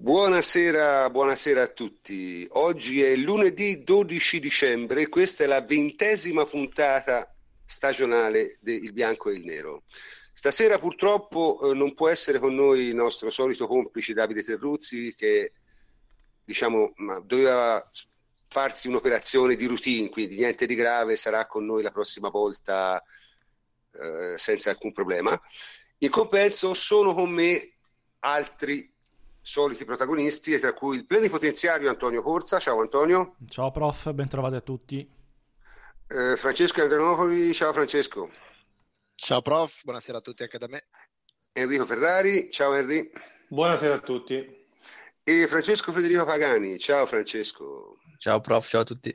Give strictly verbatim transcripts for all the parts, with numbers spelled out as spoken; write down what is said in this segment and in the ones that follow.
Buonasera, buonasera a tutti. Oggi è lunedì dodici dicembre e questa è la ventesima puntata stagionale di Il Bianco e il Nero. Stasera purtroppo eh, non può essere con noi il nostro solito complice Davide Terruzzi che diciamo ma doveva farsi un'operazione di routine, quindi niente di grave, sarà con noi la prossima volta eh, senza alcun problema. In compenso sono con me altri soliti protagonisti, e tra cui il plenipotenziario Antonio Corsa. Ciao Antonio. Ciao prof, ben trovati a tutti. Eh, Francesco Andronopoli. Ciao Francesco. Ciao prof, buonasera a tutti anche da me. Enrico Ferrari. Ciao Henry. Buonasera a tutti. E Francesco Federico Pagani. Ciao Francesco. Ciao prof, ciao a tutti.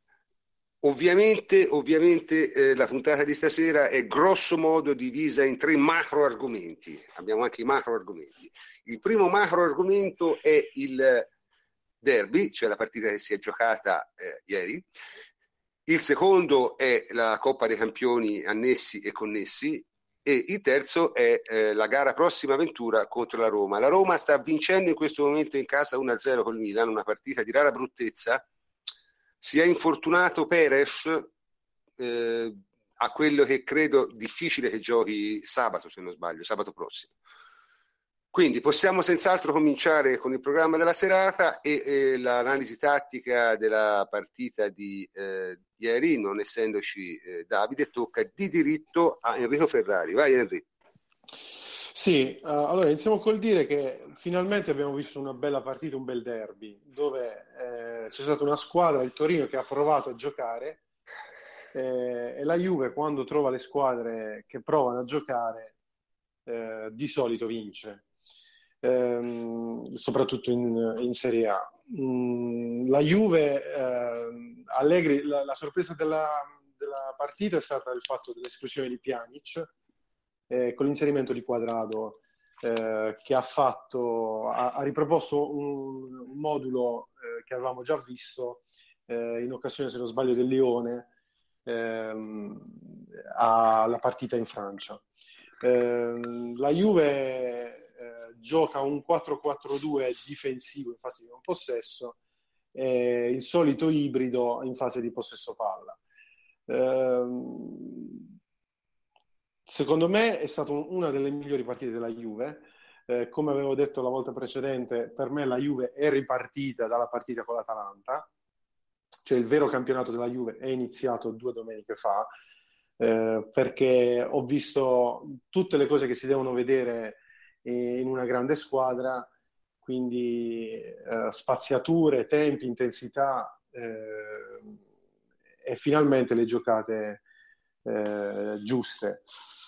Ovviamente, ovviamente eh, la puntata di stasera è grosso modo divisa in tre macro argomenti. Abbiamo anche i macro argomenti. Il primo macro argomento è il derby, cioè la partita che si è giocata eh, ieri. Il secondo è la Coppa dei Campioni annessi e connessi. E il terzo è eh, la gara prossima avventura contro la Roma. La Roma sta vincendo in questo momento in casa uno a zero col Milan, una partita di rara bruttezza. Si è infortunato Perez eh, a quello che credo difficile che giochi sabato, se non sbaglio, sabato prossimo. Quindi possiamo senz'altro cominciare con il programma della serata e eh, l'analisi tattica della partita di eh, ieri, non essendoci eh, Davide, tocca di diritto a Enrico Ferrari. Vai Enrico. Sì, uh, allora iniziamo col dire che finalmente abbiamo visto una bella partita, un bel derby, dove eh, c'è stata una squadra, il Torino, che ha provato a giocare eh, e la Juve, quando trova le squadre che provano a giocare, eh, di solito vince, ehm, soprattutto in, in Serie A. Mm, la Juve, eh, Allegri, la, la sorpresa della, della partita è stata il fatto dell'esclusione di Pjanic, Eh, con l'inserimento di Quadrado eh, che ha fatto ha, ha riproposto un, un modulo eh, che avevamo già visto eh, in occasione, se non sbaglio, del Lione ehm, alla partita in Francia. Eh, la Juve eh, gioca un quattro quattro due difensivo in fase di non possesso e il solito ibrido in fase di possesso palla. Eh, Secondo me è stata una delle migliori partite della Juve. Eh, come avevo detto la volta precedente, per me la Juve è ripartita dalla partita con l'Atalanta, cioè il vero campionato della Juve è iniziato due domeniche fa, eh, perché ho visto tutte le cose che si devono vedere in una grande squadra, quindi eh, spaziature, tempi, intensità eh, e finalmente le giocate eh, giuste.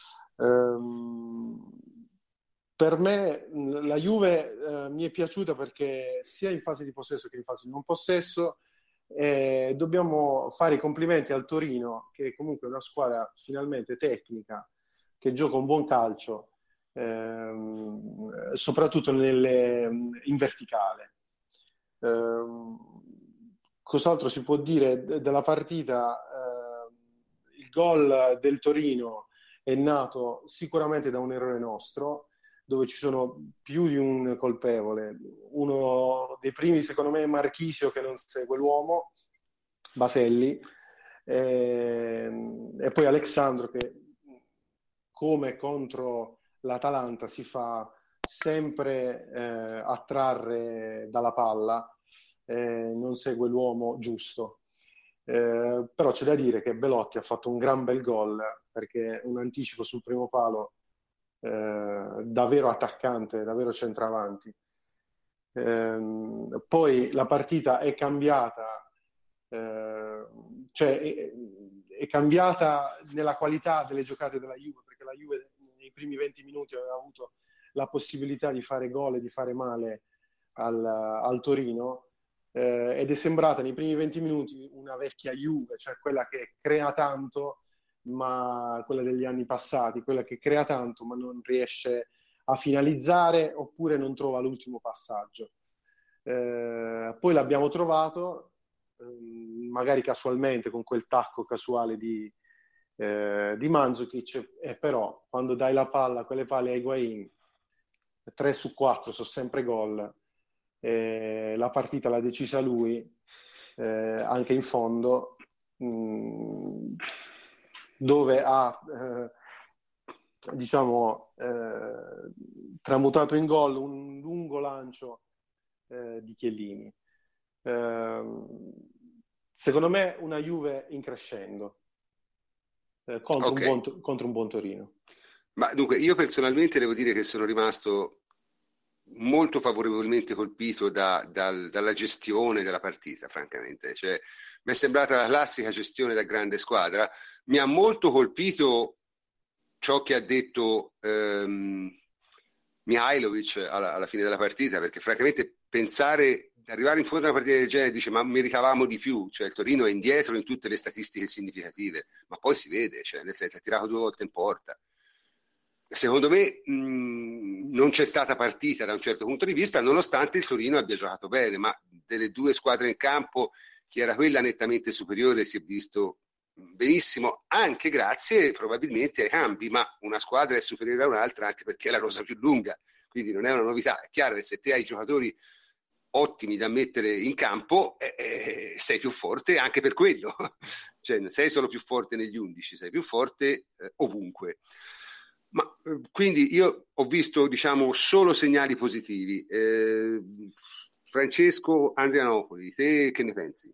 Um, per me la Juve uh, mi è piaciuta perché sia in fase di possesso che in fase di non possesso eh, dobbiamo fare i complimenti al Torino, che comunque è una squadra finalmente tecnica, che gioca un buon calcio, ehm, soprattutto nelle, in verticale. Um, cos'altro si può dire d- della partita? Uh, il gol del Torino è nato sicuramente da un errore nostro, dove ci sono più di un colpevole. Uno dei primi, secondo me, è Marchisio, che non segue l'uomo, Baselli, e, e poi Alexandro, che come contro l'Atalanta si fa sempre eh, attrarre dalla palla, eh, non segue l'uomo giusto. Eh, però c'è da dire che Belotti ha fatto un gran bel gol, perché un anticipo sul primo palo eh, davvero attaccante, davvero centravanti. Eh, poi la partita è cambiata, eh, cioè è, è cambiata nella qualità delle giocate della Juve, perché la Juve nei primi venti minuti aveva avuto la possibilità di fare gol e di fare male al, al Torino. Eh, ed è sembrata nei primi venti minuti una vecchia Juve, cioè quella che crea tanto, ma quella degli anni passati, quella che crea tanto ma non riesce a finalizzare oppure non trova l'ultimo passaggio. Eh, poi l'abbiamo trovato, eh, magari casualmente, con quel tacco casuale di, eh, di Mandzukic, e però quando dai la palla, quelle palle a Higuain, tre su quattro sono sempre gol. eh, la partita l'ha decisa lui, eh, anche in fondo, mh, dove ha eh, diciamo eh, tramutato in gol un lungo lancio eh, di Chiellini. Eh, secondo me una Juve in crescendo eh, contro, Okay. un buon, contro un buon Torino. Ma dunque, io personalmente devo dire che sono rimasto molto favorevolmente colpito da- dal- dalla gestione della partita, francamente. Cioè, mi è sembrata la classica gestione da grande squadra. Mi ha molto colpito ciò che ha detto ehm, Mihajlovic alla, alla fine della partita, perché francamente pensare, arrivare in fondo a una partita del genere, dice ma meritavamo di più, cioè il Torino è indietro in tutte le statistiche significative, ma poi si vede, cioè, nel senso ha tirato due volte in porta. Secondo me mh, non c'è stata partita da un certo punto di vista, nonostante il Torino abbia giocato bene, ma delle due squadre in campo, chi era quella nettamente superiore si è visto benissimo, anche grazie probabilmente ai cambi, ma una squadra è superiore a un'altra anche perché è la rosa più lunga, quindi non è una novità. È chiaro che se te hai giocatori ottimi da mettere in campo, eh, eh, sei più forte anche per quello, cioè non sei solo più forte negli undici, sei più forte eh, ovunque. Ma eh, quindi io ho visto, diciamo, solo segnali positivi. Eh, Francesco Andrianopoli, te che ne pensi?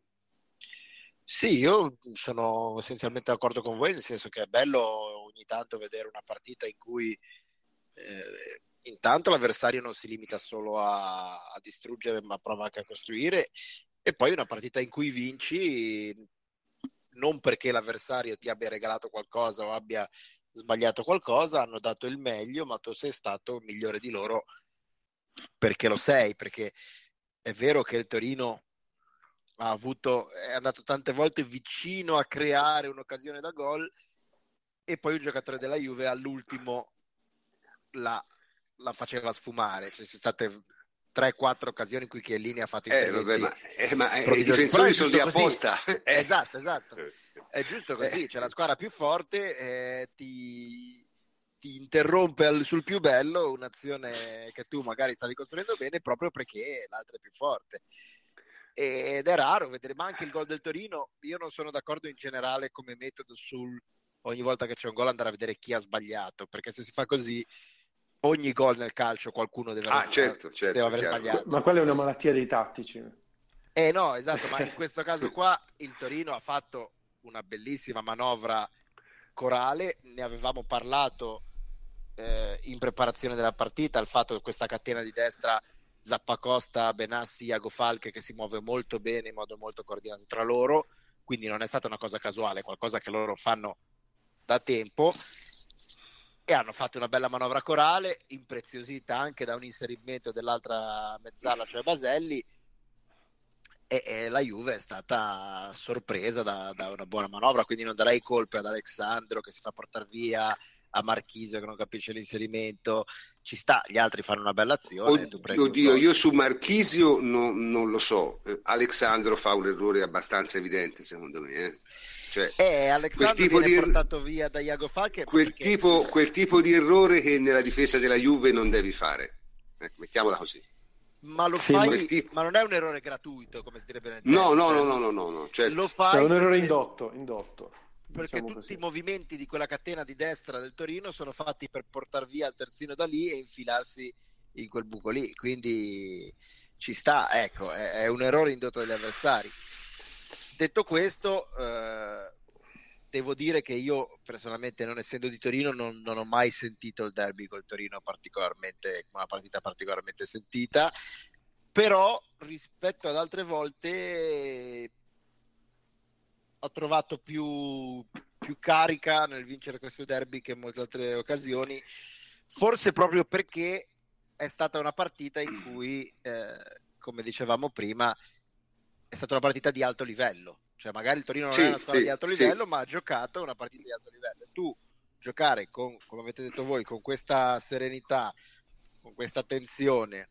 Sì, io sono essenzialmente d'accordo con voi, nel senso che è bello ogni tanto vedere una partita in cui eh, intanto l'avversario non si limita solo a, a distruggere, ma prova anche a costruire, e poi una partita in cui vinci non perché l'avversario ti abbia regalato qualcosa o abbia sbagliato qualcosa, hanno dato il meglio, ma tu sei stato migliore di loro perché lo sei, perché è vero che il Torino ha avuto, è andato tante volte vicino a creare un'occasione da gol e poi un giocatore della Juve all'ultimo la, la faceva sfumare. Ci sono state tre quattro occasioni in cui Chiellini ha fatto Eh, vabbè, interventi ma, eh, ma eh, i prodigiosi. Però difensori è sono lì giusto così. apposta. Eh. Esatto, esatto. È giusto così. Eh. C'è la squadra più forte, eh, ti, ti interrompe al- sul più bello un'azione che tu magari stavi costruendo bene proprio perché l'altra è più forte. Ed è raro vedere, ma anche il gol del Torino, io non sono d'accordo in generale come metodo sul ogni volta che c'è un gol andare a vedere chi ha sbagliato, perché se si fa così ogni gol nel calcio qualcuno deve Ah, aver, certo, certo, deve è aver chiaro. sbagliato. Ma quella è una malattia dei tattici. Eh no, esatto, ma in questo caso qua il Torino ha fatto una bellissima manovra corale, ne avevamo parlato eh, in preparazione della partita, il fatto che questa catena di destra Zappacosta, Benassi, Iago Falche che si muove molto bene in modo molto coordinato tra loro, quindi non è stata una cosa casuale, qualcosa che loro fanno da tempo e hanno fatto una bella manovra corale, impreziosita anche da un inserimento dell'altra mezzala, cioè Baselli, e, e la Juve è stata sorpresa da, da una buona manovra, quindi non darei colpe ad Alexandro che si fa portare via, a Marchisio che non capisce l'inserimento, ci sta, gli altri fanno una bella azione, tu prendi un Oddio, gol. io su Marchisio no, non lo so. Eh, Alexandro fa un errore abbastanza evidente, secondo me. Eh. Cioè, Eh, quel Alexandro tipo viene di, portato via da Iago Falche quel perché tipo, quel tipo di errore che nella difesa della Juve non devi fare. Eh, mettiamola così. ma lo Sì, fai, tipo... ma non è un errore gratuito, come si direbbe nel No, tennis, no, eh. no, no, no, no, no, certo. Lo è fai un errore perché, indotto, indotto perché diciamo tutti così. i movimenti di quella catena di destra del Torino sono fatti per portar via il terzino da lì e infilarsi in quel buco lì, quindi ci sta, ecco, è, è un errore indotto dagli avversari. Detto questo, eh, devo dire che io personalmente, non essendo di Torino, non, non ho mai sentito il derby col Torino particolarmente, una partita particolarmente sentita, però rispetto ad altre volte ho trovato più, più carica nel vincere questo derby che in molte altre occasioni, forse proprio perché è stata una partita in cui, eh, come dicevamo prima, è stata una partita di alto livello, cioè magari il Torino non è una Sì, squadra di sì, alto sì. livello, ma ha giocato una partita di alto livello. Tu giocare con, come avete detto voi, con questa serenità, con questa tensione,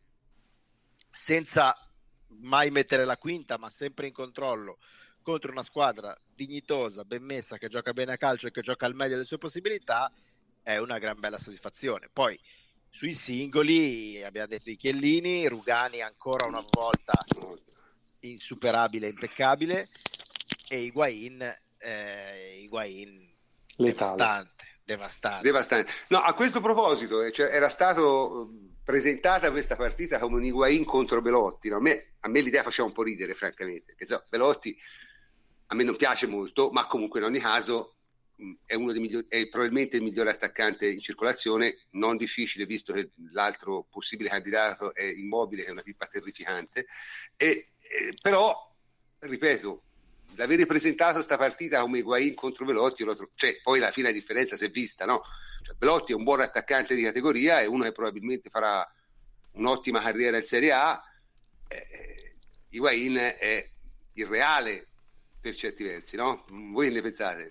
senza mai mettere la quinta, ma sempre in controllo, contro una squadra dignitosa, ben messa, che gioca bene a calcio e che gioca al meglio delle sue possibilità, è una gran bella soddisfazione. Poi sui singoli abbiamo detto i Chiellini, Rugani ancora una volta insuperabile, impeccabile, e Higuain, eh, Higuain devastante, devastante. devastante. No, a questo proposito, cioè, era stato presentata questa partita come un Higuain contro Belotti, no? a, me, a me l'idea faceva un po' ridere, francamente, perché so, Belotti a me non piace molto, ma comunque in ogni caso è uno dei migliori, è probabilmente il migliore attaccante in circolazione, non difficile visto che l'altro possibile candidato è Immobile, che è una pippa terrificante, e, e, però ripeto, l'aver presentato sta partita come Higuain contro Belotti, lo tro- cioè, poi alla fine la differenza si è vista, no? Cioè, Belotti è un buon attaccante di categoria, è uno che probabilmente farà un'ottima carriera in Serie A, eh, Higuain è irreale per certi versi, no? Voi che ne pensate?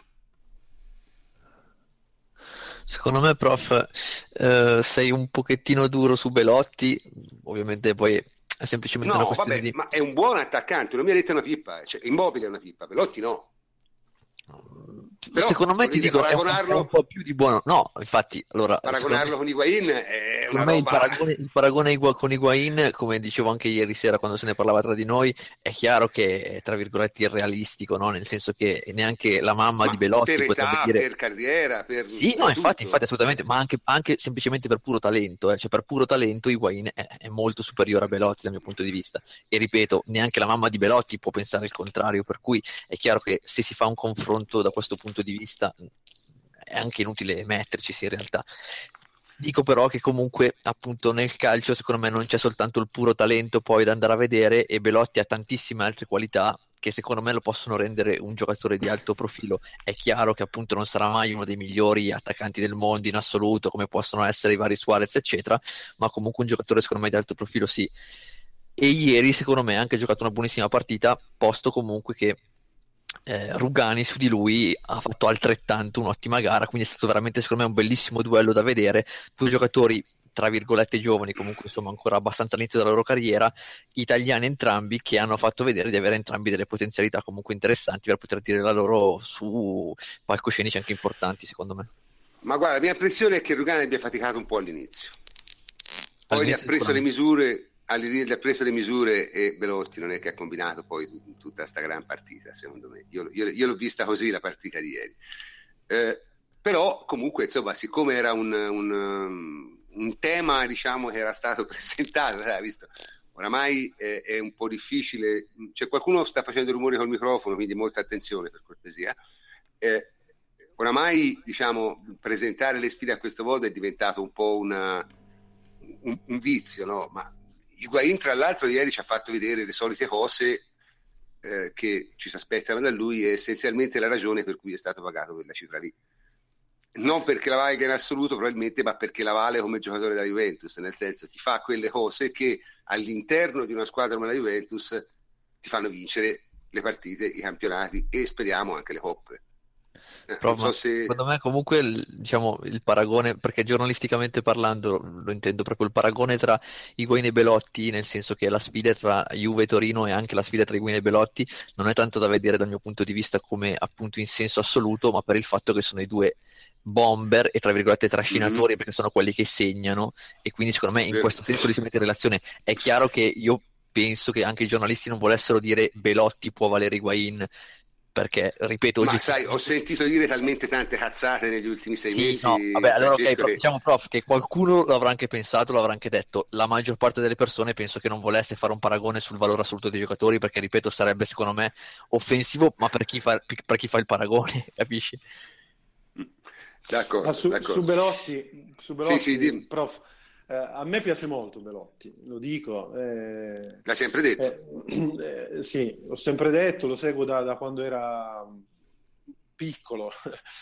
Secondo me, prof, eh, sei un pochettino duro su Belotti, ovviamente poi è semplicemente una No, questione vabbè, di... ma è un buon attaccante, non mi ha detto una pippa, cioè, Immobile è una pippa, Belotti no. Però, secondo me ti dire, dico è un, è un po' più di buono, no, infatti, allora paragonarlo me, con Higuain è una me roba... il paragone, il paragone Higua- con Higuain, come dicevo anche ieri sera quando se ne parlava tra di noi, è chiaro che è tra virgolette irrealistico, no? Nel senso che neanche la mamma ma di Belotti per potrebbe età, dire per carriera, per, sì, per no, infatti, tutto. infatti assolutamente, ma anche, anche semplicemente per puro talento, eh. Cioè per puro talento Higuain è, è molto superiore a Belotti dal mio punto di vista, e ripeto, neanche la mamma di Belotti può pensare il contrario, per cui è chiaro che se si fa un confronto da questo punto di vista è anche inutile metterci in realtà. Dico però che comunque appunto nel calcio secondo me non c'è soltanto il puro talento poi da andare a vedere, e Belotti ha tantissime altre qualità che secondo me lo possono rendere un giocatore di alto profilo. È chiaro che appunto non sarà mai uno dei migliori attaccanti del mondo in assoluto, come possono essere i vari Suarez eccetera, ma comunque un giocatore secondo me di alto profilo sì. E ieri secondo me ha anche giocato una buonissima partita, posto comunque che eh, Rugani su di lui ha fatto altrettanto un'ottima gara, quindi è stato veramente secondo me un bellissimo duello da vedere, due giocatori tra virgolette giovani, comunque insomma ancora abbastanza all'inizio della loro carriera, italiani entrambi, che hanno fatto vedere di avere entrambi delle potenzialità comunque interessanti per poter dire la loro su palcoscenici anche importanti secondo me. Ma guarda, la mia impressione è che Rugani abbia faticato un po' all'inizio, poi gli ha preso le misure gli ha preso le misure e Belotti non è che ha combinato poi tutta sta gran partita, secondo me. Io, io, io l'ho vista così la partita di ieri, eh, però comunque insomma, siccome era un, un, un tema diciamo che era stato presentato, hai visto, oramai è, è un po' difficile, c'è qualcuno che sta facendo rumore col microfono, quindi molta attenzione per cortesia. eh, oramai diciamo presentare le sfide a questo modo è diventato un po' una, un, un vizio, no? Ma Higuain tra l'altro ieri ci ha fatto vedere le solite cose eh, che ci si aspettano da lui, e essenzialmente la ragione per cui è stato pagato quella cifra lì, non perché la valga in assoluto probabilmente, ma perché la vale come giocatore da Juventus, nel senso ti fa quelle cose che all'interno di una squadra come la Juventus ti fanno vincere le partite, i campionati e speriamo anche le coppe. Però, so se... secondo me comunque il, diciamo, il paragone, perché giornalisticamente parlando lo intendo proprio il paragone tra Higuain e Belotti, nel senso che la sfida tra Juve e Torino e anche la sfida tra Higuain e Belotti non è tanto da vedere dal mio punto di vista come appunto in senso assoluto, ma per il fatto che sono i due bomber e tra virgolette trascinatori, mm-hmm. perché sono quelli che segnano, e quindi secondo me in Vero. questo senso li si mette in relazione. È chiaro che io penso che anche i giornalisti non volessero dire Belotti può valere Higuain, perché ripeto ma sai, ho sentito dire talmente tante cazzate negli ultimi sei sì, mesi, no, vabbè, allora ok, che... diciamo prof che qualcuno l'avrà anche pensato, l'avrà anche detto. La maggior parte delle persone penso che non volesse fare un paragone sul valore assoluto dei giocatori, perché ripeto sarebbe secondo me offensivo, ma per chi fa, per chi fa il paragone, capisci? D'accordo, ma su, d'accordo. su Belotti, su Belotti sì, sì, prof, eh, a me piace molto Belotti, lo dico. Eh, L'hai sempre detto? Eh, eh, sì, l'ho sempre detto, lo seguo da, da quando era piccolo.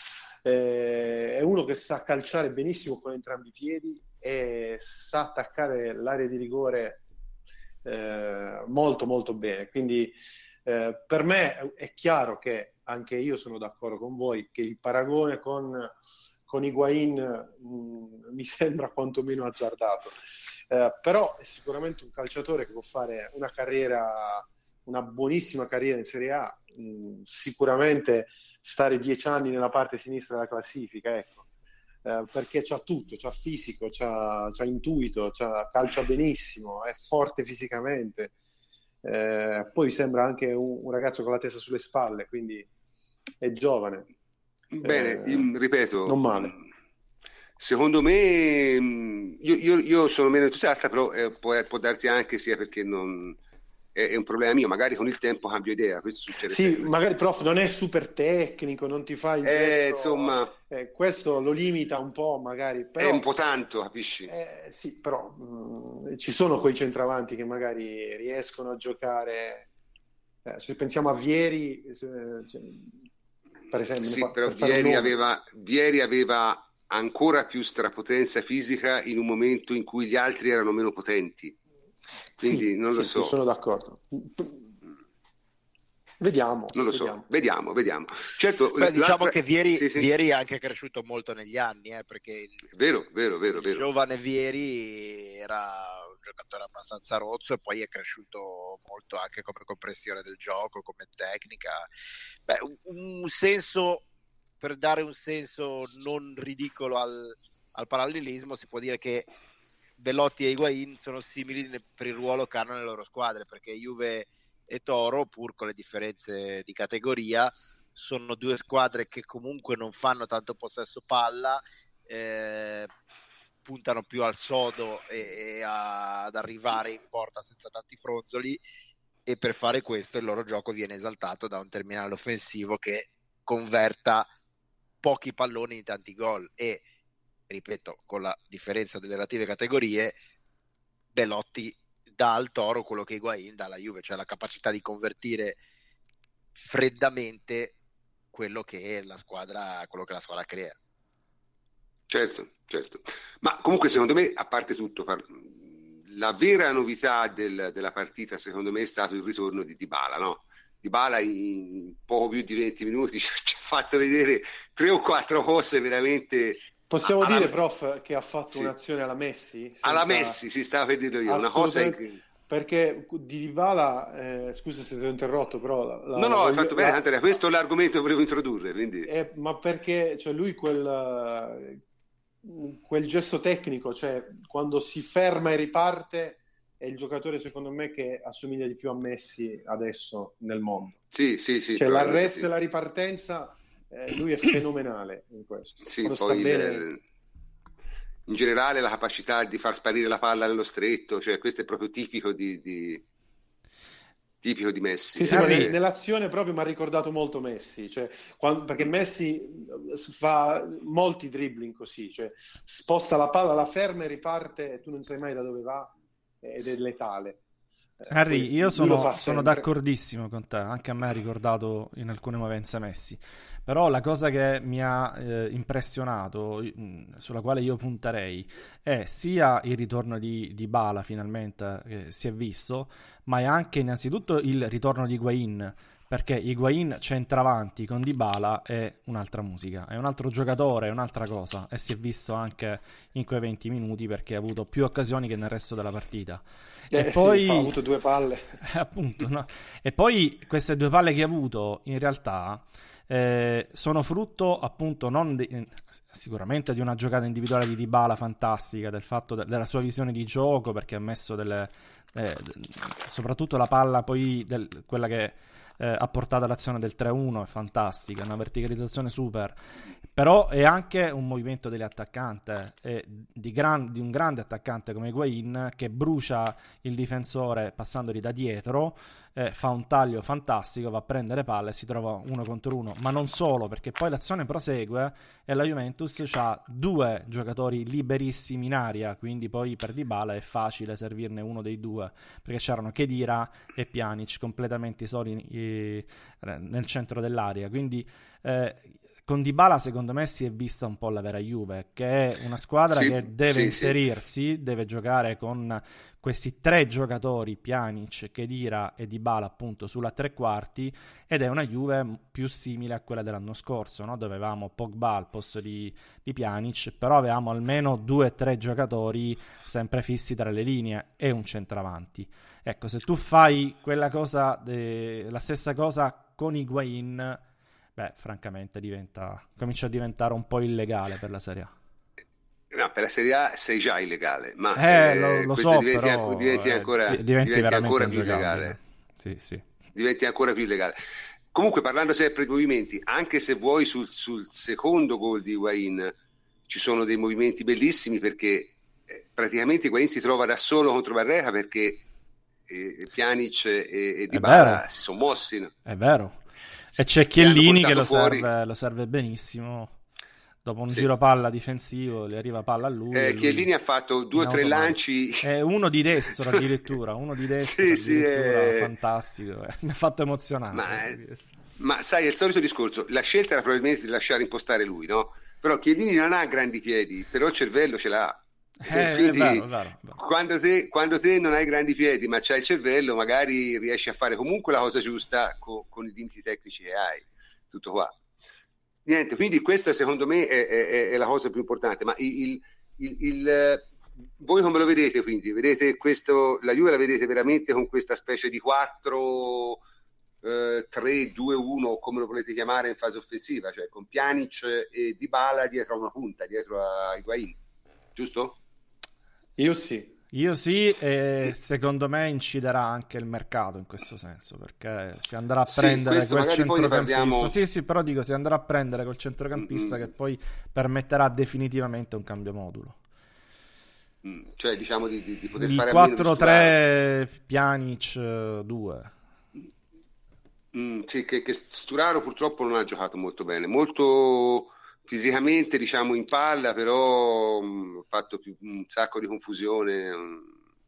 Eh, è uno che sa calciare benissimo con entrambi i piedi e sa attaccare l'area di rigore eh, molto molto bene, quindi eh, per me è chiaro che anche io sono d'accordo con voi che il paragone con, con Higuain mh, mi sembra quantomeno azzardato, eh, però è sicuramente un calciatore che può fare una carriera, una buonissima carriera in Serie A, mh, sicuramente stare dieci anni nella parte sinistra della classifica, ecco. eh, perché c'ha tutto, c'ha fisico, c'ha, c'ha intuito, c'ha, calcia benissimo, è forte fisicamente, eh, poi sembra anche un, un ragazzo con la testa sulle spalle, quindi è giovane. Bene, Eh, io, ripeto, non male. Secondo me, mh, io, io- io sono meno entusiasta, però eh, può, può darsi anche sia perché non, è, è un problema mio, magari con il tempo cambio idea, questo succede Sì, sempre. magari prof non è super tecnico, non ti fa il Eh, gesto, insomma, eh, questo lo limita un po' magari, è un però po' tanto, capisci? eh, sì, però mh, ci sono quei centravanti che magari riescono a giocare, eh, se pensiamo a Vieri, eh, cioè, per esempio, ne Sì, fa- però per fare un Vieri nome. aveva, Vieri aveva ancora più strapotenza fisica in un momento in cui gli altri erano meno potenti, quindi Sì, non lo sì, sì, so. sono d'accordo. Vediamo, Non lo so, vediamo. vediamo, vediamo. Certo, Beh, diciamo l'altra- che Vieri, sì, sì, Vieri è anche cresciuto molto negli anni, eh, perché il, vero, vero, vero, il vero. giovane Vieri era un giocatore abbastanza rozzo e poi è cresciuto molto anche come compressione del gioco, come tecnica. Beh, un, un senso, per dare un senso non ridicolo al, al parallelismo, si può dire che Belotti e Higuaín sono simili ne- per il ruolo che hanno nelle loro squadre, perché Juve e Toro, pur con le differenze di categoria, sono due squadre che comunque non fanno tanto possesso palla, eh, puntano più al sodo e, e a- ad arrivare in porta senza tanti fronzoli, e per fare questo il loro gioco viene esaltato da un terminale offensivo che converta pochi palloni in tanti gol. E ripeto, con la differenza delle relative categorie, Belotti dà al Toro quello che Higuaín dà alla Juve, cioè la capacità di convertire freddamente quello che la squadra, quello che la squadra crea. Certo, certo. Ma comunque secondo me, a parte tutto, par- la vera novità del- della partita secondo me è stato il ritorno di Dybala, no? Dybala in poco più di venti minuti ci ci ha fatto vedere tre o quattro cose veramente Possiamo alla, dire, prof, che ha fatto sì, un'azione alla Messi? alla Senza... Messi, si stava per dirlo io, una cosa Assolutamente, inc- perché di Dybala, eh, scusa se ti ho interrotto, però la, la- No, la no, hai voglio- fatto bene, la- Andrea, questo è l'argomento che volevo introdurre, quindi eh, ma perché cioè, lui quel, eh, quel gesto tecnico, cioè quando si ferma e riparte, è il giocatore secondo me che assomiglia di più a Messi adesso nel mondo. sì, sì, sì, Cioè probabilmente l'arresto sì. e la ripartenza, eh, lui è fenomenale in questo. Sì, Quando sta poi il- bene... in generale la capacità di far sparire la palla nello stretto, cioè questo è proprio tipico di, di- tipico di Messi. Sì, sì, Eh, ma beh, ne- nell'azione proprio mi ha ricordato molto Messi, cioè, quan- perché Messi eh, fa molti dribbling così, cioè sposta la palla, la ferma e riparte e tu non sai mai da dove va ed è letale. Eh, Harry, poi io lui sono, lo fa sono sempre. d'accordissimo con te, anche a me ha ricordato in alcune movenze Messi, però la cosa che mi ha eh, impressionato, mh, sulla quale io punterei, è sia il ritorno di, di Bala finalmente che si è visto, ma è anche innanzitutto il ritorno di Higuaín, perché Higuaín centravanti con Dybala è un'altra musica, è un altro giocatore, è un'altra cosa, e si è visto anche in quei venti minuti perché ha avuto più occasioni che nel resto della partita. Eh, E sì, poi fa- ha avuto due palle. eh, appunto, no? E poi queste due palle che ha avuto in realtà eh, sono frutto appunto non di- eh, sicuramente di una giocata individuale di Dybala fantastica, del fatto de- della sua visione di gioco, perché ha messo delle eh, d- soprattutto la palla poi del- quella che eh, ha portato all'azione del tre uno è fantastica, una verticalizzazione super, però è anche un movimento dell'attaccante, eh, di, gran- di un grande attaccante come Higuaín, che brucia il difensore passandogli da dietro, eh, fa un taglio fantastico, va a prendere palle e si trova uno contro uno, ma non solo, perché poi l'azione prosegue e la Juventus ha due giocatori liberissimi in aria, quindi poi per Dybala è facile servirne uno dei due, perché c'erano Khedira e Pjanic completamente soli eh, nel centro dell'area, quindi eh, con Dybala secondo me si è vista un po' la vera Juve, che è una squadra sì, che deve sì, sì. inserirsi, deve giocare con questi tre giocatori, Pjanic, Khedira e Dybala appunto sulla tre quarti, ed è una Juve più simile a quella dell'anno scorso, no? Dove avevamo Pogba al posto di, di Pjanic, però avevamo almeno due o tre giocatori sempre fissi tra le linee e un centravanti. Ecco, se tu fai quella cosa, de- la stessa cosa con Higuaín, beh, francamente diventa, comincia a diventare un po' illegale per la Serie A. No, per la Serie A sei già illegale, ma Eh, eh, lo, lo questo so, diventi, però diventi eh, ancora, di- diventi diventi veramente ancora più ingiocabile. illegale. Sì, sì. Diventi ancora più illegale. Comunque, parlando sempre di movimenti, anche se vuoi sul, sul secondo gol di Higuain ci sono dei movimenti bellissimi, perché eh, praticamente Higuain si trova da solo contro Barreca, perché eh, Pjanic e, e È Dybala vero, si sono mossi, no? è vero. Si- E c'è li hanno Chiellini che portato lo fuori. serve, lo serve benissimo. Dopo un Sì. giro palla difensivo, gli arriva palla a lui e Eh, lui Chiellini ha fatto due o in tre automatico. lanci. È uno di destro addirittura, uno di destra Sì, sì, addirittura, eh. fantastico. eh. Mi ha fatto emozionare. Ma, uno eh, di destra. ma sai, è il solito discorso. La scelta era probabilmente di lasciare impostare lui, no? Però Chiellini non ha grandi piedi, però il cervello ce l'ha. Eh, E è quindi vero, è vero, è vero. Quando, te, quando te non hai grandi piedi ma c'hai il cervello, magari riesci a fare comunque la cosa giusta co- con i limiti tecnici che hai. Tutto qua. Niente, quindi questa secondo me è, è- è la cosa più importante. Ma il, il- il- il, eh, voi come lo vedete quindi? Vedete questo, la Juve la vedete veramente con questa specie di quattro tre due uno, come lo volete chiamare, in fase offensiva, cioè con Pjanic e Dybala dietro a una punta, dietro a Higuain, giusto? Io sì. Io sì, e secondo me inciderà anche il mercato in questo senso, perché si andrà a Sì, prendere questo quel magari poi ne centrocampista. parliamo. Sì, sì, però dico, si andrà a prendere quel centrocampista Mm, che poi permetterà definitivamente un cambio modulo. mm, cioè diciamo di, di- di poter Il fare a meno di quattro tre Pjanic due. Mm, sì, che, che Sturaro purtroppo non ha giocato molto bene, molto fisicamente, diciamo, in palla, però mm, ha fatto più- un sacco di confusione. mm.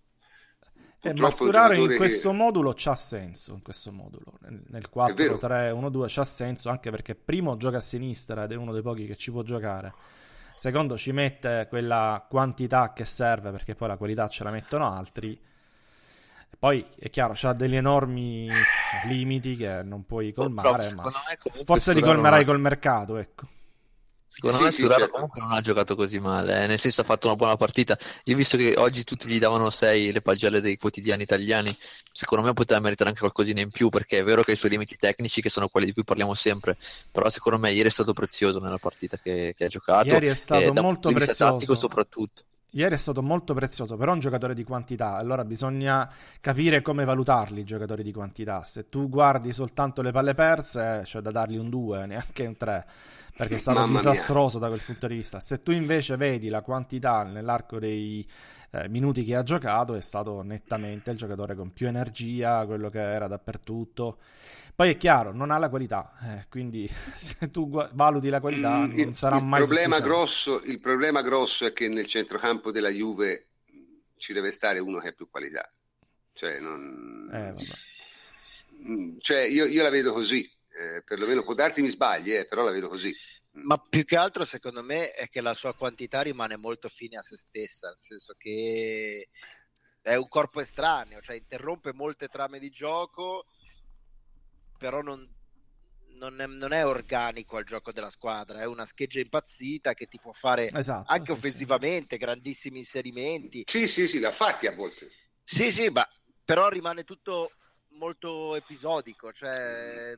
Eh, ma Purtroppo è un Sturaro in giocatore questo che modulo c'ha senso, in questo modulo. Nel, nel è quattro vero, tre uno due c'ha senso, anche perché primo gioca a sinistra ed è uno dei pochi che ci può giocare. Secondo ci mette quella quantità che serve, perché poi la qualità ce la mettono altri. E poi è chiaro, c'ha degli enormi limiti che non puoi Però colmare, ma secondo me comunque forse li Sturaro non colmerai ha- col mercato, ecco. Secondo sì, me sì, Sturaro certo. comunque non ha giocato così male, eh, nel senso ha fatto una buona partita. Io ho visto che oggi tutti gli davano sei le pagelle dei quotidiani italiani, secondo me poteva meritare anche qualcosina in più, perché è vero che ha i suoi limiti tecnici, che sono quelli di cui parliamo sempre, però secondo me ieri è stato prezioso nella partita che, che ha giocato, Ieri è e stato da un molto punto di vista tattico prezioso. soprattutto. Ieri è stato molto prezioso, però è un giocatore di quantità, allora bisogna capire come valutarli i giocatori di quantità. Se tu guardi soltanto le palle perse, cioè da dargli un due, neanche un tre, perché è stato Mamma mia. disastroso da quel punto di vista. Se tu invece vedi la quantità nell'arco dei eh, minuti che ha giocato, è stato nettamente il giocatore con più energia, quello che era dappertutto. Poi è chiaro, non ha la qualità, eh, quindi se tu gu- valuti la qualità Mm, non il, sarà il mai problema sufficiente. grosso, il problema grosso è che nel centrocampo della Juve ci deve stare uno che ha più qualità. Cioè, non... Eh, vabbè. Mm, cioè io, io la vedo così, eh, perlomeno può darti mi sbagli, eh, però la vedo così. Ma più che altro secondo me è che la sua quantità rimane molto fine a se stessa, nel senso che è un corpo estraneo, cioè interrompe molte trame di gioco, però non, non, è, non è organico al gioco della squadra, è una scheggia impazzita che ti può fare Esatto, anche sì, sì. offensivamente, grandissimi inserimenti. Sì, sì, sì, l'ha fatti a volte. Sì, sì, ma però rimane tutto molto episodico, cioè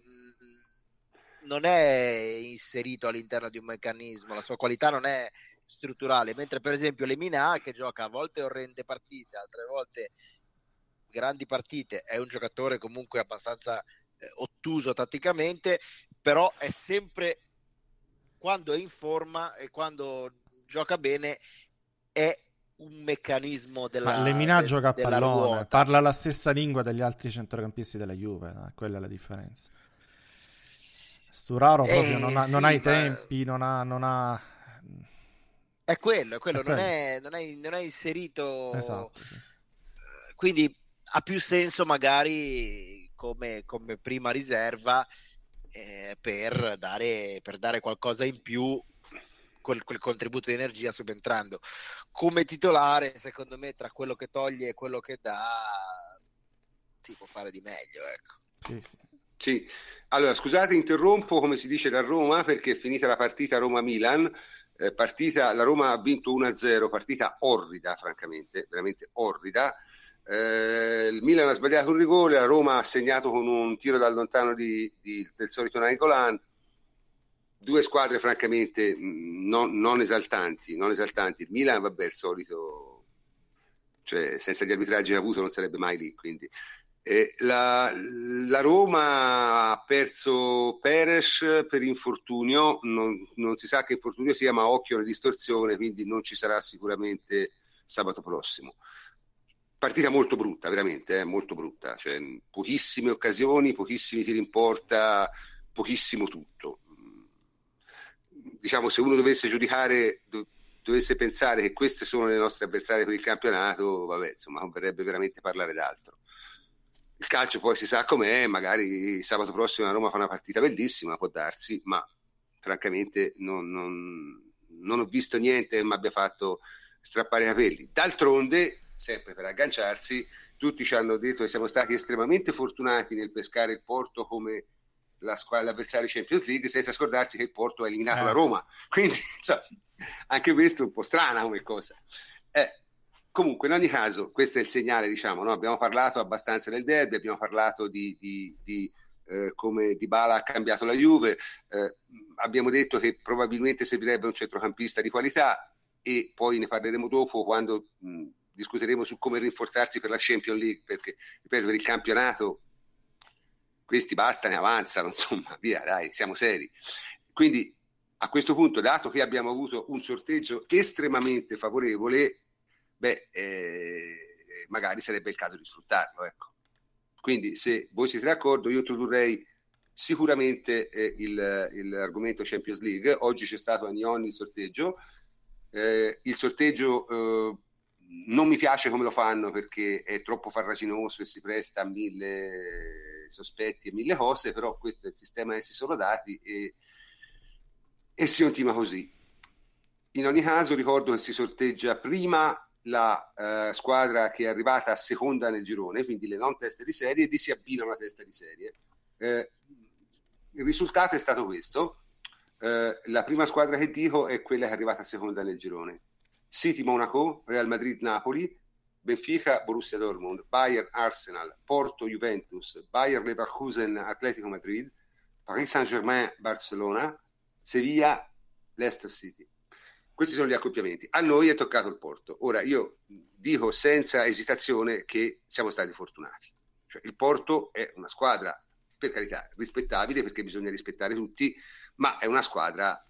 mh, non è inserito all'interno di un meccanismo, la sua qualità non è strutturale, mentre per esempio Lemina, che gioca a volte orrende partite, altre volte grandi partite, è un giocatore comunque abbastanza eh, ottuso tatticamente, però è sempre, quando è in forma e quando gioca bene, è un meccanismo della, Ma Lemina de- gioca a della pallone, ruota. parla la stessa lingua degli altri centrocampisti della Juve, eh, quella è la differenza. Sturaro proprio Eh, non ha, non sì, ha i ma tempi, non ha, non ha... è quello, è quello, È non quello. è, non è, non è inserito, Esatto, sì, sì. eh, quindi ha più senso magari come, come prima riserva eh, per dare, per dare qualcosa in più, quel, quel contributo di energia subentrando. Come titolare, secondo me, tra quello che toglie e quello che dà, si può fare di meglio, ecco. Sì, sì. Sì, allora scusate, interrompo come si dice da Roma perché è finita la partita Roma-Milan, eh, partita, la Roma ha vinto uno a zero, partita orrida francamente, veramente orrida. Eh, il Milan ha sbagliato un rigore, la Roma ha segnato con un tiro dal lontano di, di, del solito Nainggolan. due squadre francamente non, non esaltanti, non esaltanti. Il Milan, vabbè, il solito, cioè senza gli arbitraggi che ha avuto non sarebbe mai lì, quindi eh, la, la Roma ha perso Perez per infortunio, non, non si sa che infortunio sia, ma occhio alla distorsione, quindi non ci sarà sicuramente sabato prossimo. Partita molto brutta, veramente, eh, molto brutta, cioè, pochissime occasioni, pochissimi tiri in porta, pochissimo tutto. Diciamo, se uno dovesse giudicare, do, dovesse pensare che queste sono le nostre avversarie per il campionato, vabbè, insomma, non verrebbe veramente parlare d'altro. Il calcio poi si sa com'è, magari sabato prossimo la Roma fa una partita bellissima, può darsi, ma francamente non, non, non ho visto niente che mi abbia fatto strappare i capelli. D'altronde, sempre per agganciarsi, tutti ci hanno detto che siamo stati estremamente fortunati nel pescare il Porto come la squadra, l'avversario Champions League, senza scordarsi che il Porto ha eliminato eh. la Roma, quindi insomma, anche questo è un po' strana come cosa. Eh, comunque in ogni caso questo è il segnale, diciamo, no? Abbiamo parlato abbastanza del derby, abbiamo parlato di, di, di eh, come Dybala ha cambiato la Juve, eh, abbiamo detto che probabilmente servirebbe un centrocampista di qualità e poi ne parleremo dopo quando mh, discuteremo su come rinforzarsi per la Champions League, perché ripeto, per il campionato questi bastano e avanzano, insomma, via, dai, siamo seri. Quindi a questo punto, dato che abbiamo avuto un sorteggio estremamente favorevole, beh, eh, magari sarebbe il caso di sfruttarlo, ecco. Quindi se voi siete d'accordo, io introdurrei sicuramente eh, il, l'argomento Champions League. Oggi c'è stato a Nyon il sorteggio, eh, il sorteggio eh, non mi piace come lo fanno perché è troppo farraginoso e si presta a mille sospetti e mille cose, però questo è il sistema che si sono dati e, e si continua così. In ogni caso ricordo che si sorteggia prima la uh, squadra che è arrivata a seconda nel girone, quindi le non teste di serie, e lì si abbina una testa di serie. Eh, il risultato è stato questo. Uh, la prima squadra che dico è quella che è arrivata a seconda nel girone. City Monaco, Real Madrid Napoli, Benfica Borussia Dortmund, Bayern Arsenal, Porto Juventus, Bayer Leverkusen Atletico Madrid, Paris Saint-Germain Barcellona, Sevilla Leicester City. Questi sono gli accoppiamenti. A noi è toccato il Porto. Ora io dico senza esitazione che siamo stati fortunati. Cioè, il Porto è una squadra, per carità, rispettabile, perché bisogna rispettare tutti, ma è una squadra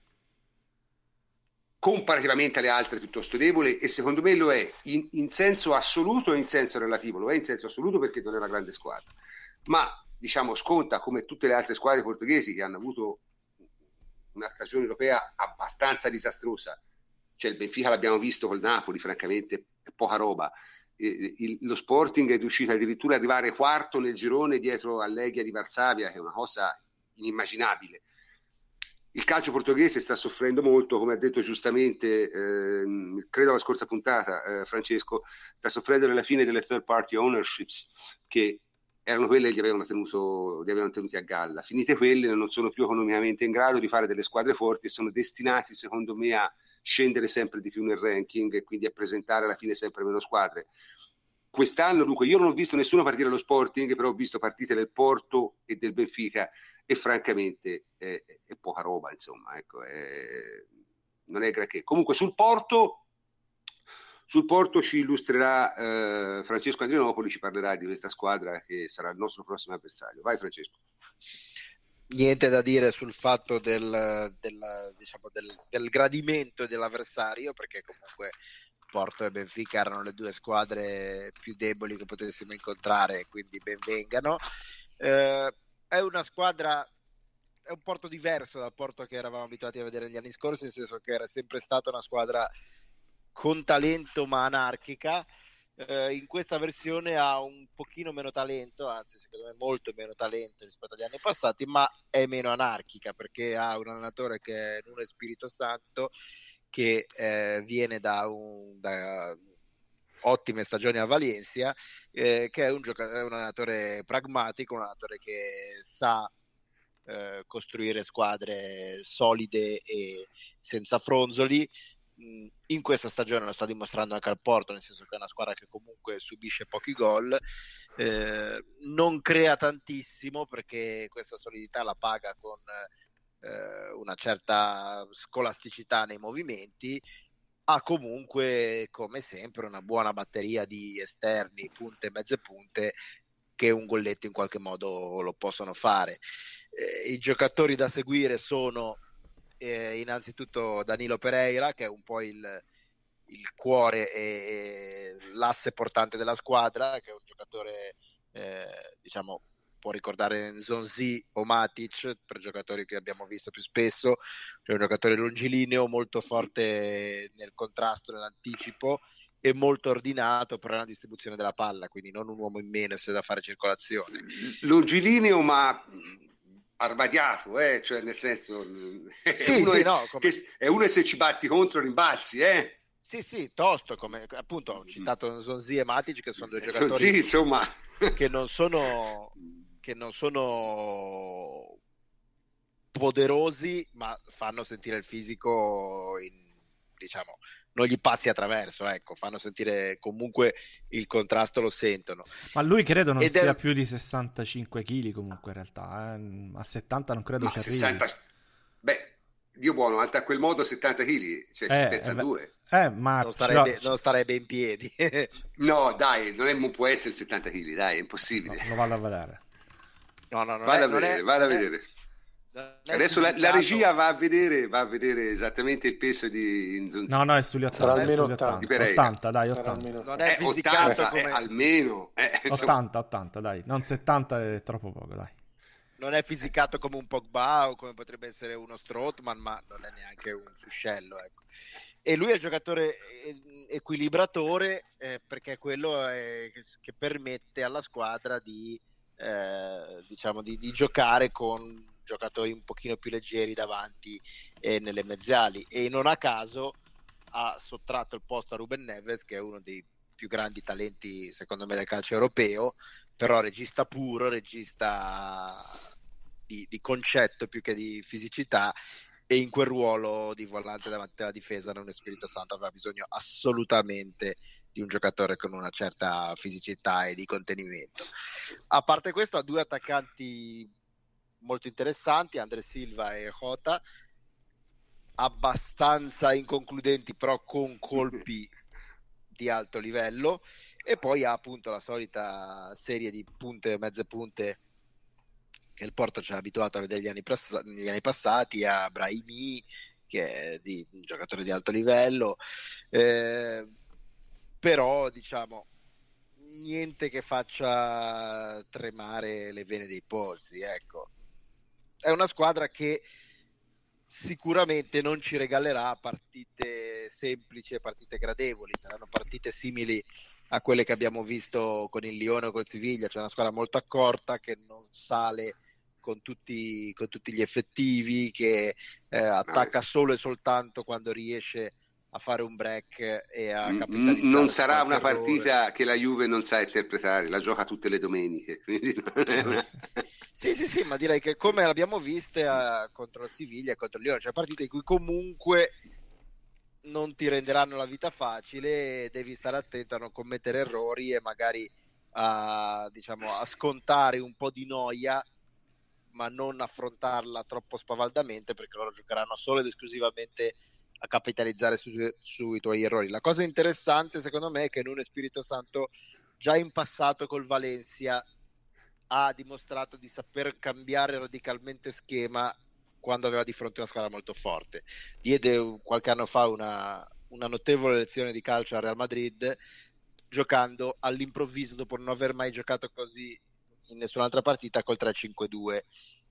comparativamente alle altre piuttosto debole, e secondo me lo è in, in senso assoluto e in senso relativo. Lo è in senso assoluto perché non è una grande squadra, ma diciamo sconta come tutte le altre squadre portoghesi che hanno avuto una stagione europea abbastanza disastrosa. Cioè il Benfica l'abbiamo visto col Napoli, francamente è poca roba. Eh, il, lo Sporting è riuscito addirittura ad arrivare quarto nel girone dietro a Legia di Varsavia, che è una cosa inimmaginabile. Il calcio portoghese sta soffrendo molto, come ha detto giustamente, eh, credo la scorsa puntata, eh, Francesco, sta soffrendo nella fine delle third party ownerships, che erano quelle che gli avevano tenuto, li avevano tenuti a galla. Finite quelle, non sono più economicamente in grado di fare delle squadre forti e sono destinati, secondo me, a scendere sempre di più nel ranking e quindi a presentare alla fine sempre meno squadre. Quest'anno, dunque, io non ho visto nessuna partita dello Sporting, però ho visto partite del Porto e del Benfica, e francamente è, è poca roba, insomma, ecco, è, non è granché. Comunque sul Porto sul Porto ci illustrerà eh, Francesco Andrianopoli, ci parlerà di questa squadra che sarà il nostro prossimo avversario. Vai Francesco. Niente da dire sul fatto del, del, diciamo del, del gradimento dell'avversario, perché comunque Porto e Benfica erano le due squadre più deboli che potessimo incontrare, quindi ben vengano. Eh, è una squadra, è un Porto diverso dal Porto che eravamo abituati a vedere negli anni scorsi, nel senso che era sempre stata una squadra con talento ma anarchica. Eh, in questa versione ha un pochino meno talento, anzi secondo me molto meno talento rispetto agli anni passati, ma è meno anarchica perché ha un allenatore che è Nuno Espirito Santo, che eh, viene da, un, da ottime stagioni a Valencia, eh, che è un, gioca- è un allenatore pragmatico, un allenatore che sa eh, costruire squadre solide e senza fronzoli. In questa stagione lo sta dimostrando anche al Porto, nel senso che è una squadra che comunque subisce pochi gol, eh, non crea tantissimo perché questa solidità la paga con eh, una certa scolasticità nei movimenti, ha comunque, come sempre, una buona batteria di esterni, punte e mezze punte, che un golletto in qualche modo lo possono fare. Eh, i giocatori da seguire sono eh, innanzitutto Danilo Pereira, che è un po' il, il cuore e, e l'asse portante della squadra, che è un giocatore, eh, diciamo, può ricordare Nzonzi o Matic, per giocatori che abbiamo visto più spesso, cioè un giocatore longilineo, molto forte nel contrasto, nell'anticipo, e molto ordinato per la distribuzione della palla, quindi non un uomo in meno se da fare circolazione. Longilineo ma armadiato, eh? Cioè nel senso è, sì, uno sì, è, no, come... che, è uno e se ci batti contro rimbalzi, eh? Sì, sì, tosto, come appunto ho citato Nzonzi e Matic, che sono due giocatori sì, insomma. che non sono che non sono poderosi, ma fanno sentire il fisico in, diciamo, non gli passi attraverso, ecco, fanno sentire comunque il contrasto, lo sentono. Ma lui credo non Ed sia è... più di sessantacinque chili comunque in realtà, eh? A settanta non credo ma ci sessanta... arrivi. Beh, Dio buono, alta a quel modo settanta chili, cioè Eh, si spezza eh, a due. Eh, ma non, starebbe, non starebbe in piedi. No, dai, non, è, non può essere settanta chili, dai, è impossibile. No, lo vado a vedere. No, no, non vado è, a vedere, non è, vado non a è, vedere. non è Adesso la, fisicato... la regia va a vedere, va a vedere esattamente il peso di Nzonzi. No, no, è sugli Sarà ottanta, almeno sugli ottanta. Di Pereira. ottanta, dai, Sarà ottanta. almeno Non è Eh, fisicato ottanta, come... eh, almeno. Eh, insomma. ottanta, ottanta, dai. Non settanta è troppo poco, dai. Non è fisicato come un Pogba o come potrebbe essere uno Strootman, ma non è neanche un fuscello, ecco. E lui è il giocatore equilibratore, eh, perché è quello è, che, che permette alla squadra di, eh, diciamo, di, di giocare con giocatori un pochino più leggeri davanti e nelle mezzali, e non a caso ha sottratto il posto a Ruben Neves, che è uno dei più grandi talenti secondo me del calcio europeo, però regista puro, regista di, di concetto più che di fisicità, e in quel ruolo di volante davanti alla difesa non Spirito Santo aveva bisogno assolutamente di un giocatore con una certa fisicità e di contenimento. A parte questo, ha due attaccanti molto interessanti, Andre Silva e Jota, abbastanza inconcludenti però con colpi di alto livello, e poi ha appunto la solita serie di punte e mezze punte che il Porto ci ha abituato a vedere negli anni, pass- negli anni passati, a Brahimi, che è di, un giocatore di alto livello, eh, però diciamo niente che faccia tremare le vene dei polsi, ecco. È una squadra che sicuramente non ci regalerà partite semplici e partite gradevoli, saranno partite simili a quelle che abbiamo visto con il Lione o col Siviglia, cioè una squadra molto accorta che non sale con tutti, con tutti gli effettivi, che eh, attacca solo e soltanto quando riesce a fare un break e a capitalizzare. Non sarà una errore. partita che la Juve non sa interpretare, la gioca tutte le domeniche. Quindi non è una... Sì, sì, sì, ma direi che come l'abbiamo vista contro il Siviglia e contro il Lione, cioè partite in cui comunque non ti renderanno la vita facile, devi stare attento a non commettere errori e magari a, diciamo, a scontare un po' di noia, ma non affrontarla troppo spavaldamente, perché loro giocheranno solo ed esclusivamente a capitalizzare su, sui tuoi errori. La cosa interessante secondo me è che Nuno Spirito Santo già in passato col Valencia ha dimostrato di saper cambiare radicalmente schema quando aveva di fronte una squadra molto forte. Diede qualche anno fa una, una notevole lezione di calcio al Real Madrid, giocando all'improvviso, dopo non aver mai giocato così in nessun'altra partita, col tre cinque due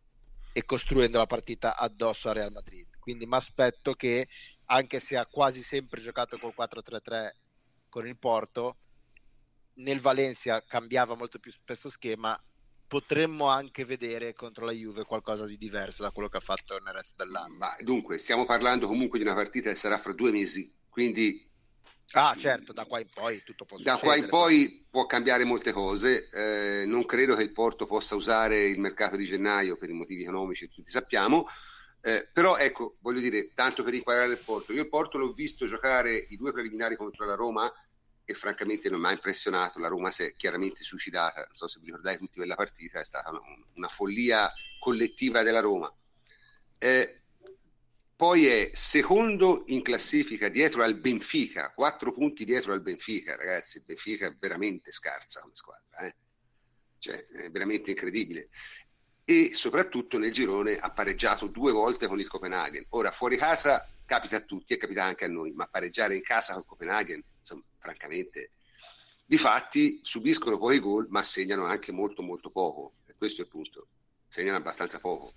e costruendo la partita addosso al Real Madrid. Quindi mi aspetto che, anche se ha quasi sempre giocato col quattro tre tre con il Porto, nel Valencia cambiava molto più spesso schema, potremmo anche vedere contro la Juve qualcosa di diverso da quello che ha fatto nel resto dell'anno. Ma dunque, stiamo parlando comunque di una partita che sarà fra due mesi, quindi... Ah, certo, da qua in poi tutto può da succedere. qua in poi può cambiare molte cose. Eh, non credo che il Porto possa usare il mercato di gennaio per i motivi economici che tutti sappiamo, eh, però ecco, voglio dire, tanto per inquadrare il Porto, io il Porto l'ho visto giocare i due preliminari contro la Roma e francamente non mi ha impressionato. La Roma si è chiaramente suicidata, non so se vi ricordate tutti quella partita, è stata una, una follia collettiva della Roma. Eh, poi è secondo in classifica dietro al Benfica, quattro punti dietro al Benfica, ragazzi. Il Benfica è veramente scarsa come squadra, eh? Cioè, è veramente incredibile. E soprattutto nel girone ha pareggiato due volte con il Copenaghen. Ora, fuori casa capita a tutti, è capitato anche a noi, ma pareggiare in casa con Copenaghen, insomma, francamente, difatti subiscono pochi gol, ma segnano anche molto molto poco. E questo è il punto, segnano abbastanza poco.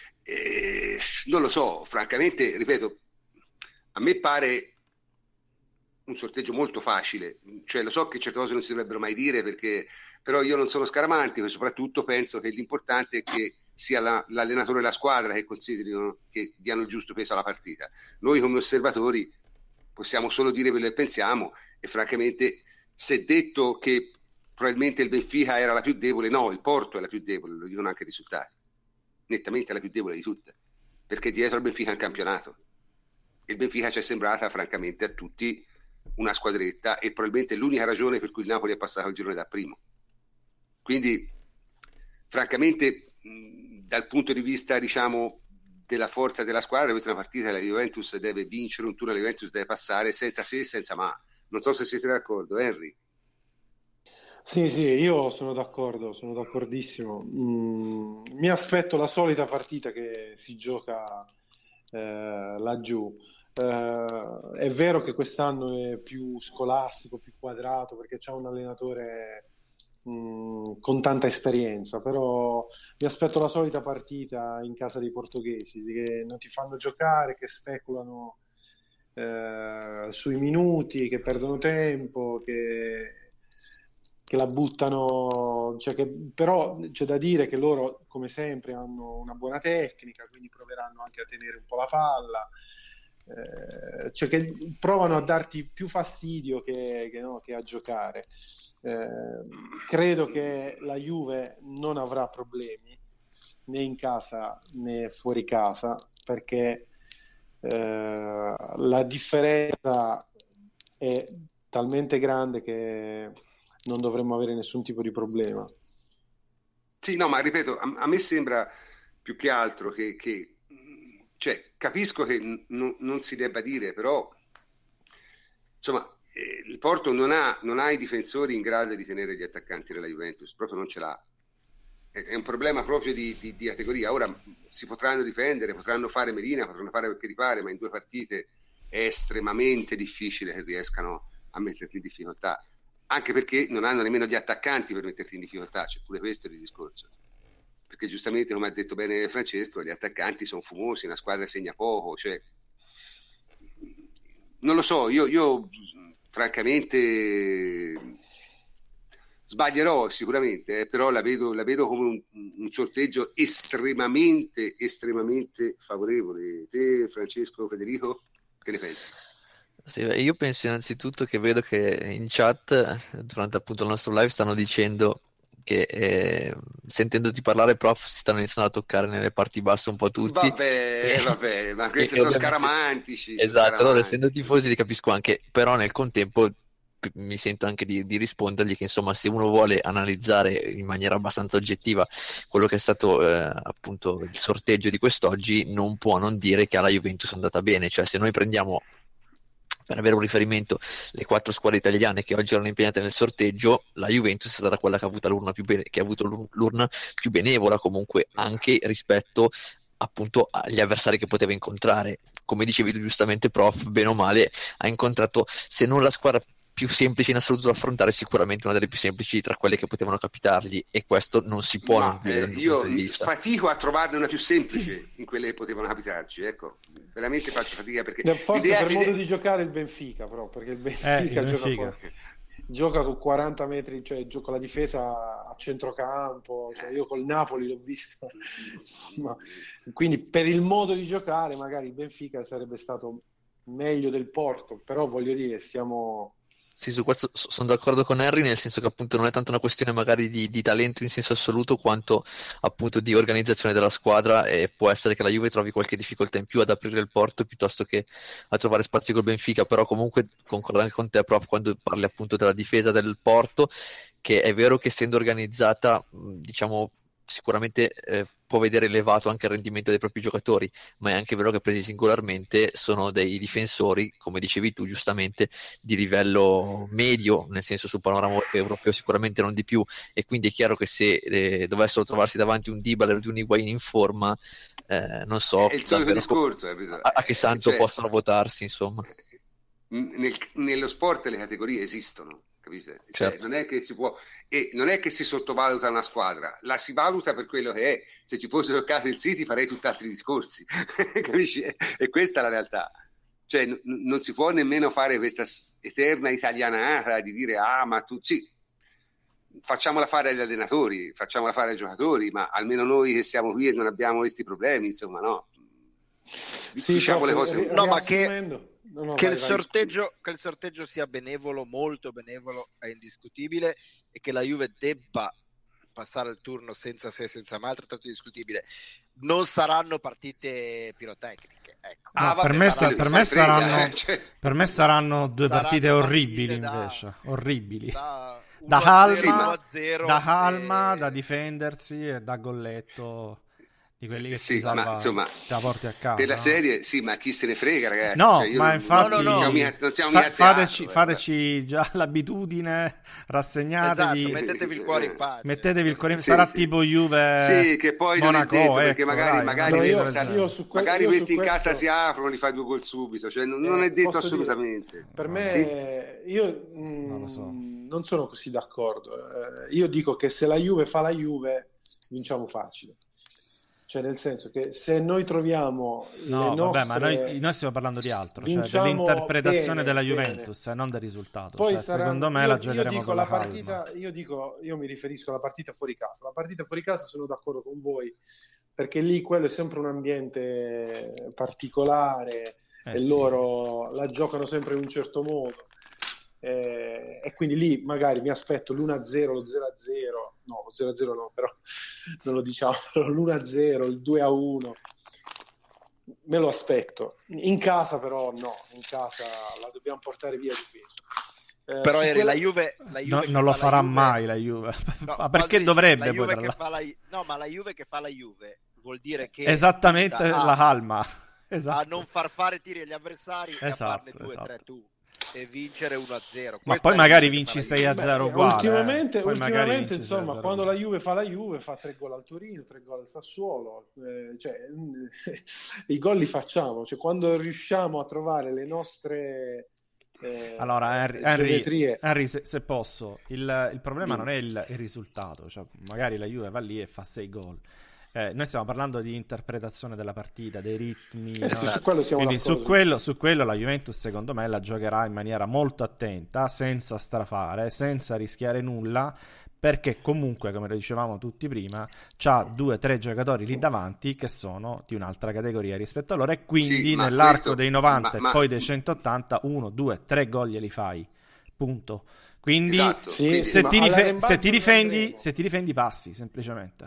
E non lo so, francamente, ripeto, a me pare un sorteggio molto facile, cioè lo so che certe cose non si dovrebbero mai dire, perché però io non sono scaramantico e soprattutto penso che l'importante è che sia la, l'allenatore e la squadra che considerino, che diano il giusto peso alla partita. Noi come osservatori possiamo solo dire quello che pensiamo, e francamente, se detto che probabilmente il Benfica era la più debole, no, il Porto è la più debole, lo dicono anche i risultati, nettamente la più debole di tutte, perché dietro al Benfica è un campionato. Il Benfica ci è sembrata francamente a tutti una squadretta, e probabilmente l'unica ragione per cui il Napoli è passato il girone da primo. Quindi francamente mh, dal punto di vista, diciamo, della forza della squadra, questa è una partita che la Juventus deve vincere, un turno la Juventus deve passare senza se e senza ma. Non so se siete d'accordo, Henry. Sì, sì, io sono d'accordo, sono d'accordissimo. Mm, mi aspetto la solita partita che si gioca eh, laggiù. Eh, è vero che quest'anno è più scolastico, più quadrato, perché c'è un allenatore mh, con tanta esperienza, però mi aspetto la solita partita in casa dei portoghesi, che non ti fanno giocare, che speculano eh, sui minuti, che perdono tempo, che che la buttano, cioè che, però c'è da dire che loro come sempre hanno una buona tecnica, quindi proveranno anche a tenere un po' la palla, eh, cioè che provano a darti più fastidio che, che, no, che a giocare. Eh, credo che la Juve non avrà problemi né in casa né fuori casa, perché eh, la differenza è talmente grande che non dovremmo avere nessun tipo di problema. Sì, no, ma ripeto, a, a me sembra più che altro che, che cioè, capisco che n- non si debba dire, però insomma, eh, il Porto non ha, non ha i difensori in grado di tenere gli attaccanti della Juventus, proprio non ce l'ha. È, è un problema proprio di, di, di categoria. Ora si potranno difendere, potranno fare melina, potranno fare quel che ti pare, ma in due partite è estremamente difficile che riescano a metterti in difficoltà. Anche perché non hanno nemmeno gli attaccanti per metterti in difficoltà, c'è pure questo il discorso. Perché giustamente, come ha detto bene Francesco, gli attaccanti sono fumosi, una squadra segna poco, cioè non lo so, io, io francamente sbaglierò sicuramente, eh, però la vedo, la vedo come un, un sorteggio estremamente, estremamente favorevole. Te, Francesco, Federico, che ne pensi? Sì, beh, io penso innanzitutto che vedo che in chat durante appunto il nostro live stanno dicendo che eh, sentendoti parlare, prof, si stanno iniziando a toccare nelle parti basse un po' tutti. Vabbè, E- vabbè, ma questi e sono ovviamente- scaramantici. sono Esatto, allora scaramantici. essendo tifosi li capisco anche, però nel contempo p- mi sento anche di, di rispondergli che insomma se uno vuole analizzare in maniera abbastanza oggettiva quello che è stato eh, appunto il sorteggio di quest'oggi, non può non dire che alla Juventus è andata bene, cioè se noi prendiamo per avere un riferimento le quattro squadre italiane che oggi erano impegnate nel sorteggio, la Juventus è stata quella che ha avuto l'urna più, bene, che ha avuto l'ur- l'urna più benevola comunque anche rispetto appunto agli avversari che poteva incontrare. Come dicevi tu giustamente, prof, bene o male ha incontrato, se non la squadra più semplice in assoluto da affrontare, sicuramente una delle più semplici tra quelle che potevano capitargli, e questo non si può non Ma dire eh, dal mio io punto di vista. fatico a trovarne una più semplice in quelle che potevano capitarci, ecco, veramente faccio fatica perché Forse l'idea, per l'idea- modo di giocare il Benfica, però, perché il Benfica, Eh, il gioca, Benfica. con, gioca con quaranta metri, cioè gioca la difesa a centrocampo, cioè io col Napoli l'ho visto, insomma. Quindi per il modo di giocare magari il Benfica sarebbe stato meglio del Porto, però voglio dire, stiamo... Sì, su questo so- sono d'accordo con Harry, nel senso che appunto non è tanto una questione magari di, di talento in senso assoluto, quanto appunto di organizzazione della squadra, e può essere che la Juve trovi qualche difficoltà in più ad aprire il porto piuttosto che a trovare spazio col Benfica, però comunque concordo anche con te, prof, quando parli appunto della difesa del Porto, che è vero che essendo organizzata, mh, diciamo, sicuramente eh, può vedere elevato anche il rendimento dei propri giocatori, ma è anche vero che presi singolarmente sono dei difensori, come dicevi tu giustamente, di livello medio, nel senso sul panorama europeo sicuramente non di più, e quindi è chiaro che se eh, dovessero trovarsi davanti un Dybala o un Higuain in forma, eh, non so è il solito discorso, a, a che santo cioè, possano votarsi, insomma. Nel, nello sport le categorie esistono, capite? Cioè, Certo. non è che si può, e non è che si sottovaluta una squadra, la si valuta per quello che è. Se ci fosse toccato il City farei tutt'altri discorsi, capisci? E questa è la realtà. Cioè, n- non si può nemmeno fare questa eterna italianata di dire ah ma tu sì, facciamola fare agli allenatori, facciamola fare ai giocatori, ma almeno noi che siamo qui e non abbiamo questi problemi, insomma, no. Sì, diciamo prof, le cose. ri- No, ma che- riassumendo- no, no, che, vai, il vai, sorteggio, che il sorteggio sia benevolo, molto benevolo, è indiscutibile, e che la Juve debba passare il turno senza se senza ma, altrettanto discutibile. Non saranno partite pirotecniche, ecco. No, Ah, vabbè, per, me, sarà- sa- per, si me frega, saranno, eh, cioè. per me saranno due Saranno partite orribili partite da- invece, orribili. Da, Da uno a zero, calma, uno a zero, da calma, e- da difendersi e da golletto di quelli che Sì, ti salva, ma insomma, te la porti a casa. per la no? serie, sì, ma chi se ne frega, ragazzi? No, Cioè, io ma non- infatti no, no, non siamo mica, non siamo fa- mica a teatro, fateci, eh, fateci già l'abitudine, rassegnatevi, Esatto, mettetevi il cuore in pace. mettetevi il cuore in Sì, sarà sì. tipo Juve Sì, che poi non è Monaco, detto, perché ecco, magari- dai, magari una No, io- cosa del io- genere. io su que- magari io su questi in casa questo- si aprono, li fai due gol subito, cioè non, non Eh, è detto posso dire, assolutamente. per me, Sì. io mm, Non lo so. non sono così d'accordo. Eh, io dico che se la Juve fa la Juve, vinciamo facile. Cioè, nel senso che se noi troviamo No, le vabbè, nostre... ma noi, noi stiamo parlando di altro, cioè Vinciamo dell'interpretazione bene, della bene. Juventus e non del risultato. Poi Cioè, saranno- secondo me io, la io giocheremo dico con la la calma. partita, io dico, io mi riferisco alla partita fuori casa. La partita fuori casa sono d'accordo con voi, perché lì quello è sempre un ambiente particolare Eh e sì. loro la giocano sempre in un certo modo. Eh, e quindi lì magari mi aspetto l'uno a zero, lo zero a zero, no, lo zero a zero no, però non lo diciamo, l'uno a zero, il due a uno. Me lo aspetto. In casa però no, in casa la dobbiamo portare via di peso. Eh, Però su Eri, quella- la Juve, la Juve No, che non lo fa la farà Juve- mai la Juve. No, Ma perché quando dovrebbe dici, la poi? Juve tra che l'altro? fa la... No, ma la Juve che fa la Juve vuol dire che Esattamente punta a- la calma. a Esatto. non far fare tiri agli avversari e a Esatto, farne due esatto. tre tu e vincere uno a zero. Ma Questa poi è la magari Juve che vinci fa la sei a Juve. zero Beh, uguale. ultimamente, eh. Poi magari ultimamente vinci sei a insomma, zero quando la uguale. Juve fa la Juve fa tre gol al Torino, tre gol al Sassuolo, eh, cioè, i gol li facciamo, cioè, quando riusciamo a trovare le nostre eh, Allora, Henry, Henry, geometrie. Henry, se, se posso, il, il problema Dimmi. non è il, il risultato, cioè, magari la Juve va lì e fa sei gol. Eh, noi stiamo parlando di interpretazione della partita, dei ritmi, Eh sì, no? su quello siamo Quindi su d'accordo. quello, su quello la Juventus secondo me la giocherà in maniera molto attenta, senza strafare, senza rischiare nulla, perché comunque, come lo dicevamo tutti prima, c'ha due o tre giocatori lì davanti che sono di un'altra categoria rispetto a loro, e quindi Sì, ma nell'arco questo- dei novanta ma- e ma- poi dei centottanta, uno, due, tre gol glieli fai, punto. Quindi Esatto, Sì, quindi- se, ma ti, dife- all'arrembaggio se ti difendi, andremo. se ti difendi passi, semplicemente.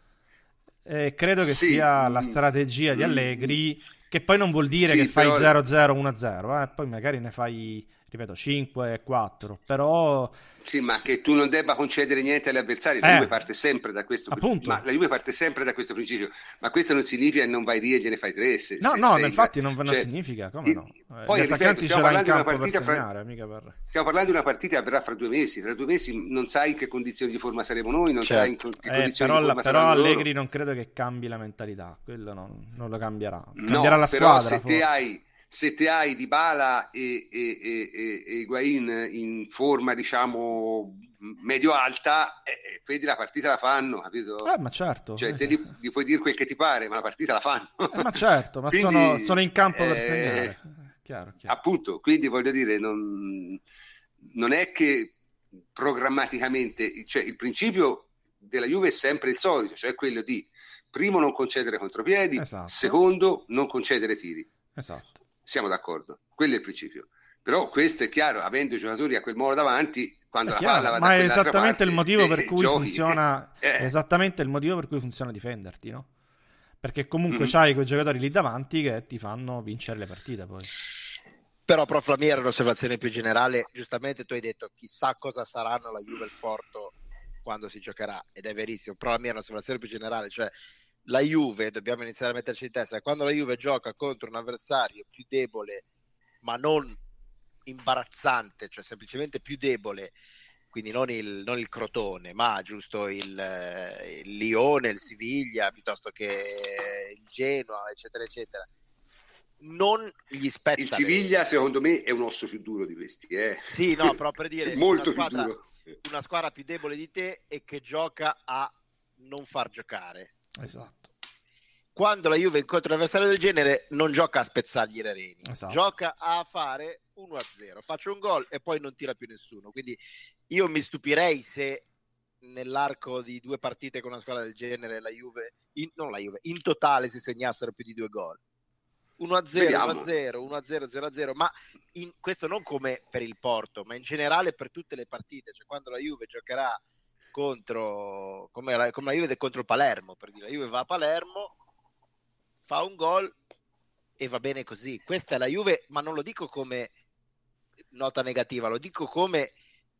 Eh, credo che Sì, sia la mm, strategia di mm, Allegri, che poi non vuol dire sì, che fai però- zero a zero, uno a zero, eh, poi magari ne fai, ripeto, cinque e quattro, però Sì, ma che tu non debba concedere niente agli avversari, la Eh, Juve parte sempre da questo appunto. ma la Juve parte sempre da questo principio, ma questo non significa che non vai lì e gliene fai tre. Se, no, se no, sei- infatti non, non cioè, significa, come i- no? Eh, Poi Gli ripeto, attaccanti ce stiamo l'hai in parlando di una campo per partita fra- segnare, mica per... stiamo parlando di una partita che avverrà fra due mesi, tra due mesi non sai in che condizioni di forma saremo noi, non Certo. sai in co- che Eh, condizioni però di forma però saranno loro. Allegri non credo che cambi la mentalità, quello non, non lo cambierà. No, Cambierà la però squadra, se te forse. hai se te hai Dybala e, e, e, e, e Higuain in forma diciamo medio-alta, eh, vedi la partita la fanno, capito? Eh, ma certo. Cioè eh, te li, li puoi dire quel che ti pare, ma la partita la fanno. eh, ma certo, ma Quindi, sono, sono in campo per eh, segnare. Chiaro, chiaro. Appunto, quindi voglio dire, non, non è che programmaticamente, cioè il principio della Juve è sempre il solito, cioè quello di primo non concedere contropiedi, Esatto. secondo non concedere tiri. Esatto. Siamo d'accordo, quello è il principio. Però questo è chiaro, avendo i giocatori a quel modo davanti, quando È la chiaro, palla va da ma è quell'altra esattamente parte, il motivo per eh, cui giochi. funziona Eh. è esattamente il motivo per cui funziona difenderti, no? Perché comunque Mhm. c'hai quei giocatori lì davanti che ti fanno vincere le partite poi. Però, prof, la mia era un'osservazione più generale. Giustamente tu hai detto chissà cosa saranno la Juve e il Porto quando si giocherà, ed è verissimo. Però la mia è un'osservazione più generale, cioè la Juve, dobbiamo iniziare a metterci in testa, quando la Juve gioca contro un avversario più debole, ma non imbarazzante, cioè semplicemente più debole, quindi non il, non il Crotone, ma giusto il, il Lione, il Siviglia, piuttosto che il Genoa, eccetera, eccetera, non gli spetta. Il Siviglia, secondo me, è un osso più duro di questi. Eh. Sì, no, però per dire, molto una squadra, più duro. Una squadra più debole di te e che gioca a non far giocare. Esatto. Quando la Juve incontra un avversario del genere non gioca a spezzargli le reni, esatto. Gioca a fare uno a zero, faccio un gol e poi non tira più nessuno. Quindi io mi stupirei se nell'arco di due partite con una squadra del genere la Juve, in, non la Juve, in totale si segnassero più di due gol. uno a zero, uno a zero, uno a zero, zero a zero, ma in, questo non come per il Porto, ma in generale per tutte le partite, cioè quando la Juve giocherà contro come la, come la Juve contro il Palermo, per dire, la Juve va a Palermo, fa un gol e va bene così. Questa è la Juve, ma non lo dico come nota negativa, lo dico come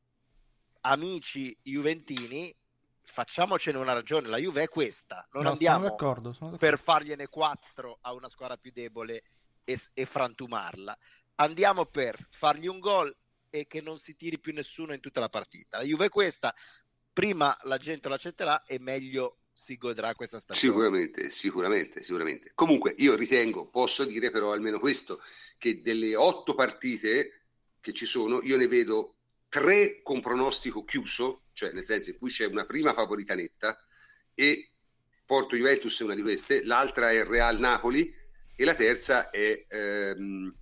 amici juventini, facciamocene una ragione, la Juve è questa, non no, andiamo sono d'accordo, sono d'accordo. per fargliene quattro a una squadra più debole e, e frantumarla, andiamo per fargli un gol e che non si tiri più nessuno in tutta la partita. La Juve è questa, prima la gente lo accetterà e meglio si godrà questa stagione. Sicuramente, sicuramente, sicuramente. Comunque io ritengo, posso dire però almeno questo, che delle otto partite che ci sono, io ne vedo tre con pronostico chiuso, cioè nel senso in cui c'è una prima favorita netta e Porto Juventus è una di queste, l'altra è Real Napoli e la terza è, ehm,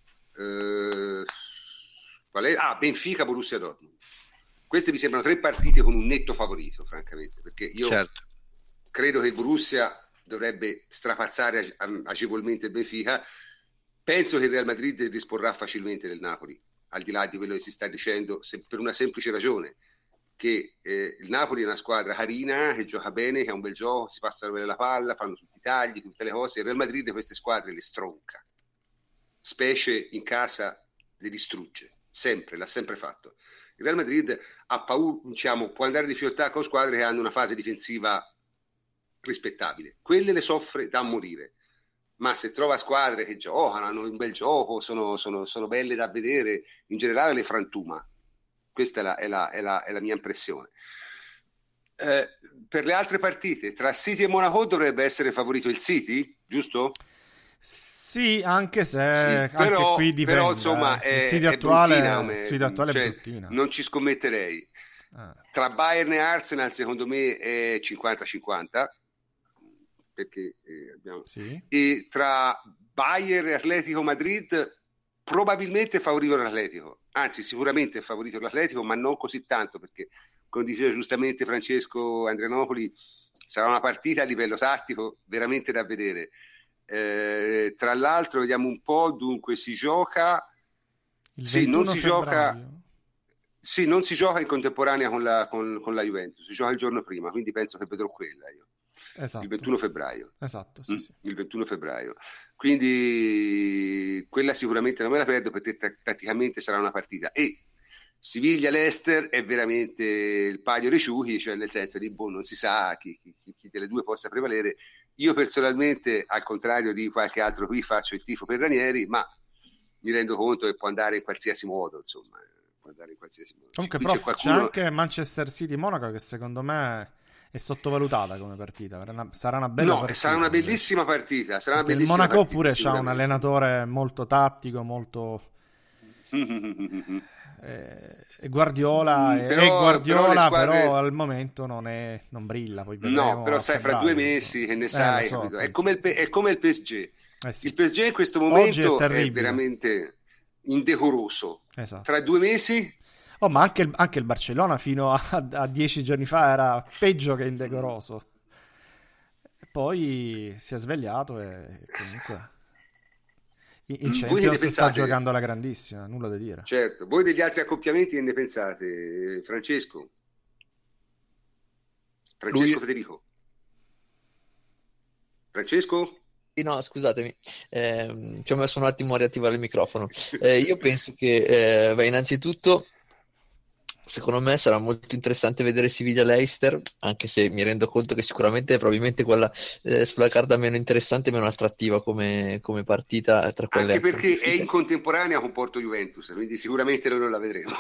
eh, qual è? Ah, Benfica Borussia Dortmund. Queste mi sembrano tre partite con un netto favorito, francamente, perché io certo. credo che il Borussia dovrebbe strapazzare agevolmente il Benfica. Penso che il Real Madrid disporrà facilmente del Napoli, al di là di quello che si sta dicendo, se, per una semplice ragione, che eh, il Napoli è una squadra carina, che gioca bene, che ha un bel gioco, si passano bene la palla, fanno tutti i tagli, tutte le cose. Il Real Madrid queste squadre le stronca, specie in casa le distrugge, sempre, l'ha sempre fatto. Il Real Madrid ha paura, diciamo, può andare di fiotà con squadre che hanno una fase difensiva rispettabile, quelle le soffre da morire, ma se trova squadre che giocano, hanno un bel gioco, sono, sono, sono belle da vedere, in generale le frantuma. Questa è la, è la, è la, è la mia impressione. Eh, per le altre partite, tra City e Monaco dovrebbe essere favorito il City, giusto? Sì, anche se sì, anche però, qui dipende. Però insomma eh. è, City è attuale, bruttina, come, City attuale cioè, è bruttina. Non ci scommetterei. Ah. Tra Bayern e Arsenal secondo me è cinquanta cinquanta, perché eh, abbiamo... sì. E tra Bayern e Atletico Madrid probabilmente è favorito l'Atletico, anzi sicuramente è favorito l'Atletico, ma non così tanto, perché come diceva giustamente Francesco Andrianopoli sarà una partita a livello tattico veramente da vedere. Eh, tra l'altro vediamo un po', dunque si gioca il sì, non si febbraio. gioca sì, non si gioca in contemporanea con la, con, con la Juventus, si gioca il giorno prima, quindi penso che vedrò quella io. Esatto. Il ventuno febbraio. Esatto, sì, mm? sì. Il ventuno febbraio. Quindi quella sicuramente non me la perdo, perché t- praticamente sarà una partita. E Siviglia-Leicester è veramente il paio dei ciuchi, cioè nel senso di boh, non si sa chi, chi, chi delle due possa prevalere. Io personalmente, al contrario di qualche altro qui, faccio il tifo per Ranieri, ma mi rendo conto che può andare in qualsiasi modo, insomma, può andare in qualsiasi modo. Comunque, Qui prof, c'è, qualcuno... c'è anche Manchester City-Monaco che secondo me è sottovalutata come partita. Sarà una bella no, partita. Sarà una bellissima partita. Sarà una bellissima il Monaco partita, pure c'ha un allenatore molto tattico, molto... eh, e Guardiola, mm, però, e Guardiola però, squadre... però al momento non, è, non brilla. Poi no, però sai, fra due mesi che ne sai, eh, so, è, come il, è come il P S G. Eh sì. Il P S G in questo momento è, è veramente indecoroso. Esatto. Tra due mesi... Oh, ma anche il, anche il Barcellona fino a, a dieci giorni fa era peggio che indecoroso. E poi si è svegliato e comunque in, in Champions sta giocando alla grandissima, nulla da dire. Certo, voi degli altri accoppiamenti che ne pensate, Francesco? Francesco Lui... Federico? Francesco? No, scusatemi, eh, ci ho messo un attimo a riattivare il microfono. Eh, io penso che, eh, beh, innanzitutto, secondo me sarà molto interessante vedere Siviglia-Leicester, anche se mi rendo conto che sicuramente è probabilmente quella eh, sulla carta meno interessante, meno attrattiva come, come partita tra quelle Anche perché è in uscite. contemporanea con Porto Juventus, quindi sicuramente noi non la vedremo.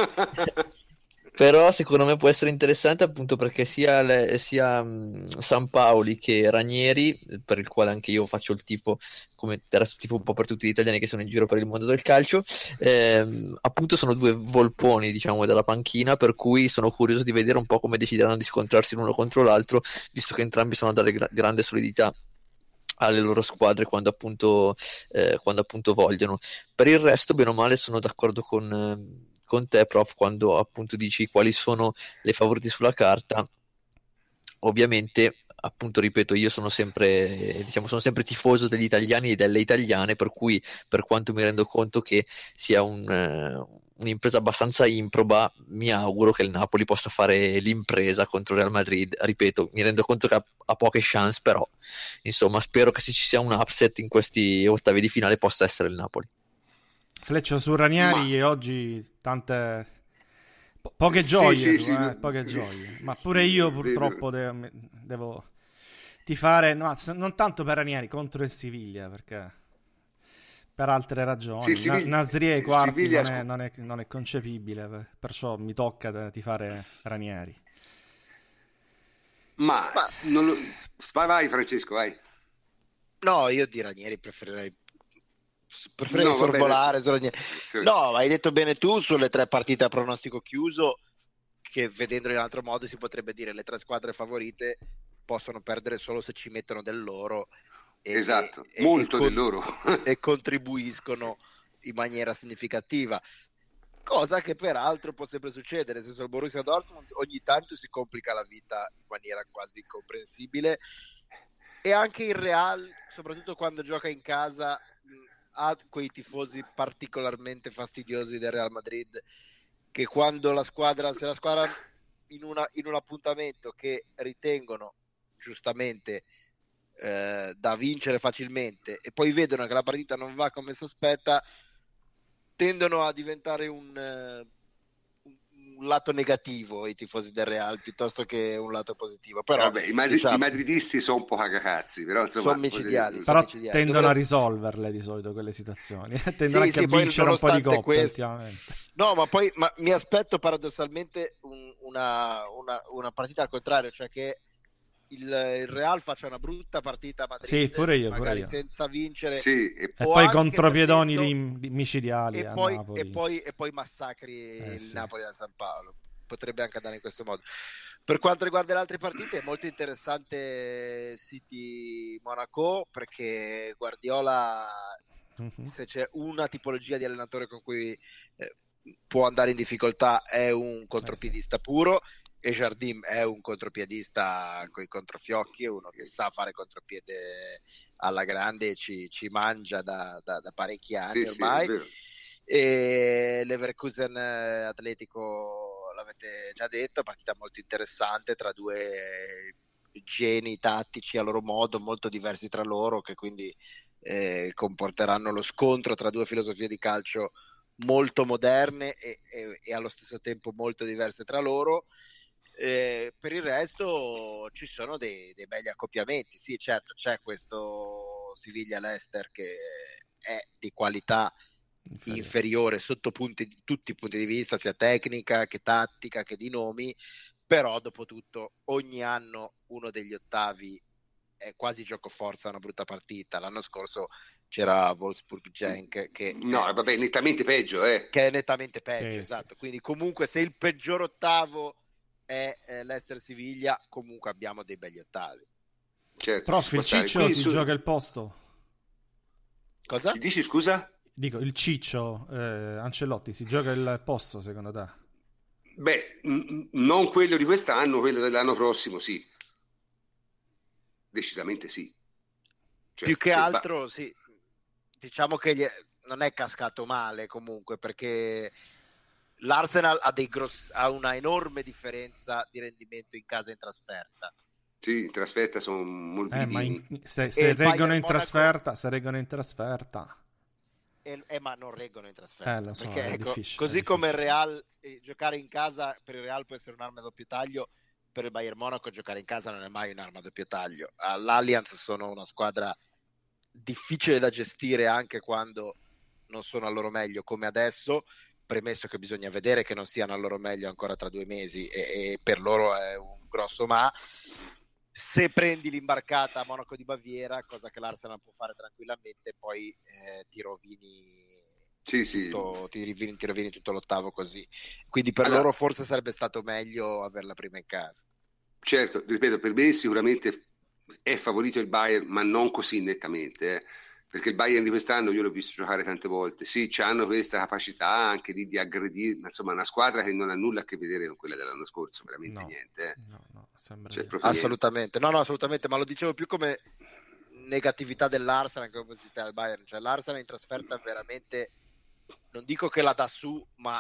Però secondo me può essere interessante appunto perché sia, le- sia mh, San Paoli che Ranieri, per il quale anche io faccio il tifo, come del resto tifo un po' per tutti gli italiani che sono in giro per il mondo del calcio, ehm, appunto sono due volponi diciamo della panchina, per cui sono curioso di vedere un po' come decideranno di scontrarsi l'uno contro l'altro, visto che entrambi sono a dare gra- grande solidità alle loro squadre quando appunto, eh, quando appunto vogliono. Per il resto, bene o male, sono d'accordo con, ehm, con te, prof, quando appunto dici quali sono le favorite sulla carta. Ovviamente, appunto, ripeto, io sono sempre, diciamo, sono sempre tifoso degli italiani e delle italiane, per cui per quanto mi rendo conto che sia un, eh, un'impresa abbastanza improba, mi auguro che il Napoli possa fare l'impresa contro il Real Madrid. Ripeto, mi rendo conto che ha, ha poche chance, però insomma, spero che se ci sia un upset in questi ottavi di finale possa essere il Napoli. Fleccio su Ranieri Ma oggi tante po- poche sì, gioie, sì, tu, sì, eh, no, poche gioie. Ma pure io vedo. purtroppo de- devo tifare, no, s- non tanto per Ranieri, contro il Siviglia, perché per altre Sì, il ragioni. Na- Siviglia, Nasri ai il quarti Siviglia, non è, non è- non è concepibile, per- perciò mi tocca de- tifare Ranieri. ma Ma non lo... vai, vai Francesco, vai. no, io di Ranieri preferirei preferirei No, va bene. sorvolare su Ranieri. No, hai detto bene tu sulle tre partite a pronostico chiuso, che vedendolo in altro modo si potrebbe dire le tre squadre favorite possono perdere solo se ci mettono del loro e, Esatto, e- e- e molto con- del loro. e contribuiscono in maniera significativa. Cosa che peraltro può sempre succedere, nel senso il Borussia Dortmund ogni tanto si complica la vita in maniera quasi incomprensibile e anche il Real, soprattutto quando gioca in casa, mh, ha quei tifosi particolarmente fastidiosi del Real Madrid che quando la squadra, se la squadra in, una, in un appuntamento che ritengono giustamente eh, da vincere facilmente e poi vedono che la partita non va come si aspetta, tendono a diventare un, eh, un- un lato negativo i tifosi del Real piuttosto che un lato positivo. Però Vabbè, i, madri- i diciamo, madridisti sono un po' cagacazzi, però insomma, sono micidiali, sono Però micidiali. tendono a Dovrebbe... risolverle di solito quelle situazioni. Tendono Sì, anche sì, a poi vincere un po' di nonostante coppe questo, ultimamente. no, ma poi ma mi aspetto paradossalmente un- una, una, una partita al contrario, cioè che il, il Real faccia una brutta partita a Sì, Madrid, pure io, pure magari io. senza vincere, sì, e E o poi anche contropiedoni perdendo, li- li- micidiali e a poi, e Napoli. poi, e poi massacri Eh, il sì. Napoli da San Paolo. Potrebbe anche andare in questo modo. Per quanto riguarda le altre partite, è molto interessante City Monaco perché Guardiola, Mhm. se c'è una tipologia di allenatore con cui eh, può andare in difficoltà, è un Eh, sì. contropiedista puro e Jardim è un contropiedista con i controfiocchi, è uno che sa fare contropiede alla grande e ci, ci mangia da, da, da parecchi anni sì, sì, è ormai. vero. E Leverkusen eh, Atletico l'avete già detto, partita molto interessante tra due geni tattici a loro modo, molto diversi tra loro, che quindi eh, comporteranno lo scontro tra due filosofie di calcio molto moderne e, e, e allo stesso tempo molto diverse tra loro. Eh, per il resto ci sono dei, dei begli accoppiamenti. Sì, certo, c'è questo Siviglia-Leicester che è di qualità Inferiore. inferiore sotto punti, tutti i punti di vista, sia tecnica che tattica che di nomi, però dopo tutto ogni anno uno degli ottavi è quasi gioco forza una brutta partita. L'anno scorso c'era Wolfsburg-Genk che, No, è, vabbè, nettamente peggio, eh. che è nettamente peggio, Sì, esatto. sì. Quindi comunque se il peggior ottavo è eh, Leicester-Siviglia, comunque abbiamo dei begli ottavi. Certo, Prof, ci può il stare. Ciccio Qui si su- gioca il posto? Cosa? Chi dici, scusa? Dico, il Ciccio, eh, Ancelotti, si gioca il posto secondo te? Beh, n- non quello di quest'anno, quello dell'anno prossimo, sì. Decisamente sì. Cioè, Più che se va- altro, sì, diciamo che gli è- non è cascato male comunque perché l'Arsenal ha, dei gross- ha una enorme differenza di rendimento in casa e in trasferta. Sì, in trasferta sono Eh, ma morbidini. in- se, E se il reggono Bayern in Monaco- trasferta, se reggono in trasferta. e, e ma non reggono in trasferta, Eh, lo so, perché è ecco, difficile, così è come il difficile. Real, eh, giocare in casa per il Real può essere un'arma a doppio taglio, per il Bayern Monaco giocare in casa non è mai un'arma a doppio taglio. All'Allianz sono una squadra difficile da gestire anche quando non sono al loro meglio, come adesso, premesso che bisogna vedere che non siano al loro meglio ancora tra due mesi, e, e per loro è un grosso ma. Se prendi l'imbarcata a Monaco di Baviera, cosa che l'Arsenal può fare tranquillamente, poi eh, ti rovini Sì, sì. tutto, ti rovini, ti rovini tutto l'ottavo così. Quindi per Allora, loro forse sarebbe stato meglio averla prima in casa. certo, ripeto, per me sicuramente è favorito il Bayern, ma non così nettamente, eh. Perché il Bayern di quest'anno io l'ho visto giocare tante volte. Sì, hanno questa capacità anche di, di aggredire, ma insomma, una squadra che non ha nulla a che vedere con quella dell'anno scorso, veramente No, niente. Eh. no, no, sembra Cioè, di no. proprio niente. Assolutamente, no, no, assolutamente, ma lo dicevo più come negatività dell'Arsenal che come positività del Bayern. Cioè l'Arsenal in trasferta veramente, non dico che la dà su, ma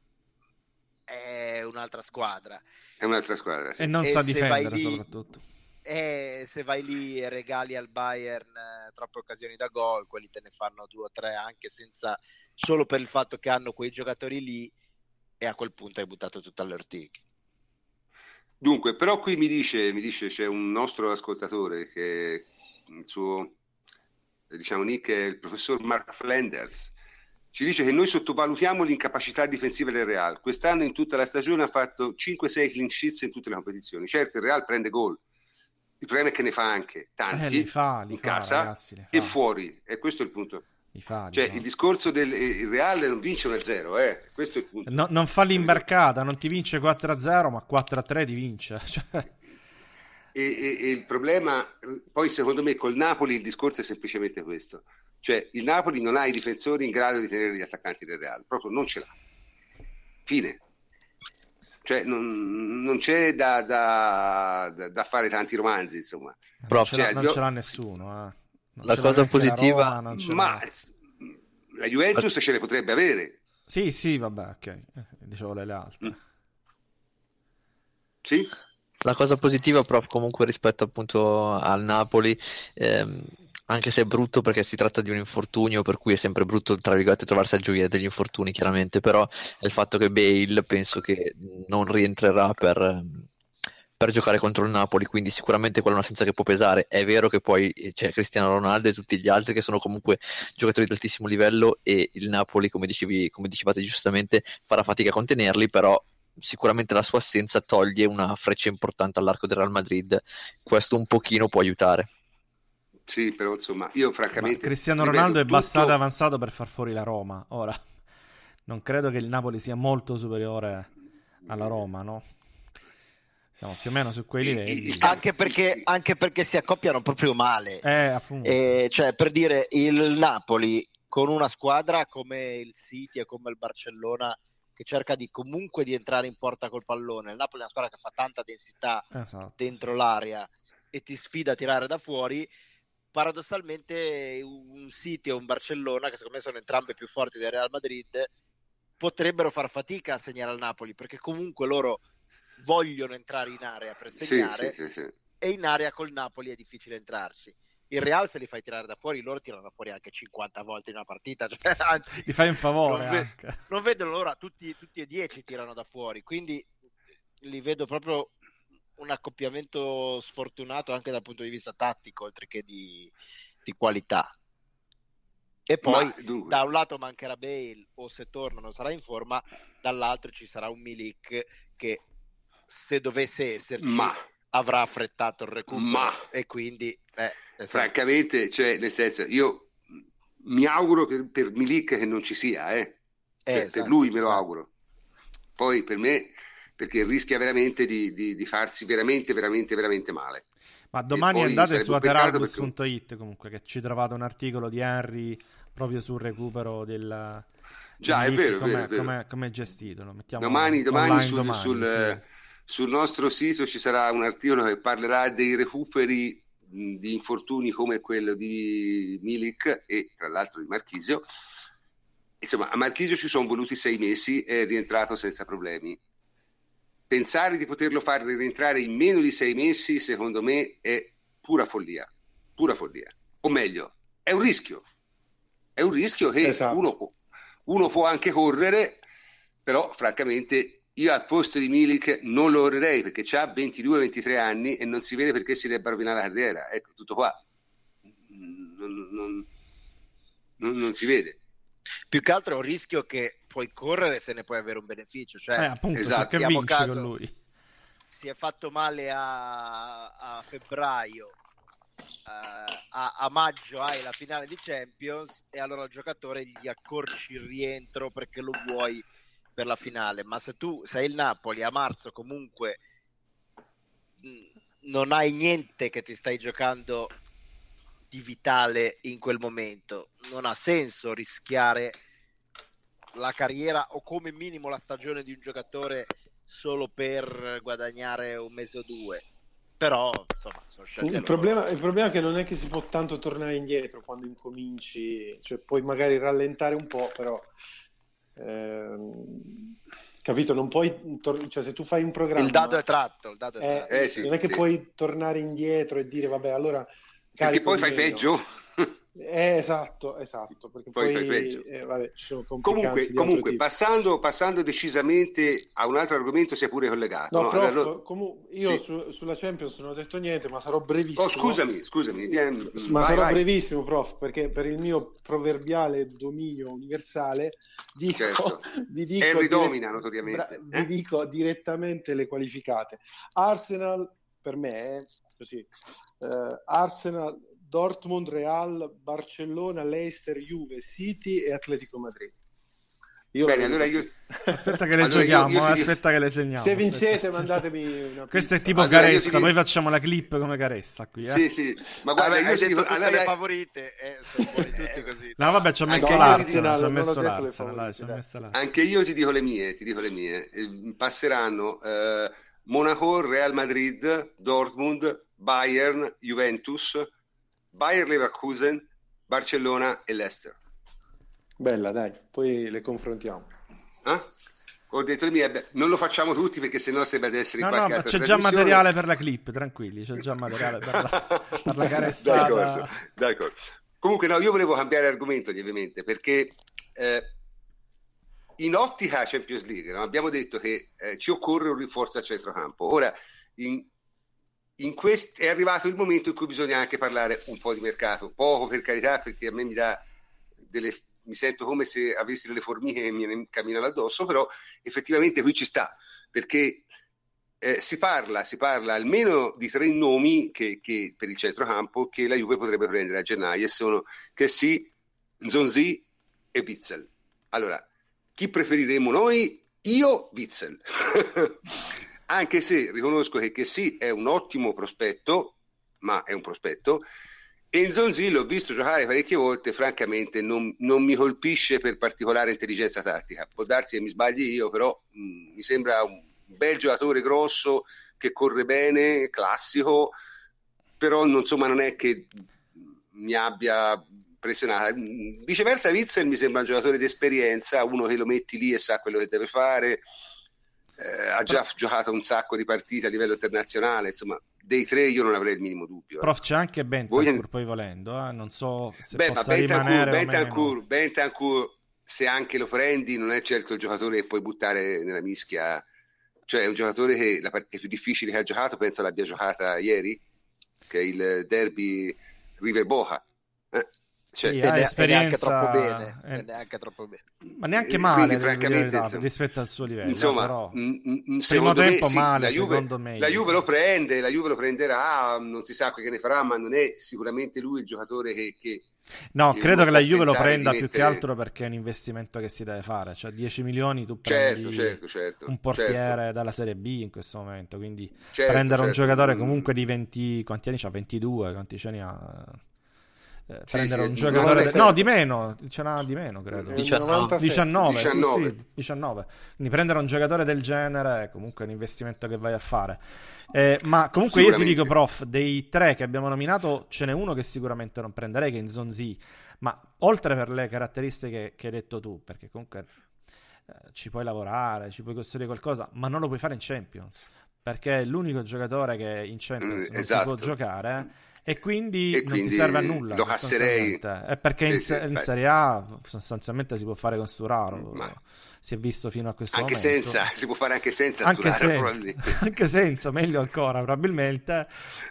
è un'altra squadra. È un'altra squadra, sì. E non E sa se difendere vai lì, soprattutto. e se vai lì e regali al Bayern eh, troppe occasioni da gol, quelli te ne fanno due o tre anche senza, solo per il fatto che hanno quei giocatori lì, e a quel punto hai buttato tutto alle ortiche. Dunque, però qui mi dice, mi dice c'è un nostro ascoltatore che il suo, diciamo, nick è il professor Mark Flanders, ci dice che noi sottovalutiamo l'incapacità difensiva del Real. Quest'anno in tutta la stagione ha fatto cinque sei clean sheets in tutte le competizioni. Certo, il Real prende gol, il problema è che ne fa anche tanti Eh, li fa, li in fa, casa ragazzi, li fa. e fuori, e questo è il punto. Li fa, li Cioè fa. il discorso del il Real non vince uno a zero, eh. Questo è il punto. No, non fa l'imbarcata, non ti vince quattro a zero, ma quattro a tre ti vince. Cioè... E, e, e il problema, poi secondo me col Napoli il discorso è semplicemente questo, cioè il Napoli non ha i difensori in grado di tenere gli attaccanti del Real, proprio non ce l'ha, fine, cioè non, non c'è da, da, da, da fare tanti romanzi, insomma. Non ce l'ha, Cioè, non io- ce l'ha nessuno, eh. Non La ce l'ha cosa neanche la positiva- Roma, non ce ma l'ha. la Juventus ce le potrebbe avere, Sì, sì, vabbè, ok. Eh, dicevo le altre. Mm. sì? La cosa positiva, però, comunque rispetto appunto al Napoli, ehm, anche se è brutto perché si tratta di un infortunio, per cui è sempre brutto, tra virgolette, trovarsi a gioire degli infortuni, chiaramente, però è il fatto che Bale penso che non rientrerà per, ehm, per giocare contro il Napoli, quindi sicuramente quella è un'assenza che può pesare. È vero che poi c'è Cristiano Ronaldo e tutti gli altri che sono comunque giocatori di altissimo livello, e il Napoli, come dicevi, come dicevate giustamente, farà fatica a contenerli, però sicuramente la sua assenza toglie una freccia importante all'arco del Real Madrid. Questo un pochino può aiutare. Sì, però insomma io Ma francamente Cristiano ripeto, Ronaldo è tutto- bastato avanzato per far fuori la Roma. Ora, non credo che il Napoli sia molto superiore alla Roma, no? Siamo più o meno su quei I- i- livelli. Anche perché, anche perché si accoppiano proprio male. Eh, appunto. Eh, cioè, per dire, il Napoli con una squadra come il City e come il Barcellona che cerca di comunque di entrare in porta col pallone, il Napoli è una squadra che fa tanta densità Esatto, dentro sì. l'area e ti sfida a tirare da fuori. Paradossalmente un City e un Barcellona, che secondo me sono entrambe più forti del Real Madrid, potrebbero far fatica a segnare al Napoli, perché comunque loro vogliono entrare in area per sì, segnare, sì, sì, sì. e in area col Napoli è difficile entrarci. Il Real, se li fai tirare da fuori, loro tirano fuori anche cinquanta volte in una partita, cioè, anzi, Ti fai un favore non, ve- anche. non vedono l'ora, tutti, tutti e dieci tirano da fuori, quindi li vedo proprio un accoppiamento sfortunato anche dal punto di vista tattico, oltre che di, di qualità. E poi Ma, dunque, da un lato mancherà Bale, o se torna non sarà in forma, dall'altro ci sarà un Milik che, se dovesse esserci, ma avrà affrettato il recupero, Ma- e quindi eh, esatto. francamente, cioè, nel senso, io mi auguro per, per Milik che non ci sia, eh. Eh, Cioè, esatto, per lui me lo esatto. auguro. Poi per me, perché rischia veramente di, di, di farsi veramente, veramente, veramente male. Ma domani poi andate sarebbe su un peccato ateralbus perché- punto it comunque, che ci trovate un articolo di Henry proprio sul recupero del Già, di è vero, è come, vero, è vero. come, come è gestito. Lo mettiamo Domani, domani, online sul, domani, sul, sì. eh, sul nostro sito ci sarà un articolo che parlerà dei recuperi mh, di infortuni come quello di Milik e tra l'altro di Marchisio. Insomma, a Marchisio ci sono voluti sei mesi e è rientrato senza problemi. Pensare di poterlo far rientrare in meno di sei mesi, secondo me, è pura follia. Pura follia. O meglio, è un rischio. È un rischio che Esatto. uno, può- uno può anche correre, però francamente io al posto di Milik non lo correrei perché ha ventidue ventitré anni e non si vede perché si debba rovinare la carriera. Ecco, tutto qua. Non, non- non- non si vede. Più che altro è un rischio che puoi correre se ne puoi avere un beneficio. Cioè, Eh, appunto, esatto. cioè, che Diamo vinci caso- con lui? si è fatto male a, a febbraio, eh, a, a maggio hai la finale di Champions e allora il giocatore gli accorci il rientro perché lo vuoi per la finale. Ma se tu sei il Napoli a marzo comunque mh, non hai niente che ti stai giocando di vitale in quel momento, non ha senso rischiare la carriera o come minimo la stagione di un giocatore solo per guadagnare un mese o due. Però insomma sono scelte Il loro. problema, il problema è che non è che si può tanto tornare indietro quando incominci, cioè puoi magari rallentare un po', però ehm, capito, non puoi tor- cioè se tu fai un programma Il dado è tratto, il dado è eh, tratto. Eh, sì, non è che sì. puoi tornare indietro e dire vabbè allora Perché carico poi di fai meno. peggio. Eh, esatto, esatto, perché Poi poi, fai peggio. eh, vabbè, ci sono Comunque, complicanze di altro comunque tipo. passando, passando decisamente a un altro argomento, sia pure collegato. No, no? prof, Allora, comu- io sì. su- sulla Champions non ho detto niente, ma sarò brevissimo. Oh, scusami, scusami. vieni, Ma vai, sarò vai. brevissimo, prof, perché per il mio proverbiale dominio universale dico, Certo. vi, dico Henry dire- domina, notoriamente. bra- Eh? vi dico direttamente le qualificate. Arsenal, per me, è così, eh, Arsenal, Dortmund, Real, Barcellona, Leicester, Juve, City e Atletico Madrid. Io Bene, la vedo allora così. io... Aspetta che le Allora, io- giochiamo, io ti eh, dico- aspetta che le segniamo. Se vincete, aspetta. mandatemi una Questo è pizza. tipo Allora, io ti Caressa, dico- poi facciamo la clip come Caressa qui. Eh. Sì, sì. Ma guarda, Vabbè, io hai ti detto dico... tutte allora, le favorite e sono fuori tutti così. No, vabbè, ci ho Anche messo io l'Arsenal, ti ci ho dico- non messo ho detto le l'Arsenal, dai, ci ho favorite, messo l'Arsenal. Anche io ti dico le mie, ti dico le mie. Eh, passeranno eh, Monaco, Real Madrid, Dortmund, Bayern, Juventus, Bayer Leverkusen, Barcellona e Leicester. Bella, dai, poi le confrontiamo. Eh? Ho detto le mie, beh, non lo facciamo tutti perché sennò sembra di essere in No, no, qualche ma altra c'è già trasmissione. materiale per la clip, tranquilli, c'è già materiale per la, per la caressata. D'accordo, d'accordo. Comunque no, io volevo cambiare argomento ovviamente perché eh, in ottica Champions League no, abbiamo detto che eh, ci occorre un rinforzo a centrocampo. Ora in, in quest- è arrivato il momento in cui bisogna anche parlare un po' di mercato, poco per carità perché a me mi dà delle, mi sento come se avessi delle formiche che mi camminano addosso, però effettivamente qui ci sta perché eh, si parla si parla almeno di tre nomi che, che per il centrocampo che la Juve potrebbe prendere a gennaio e sono Kessie, Nzonzi e Witsel. Allora, chi preferiremo noi? Io Witsel. Anche se riconosco che Kessie è un ottimo prospetto, ma è un prospetto, e Nzonzi l'ho visto giocare parecchie volte, francamente non, non mi colpisce per particolare intelligenza tattica. Può darsi che mi sbagli io, però mh, mi sembra un bel giocatore grosso che corre bene, classico, però non, insomma non è che mi abbia pressionata. Viceversa Witsel mi sembra un giocatore di esperienza, uno che lo metti lì e sa quello che deve fare, eh, ha già giocato un sacco di partite a livello internazionale, insomma dei tre io non avrei il minimo dubbio. Prof, c'è anche Bentancur Voi... poi volendo, eh? Non so se Beh, possa ma Bentancur, rimanere Bentancur, o Bentancur, se anche lo prendi non è certo il giocatore che puoi buttare nella mischia, cioè è un giocatore che la partita più difficile che ha giocato penso l'abbia giocata ieri, che è il derby River Boca, eh? Cioè, sì, e ha ne- esperienza, e neanche troppo bene, eh, e neanche troppo bene. ma neanche Eh, male quindi, francamente, verità, insomma, rispetto al suo livello. insomma, però m- m- primo secondo tempo me sì, male, la Juve, secondo me la Juve lo prende, la Juve lo prenderà, non si sa che ne farà, ma non è sicuramente lui il giocatore che, che no, che credo uno che la può Juve lo pensare di prenda più che mettere- altro perché è un investimento che si deve fare, cioè dieci milioni tu certo, prendi certo, certo, un portiere certo, dalla Serie B in questo momento, quindi certo, prendere un certo. giocatore Mm, comunque di venti, quanti anni c'ha? ventidue, quanti anni ha? Eh, sì, prendere sì, un giocatore de- novantasette. no, di meno, ce n'ha di meno, credo. È diciannove. novantasette. diciannove, sì, diciannove. sì, diciannove. Quindi prendere un giocatore del genere è comunque un investimento che vai a fare. Eh, ma comunque io ti dico, prof, dei tre che abbiamo nominato, ce n'è uno che sicuramente non prenderei, che è Nzonzi, ma oltre per le caratteristiche che hai detto tu, perché comunque eh, ci puoi lavorare, ci puoi costruire qualcosa, ma non lo puoi fare in Champions, perché è l'unico giocatore che in Champions Mm, non esatto. ti può giocare e quindi e non quindi ti serve a nulla, lo casserei. è perché Sì, in, sì, in beh. Serie A sostanzialmente si può fare con Sturaro, Ma si è visto fino a questo anche momento. senza, si può fare anche senza anche Sturaro, senza, probabilmente. anche senza, meglio ancora probabilmente,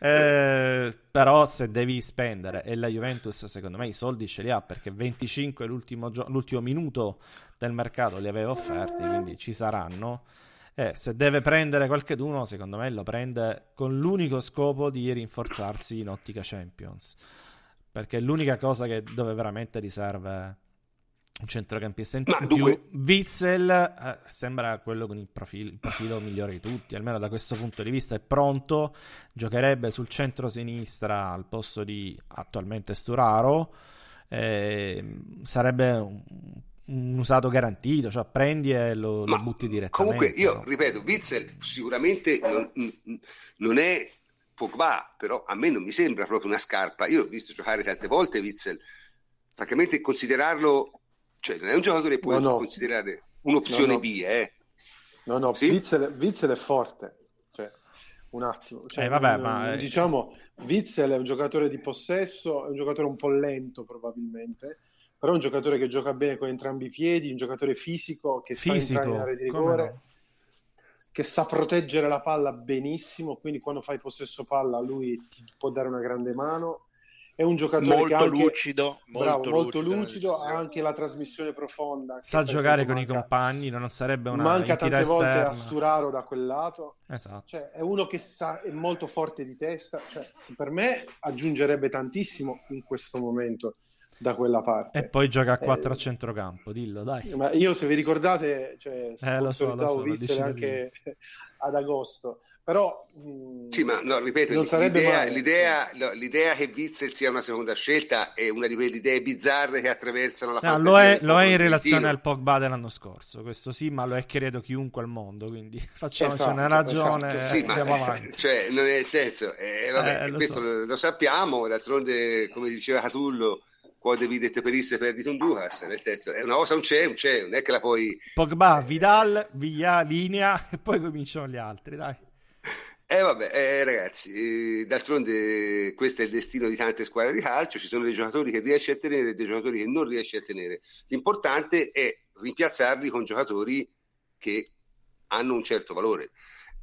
eh, però se devi spendere, e la Juventus secondo me i soldi ce li ha, perché venticinque l'ultimo, gio- l'ultimo minuto del mercato li aveva offerti, quindi ci saranno. Eh, se deve prendere qualcheduno, secondo me lo prende con l'unico scopo di rinforzarsi in ottica Champions, perché è l'unica cosa che dove veramente riserve un centrocampista in, Ma in dunque- più. Witsel eh, sembra quello con il profilo, il profilo migliore di tutti, almeno da questo punto di vista è pronto, giocherebbe sul centro-sinistra al posto di attualmente Sturaro, eh, sarebbe un, un usato garantito, cioè prendi e lo, lo Ma butti direttamente. comunque io no? ripeto, Witsel sicuramente non, non è Pogba, però a me non mi sembra proprio una scarpa. Io ho visto giocare tante volte Witsel, francamente considerarlo, cioè non è un giocatore che puoi No, no. considerare un'opzione No, no. B, eh. No, no, Sì? Witsel, Witsel è forte, cioè, un attimo. Cioè, Eh, vabbè, non- ma- non- diciamo, Witsel è un giocatore di possesso, è un giocatore un po' lento probabilmente, però è un giocatore che gioca bene con entrambi i piedi, un giocatore fisico che sa Fisico, entrare in area di come rigore, no? che sa proteggere la palla benissimo, quindi quando fai possesso palla lui ti può dare una grande mano. È un giocatore Molto che anche, lucido, bravo, molto molto lucido, lucido, ha anche la trasmissione profonda. Sa che per giocare esempio con i manca- compagni, non sarebbe una manca entità tante volte a esterna. Sturaro da quel lato. Esatto. Cioè, è uno che sa, è molto forte di testa. Cioè, per me aggiungerebbe tantissimo in questo momento da quella parte. E poi gioca a quattro Eh, a centrocampo, dillo, dai. Ma io, se vi ricordate, cioè, Eh, lo so, lo sponsorizzavo so, lo Witsel dici anche dall'inizio. ad agosto. Però mh, Sì, ma no, ripeto, non sarebbe l'idea, male. l'idea, no, l'idea che Witsel sia una seconda scelta è una di quelle idee bizzarre che attraversano la No, fantasia lo è, del lo è in popolo relazione argentino. al Pogba dell'anno scorso, questo sì, ma lo è credo chiunque al mondo, quindi facciamoci Esatto, una ragione esatto, e Sì, ma andiamo avanti. cioè, non è il senso, eh, vabbè, Eh, lo questo so. lo, lo sappiamo, d'altronde, come diceva Catullo, quod videte perisse perdit un ducas, nel senso, è una cosa un c'è, un c'è, non è che la puoi... Pogba, Vidal, via, linea e poi cominciano gli altri, dai. Eh vabbè, eh, ragazzi, eh, d'altronde questo è il destino di tante squadre di calcio, ci sono dei giocatori che riesci a tenere e dei giocatori che non riesci a tenere. L'importante è rimpiazzarli con giocatori che hanno un certo valore.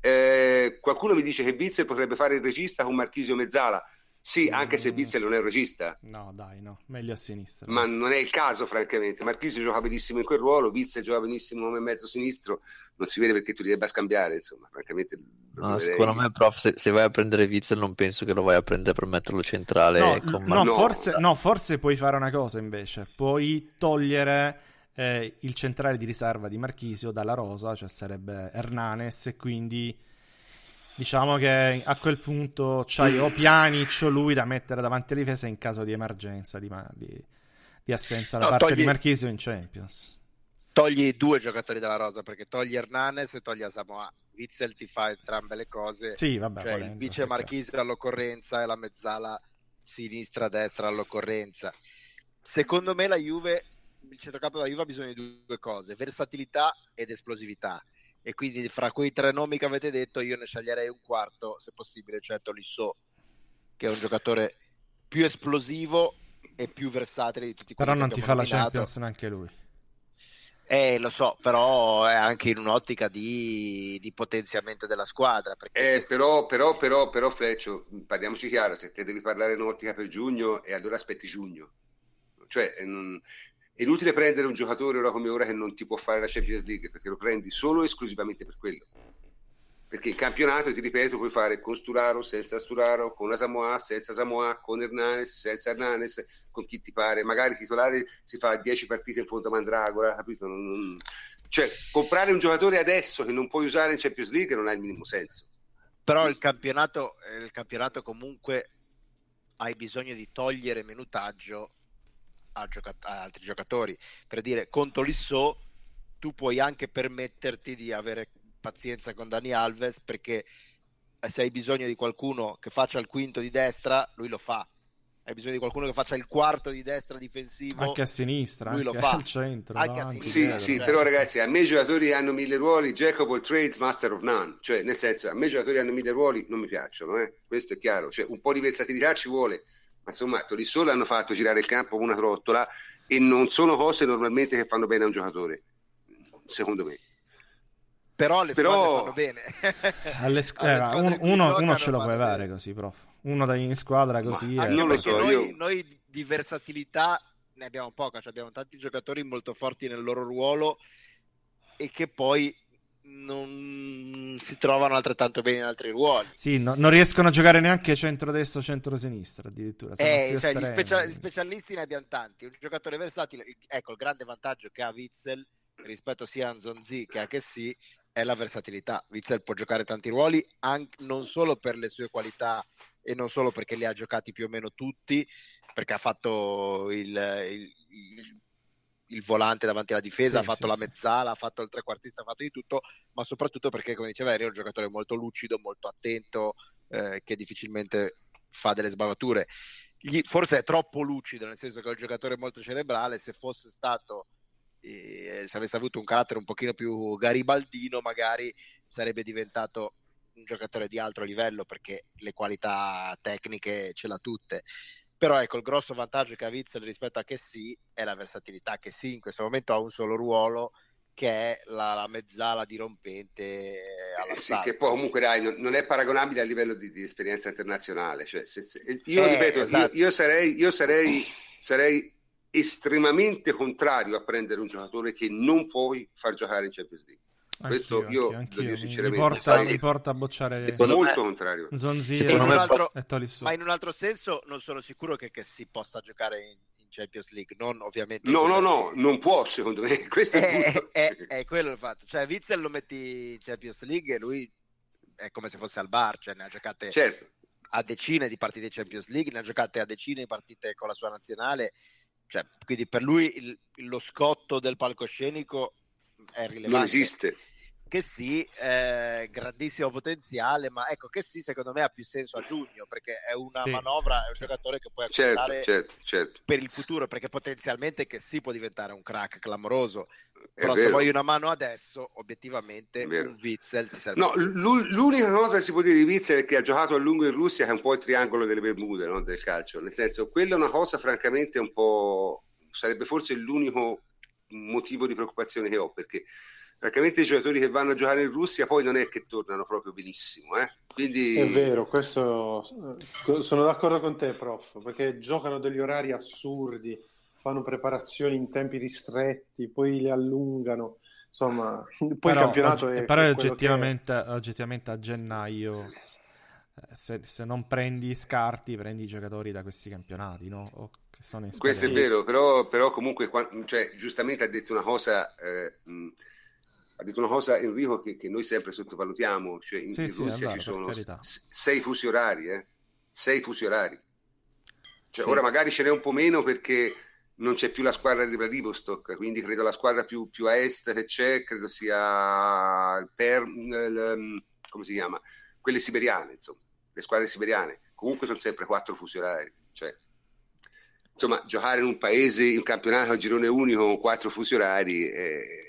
Eh, qualcuno mi dice che Witsel potrebbe fare il regista con Marchisio Mezzala. Sì, anche se Witsel non è un regista, No, dai, no, meglio a sinistra. ma non è il caso, francamente. Marchisio gioca benissimo in quel ruolo, Witsel gioca benissimo come mezzo sinistro, non si vede perché tu li debba scambiare, insomma, francamente. lo No, troverei- secondo me, prof, se, se vai a prendere Witsel non penso che lo vai a prendere per metterlo centrale No, con no, No, forse, dai. no, forse puoi fare una cosa invece, puoi togliere eh, il centrale di riserva di Marchisio dalla rosa, cioè sarebbe Hernanes, e quindi diciamo che a quel punto c'hai o Pjanic o lui da mettere davanti alla difesa in caso di emergenza, di, ma- di- di assenza da No, parte togli- di Marchisio in Champions. Togli due giocatori dalla rosa, perché togli Hernanes e togli Asamoah. Witsel ti fa entrambe le cose, Sì, vabbè, cioè il volendo, vice sì, Marchisio all'occorrenza e la mezzala sinistra-destra all'occorrenza. Secondo me la Juve, il centrocampo della Juve ha bisogno di due cose: versatilità ed esplosività. E quindi fra quei tre nomi che avete detto io ne sceglierei un quarto, se possibile, cioè Tolisso, che è un giocatore più esplosivo e più versatile di tutti quelli Però che non ti abbiamo fa la nominato. Champions neanche lui. Eh, lo so, però è anche in un'ottica di, di potenziamento della squadra. Perché Eh, però, però, però, però, Fleccio, parliamoci chiaro, se te devi parlare in ottica per giugno, e allora aspetti giugno. Cioè, è, non- è inutile prendere un giocatore ora come ora che non ti può fare la Champions League, perché lo prendi solo e esclusivamente per quello. Perché il campionato, ti ripeto, puoi fare con Sturaro, senza Sturaro, con Asamoah, senza Asamoah, con Hernanes, senza Hernanes, con chi ti pare. Magari titolare si fa dieci partite in fondo a Mandragora, capito? Non- non- Cioè, comprare un giocatore adesso che non puoi usare in Champions League non ha il minimo senso. Però il campionato, eh, il campionato comunque hai bisogno di togliere minutaggio a, gioca- a altri giocatori. Per dire, con Tolisso tu puoi anche permetterti di avere pazienza con Dani Alves, perché se hai bisogno di qualcuno che faccia il quinto di destra, lui lo fa. hai bisogno di qualcuno che faccia il quarto di destra difensivo, anche a sinistra, lui anche lo fa. al centro, Anche a davanti, Sì, dietro, sì, cioè. però ragazzi, a me i giocatori hanno mille ruoli, Jack of all trades, master of none, cioè nel senso, a me i giocatori hanno mille ruoli, non mi piacciono, eh? Questo è chiaro, cioè un po' di versatilità ci vuole, ma insomma, Tolisso hanno fatto girare il campo come una trottola e non sono cose normalmente che fanno bene a un giocatore, secondo me. Però le Però- squadre fanno bene. Alle sc- Alle eh, squadre uno, in cui uno- giocano uno ce lo vanno puoi avere bene. così, prof. Uno da in squadra Ma così. Anche è- non lo perché so, noi, io- noi di versatilità ne abbiamo poca, cioè abbiamo tanti giocatori molto forti nel loro ruolo e che poi non si trovano altrettanto bene in altri ruoli. Sì, no- non riescono a giocare neanche centrodestra o centrosinistra addirittura. Sono Eh, sti cioè, gli, estremi. specia- gli specialisti ne abbiamo tanti. Un giocatore versatile, ecco, il grande vantaggio che ha Witsel rispetto sia a Nzonzi che a Kessie è la versatilità. Witsel può giocare tanti ruoli, anche, non solo per le sue qualità e non solo perché li ha giocati più o meno tutti, perché ha fatto il, il- il- il volante davanti alla difesa, Sì, ha fatto sì, la sì. mezzala, ha fatto il trequartista, ha fatto di tutto, ma soprattutto perché, come diceva Eri, è un giocatore molto lucido, molto attento, eh, che difficilmente fa delle sbavature. Gli- forse è troppo lucido, nel senso che è un giocatore molto cerebrale. Se fosse stato, eh, se avesse avuto un carattere un pochino più garibaldino, magari sarebbe diventato un giocatore di alto livello, perché le qualità tecniche ce l'ha tutte. Però ecco, il grosso vantaggio che ha Witsel rispetto a Kessie è la versatilità. Kessie in questo momento ha un solo ruolo, che è la, la mezzala dirompente alla Eh sì, salva. che poi comunque dai, non, non è paragonabile a livello di, di esperienza internazionale. Cioè, se- se- io Eh, ripeto, esatto. io, io sarei, io sarei, sarei estremamente contrario a prendere un giocatore che non puoi far giocare in Champions League. Questo Anch'io, io anch'io, lo anch'io. dico Mi- sinceramente. Mi porta, sarei mi porta a bocciare Secondo me- molto contrario. Zonzi secondo e, me in un altro- e Tolisso. Ma in un altro senso non sono sicuro che, che si possa giocare in, in Champions League, non ovviamente No, no, come- no, non può secondo me. Questo è il è, punto. è- è quello il fatto. Cioè Witsel lo metti in Champions League e lui è come se fosse al bar, cioè ne ha giocate Certo. a decine di partite in Champions League, ne ha giocate a decine di partite con la sua nazionale, cioè, quindi per lui il- lo scotto del palcoscenico è rilevante. Non esiste. Che sì, eh, grandissimo potenziale, ma ecco che sì, secondo me ha più senso a giugno, perché è una Sì, manovra, sì, è un certo. giocatore che puoi Certo, acquistare certo, certo. per il futuro, perché potenzialmente che sì può diventare un crack clamoroso, È però se vero. vuoi una mano adesso, obiettivamente È vero. un Witsel ti serve. No, l'u- l'unica cosa che si può dire di Witsel è che ha giocato a lungo in Russia, che è un po' il triangolo delle Bermude, no? Del calcio. Nel senso, quella è una cosa francamente un po'... sarebbe forse l'unico motivo di preoccupazione che ho, perché francamente i giocatori che vanno a giocare in Russia poi non è che tornano proprio benissimo, eh? Quindi... È vero, questo eh, sono d'accordo con te, prof, perché giocano degli orari assurdi, fanno preparazioni in tempi ristretti, poi li allungano, insomma, poi Però, il campionato ogge- è però quello che è. oggettivamente, oggettivamente a gennaio, eh, se, se non prendi scarti, prendi i giocatori da questi campionati, no? O che sono in Questo è scadenza. vero, però, però comunque, qua- cioè, giustamente ha detto una cosa, eh, mh, ha detto una cosa Enrico che, che noi sempre sottovalutiamo, cioè in, Sì, in sì, è Russia vero, ci per sono carità. s- sei fusi orari, eh? Sei fusi orari. Cioè, Sì. ora magari ce n'è un po' meno perché non c'è più la squadra di Vladivostok, quindi credo la squadra più, più a est che c'è, credo sia il per, il, come si chiama? Quelle siberiane, insomma, le squadre siberiane. Comunque sono sempre quattro fusi orari, cioè insomma, giocare in un paese, in un campionato a girone unico con quattro fusi orari, eh...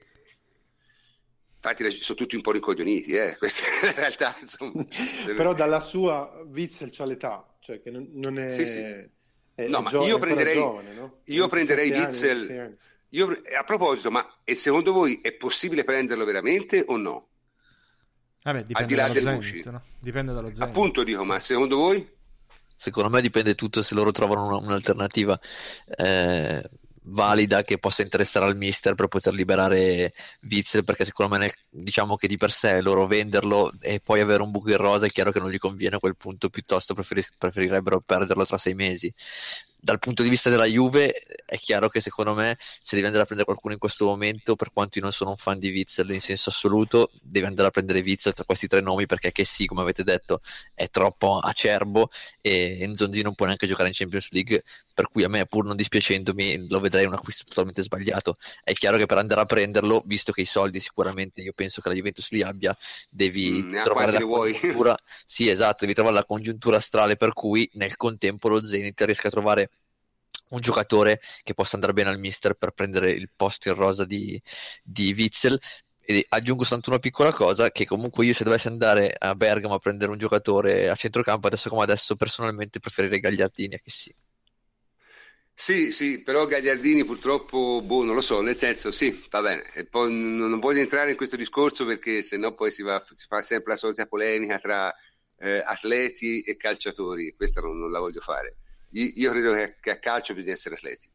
infatti sono tutti un po' ricoglioniti, eh? Questa è la realtà, insomma. Però dalla sua Witsel c'ha l'età, cioè che non, non è, Sì, sì. è, No, è ma gio- io è ancora prenderei- giovane, no? io prenderei ventisette anni, Witsel- ventisei anni. Io, a proposito, ma e secondo voi è possibile prenderlo veramente o no? Vabbè, dipende Al di là dallo del Zenit, Bucci. no? Dipende dallo Zenit. Appunto dico, ma secondo voi? Secondo me dipende tutto se loro trovano una- un'alternativa eh, valida che possa interessare al mister per poter liberare Witsel, perché secondo me nel- diciamo che di per sé loro venderlo e poi avere un buco in rosa è chiaro che non gli conviene a quel punto, piuttosto preferi- preferirebbero perderlo tra sei mesi. dal punto di vista della Juve è chiaro che secondo me se devi andare a prendere qualcuno in questo momento, per quanto io non sono un fan di Witsel in senso assoluto, devi andare a prendere Witsel tra questi tre nomi, perché che sì, come avete detto, è troppo acerbo e Nzonzi non può neanche giocare in Champions League, per cui a me, pur non dispiacendomi, lo vedrei un acquisto totalmente sbagliato. È chiaro che per andare a prenderlo, visto che i soldi sicuramente io penso che la Juventus li abbia, devi Mm, a trovare quanti la ne vuoi? congiuntura sì, esatto, devi trovare la congiuntura astrale per cui nel contempo lo Zenit riesca a trovare un giocatore che possa andare bene al mister per prendere il posto in rosa di, di Witsel. E aggiungo soltanto una piccola cosa, che comunque io se dovessi andare a Bergamo a prendere un giocatore a centrocampo, adesso come adesso personalmente preferirei Gagliardini a che sì. Sì, sì, però Gagliardini purtroppo, boh, non lo so, nel senso, sì, va bene, e poi non, non voglio entrare in questo discorso perché sennò poi si, va, si fa sempre la solita polemica tra eh, atleti e calciatori, questa non, non la voglio fare. Io, io credo che, che a calcio bisogna essere atleti.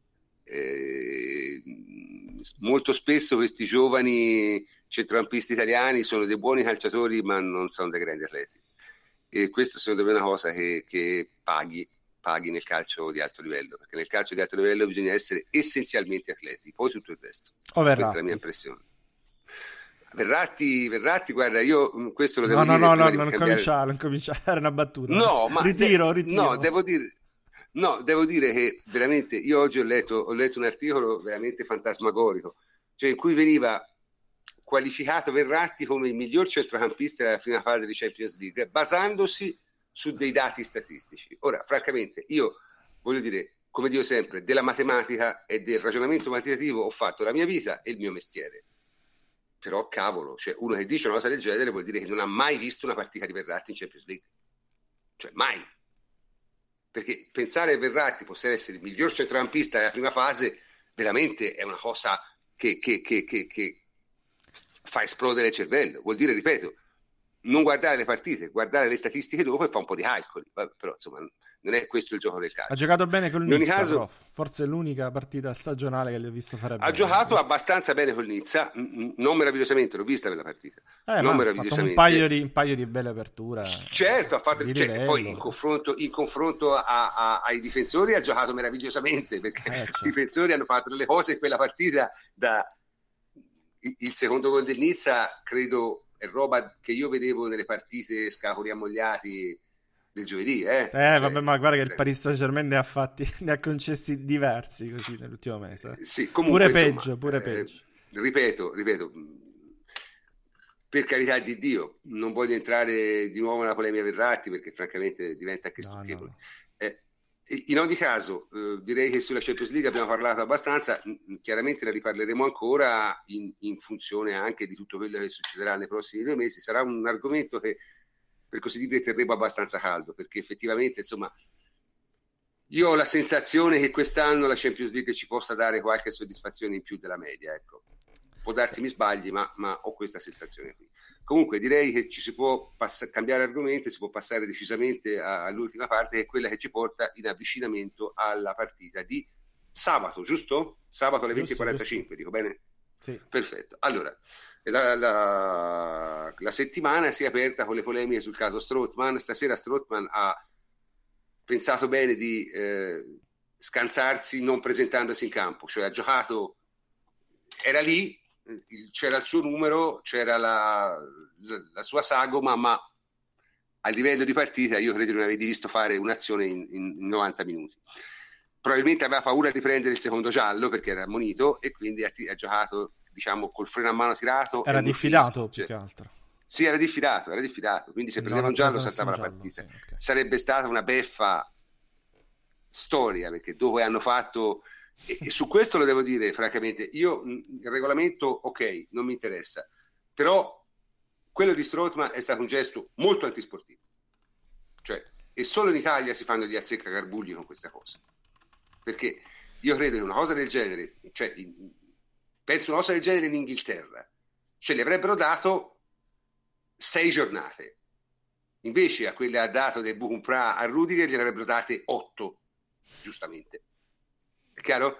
Eh, molto spesso questi giovani centrocampisti italiani sono dei buoni calciatori ma non sono dei grandi atleti, e questo secondo me è una cosa che, che paghi paghi nel calcio di alto livello, perché nel calcio di alto livello bisogna essere essenzialmente atleti, poi tutto il resto. Questa è la mia impressione. Verratti, Verratti, guarda, io questo lo devo no, dire. No, no, no, di non cambiare... cominciare, non cominciare, era una battuta. No, ma ritiro, de- ritiro. No, devo dire, no, devo dire che veramente io oggi ho letto, ho letto un articolo veramente fantasmagorico, cioè in cui veniva qualificato Verratti come il miglior centrocampista della prima fase di Champions League, basandosi su dei dati statistici. Ora, francamente, io voglio dire, come dico sempre, della matematica e del ragionamento quantitativo ho fatto la mia vita e il mio mestiere. Però, cavolo, cioè uno che dice una cosa del genere vuol dire che non ha mai visto una partita di Verratti in Champions League. Cioè, mai. Perché pensare che Verratti possa essere il miglior centrocampista della prima fase veramente è una cosa che, che, che, che, che fa esplodere il cervello. Vuol dire, ripeto, non guardare le partite, guardare le statistiche dopo e fa un po' di calcoli. Però insomma non è questo il gioco del calcio. Ha giocato bene col Nizza, caso, prof. Forse è l'unica partita stagionale che gli ho visto fare bene. Ha giocato abbastanza bene col Nizza, non meravigliosamente, l'ho vista quella partita. Eh, non ma meravigliosamente. Ha fatto un paio di, un paio di belle aperture. Certo, ha fatto, cioè, poi in confronto, in confronto a, a, ai difensori ha giocato meravigliosamente, perché eh, certo. I difensori hanno fatto delle cose in quella partita da... Il secondo gol del Nizza, credo, è roba che io vedevo nelle partite scapoli ammogliati del giovedì. Eh, eh cioè, vabbè, ma guarda che il Paris Saint-Germain ne ha fatti, ne ha concessi diversi così nell'ultimo mese. Sì, comunque, pure insomma, peggio, pure eh, peggio. Ripeto, ripeto, per carità di Dio, non voglio entrare di nuovo nella polemica Verratti perché francamente diventa anche no, stucchevole. No. Eh, in ogni caso, eh, direi che sulla Champions League abbiamo parlato abbastanza, chiaramente ne riparleremo ancora in, in funzione anche di tutto quello che succederà nei prossimi due mesi. Sarà un argomento che, per così dire, terremo abbastanza caldo, perché effettivamente, insomma, io ho la sensazione che quest'anno la Champions League ci possa dare qualche soddisfazione in più della media, ecco. Può darsi mi sbagli, ma, ma ho questa sensazione qui. Comunque direi che ci si può pass- cambiare argomento, si può passare decisamente a- all'ultima parte, che è quella che ci porta in avvicinamento alla partita di sabato, giusto? Sabato alle venti e quarantacinque, dico bene? Sì. Perfetto. Allora, la, la, la settimana si è aperta con le polemiche sul caso Strootman. Stasera Strootman ha pensato bene di eh, scansarsi non presentandosi in campo, cioè ha giocato, era lì, c'era il suo numero, c'era la, la, la sua sagoma, ma a livello di partita io credo di non avergli visto fare un'azione in, in novanta minuti. Probabilmente aveva paura di prendere il secondo giallo perché era ammonito e quindi ha, ha giocato, diciamo, col freno a mano tirato. Era diffidato più cioè, che altro. Sì, era diffidato, era diffidato, quindi se prendeva un giallo saltava la partita. Sì, okay. Sarebbe stata una beffa storia, perché dopo hanno fatto... E su questo lo devo dire francamente, io il regolamento ok, non mi interessa, però quello di Strootman è stato un gesto molto antisportivo, cioè, e solo in Italia si fanno gli azzeccagarbugli con questa cosa, perché io credo che una cosa del genere, cioè penso una cosa del genere in Inghilterra ce le avrebbero dato sei giornate, invece a quelle ha dato del Bucumpra a Rudiger gliene avrebbero date otto, giustamente. È chiaro?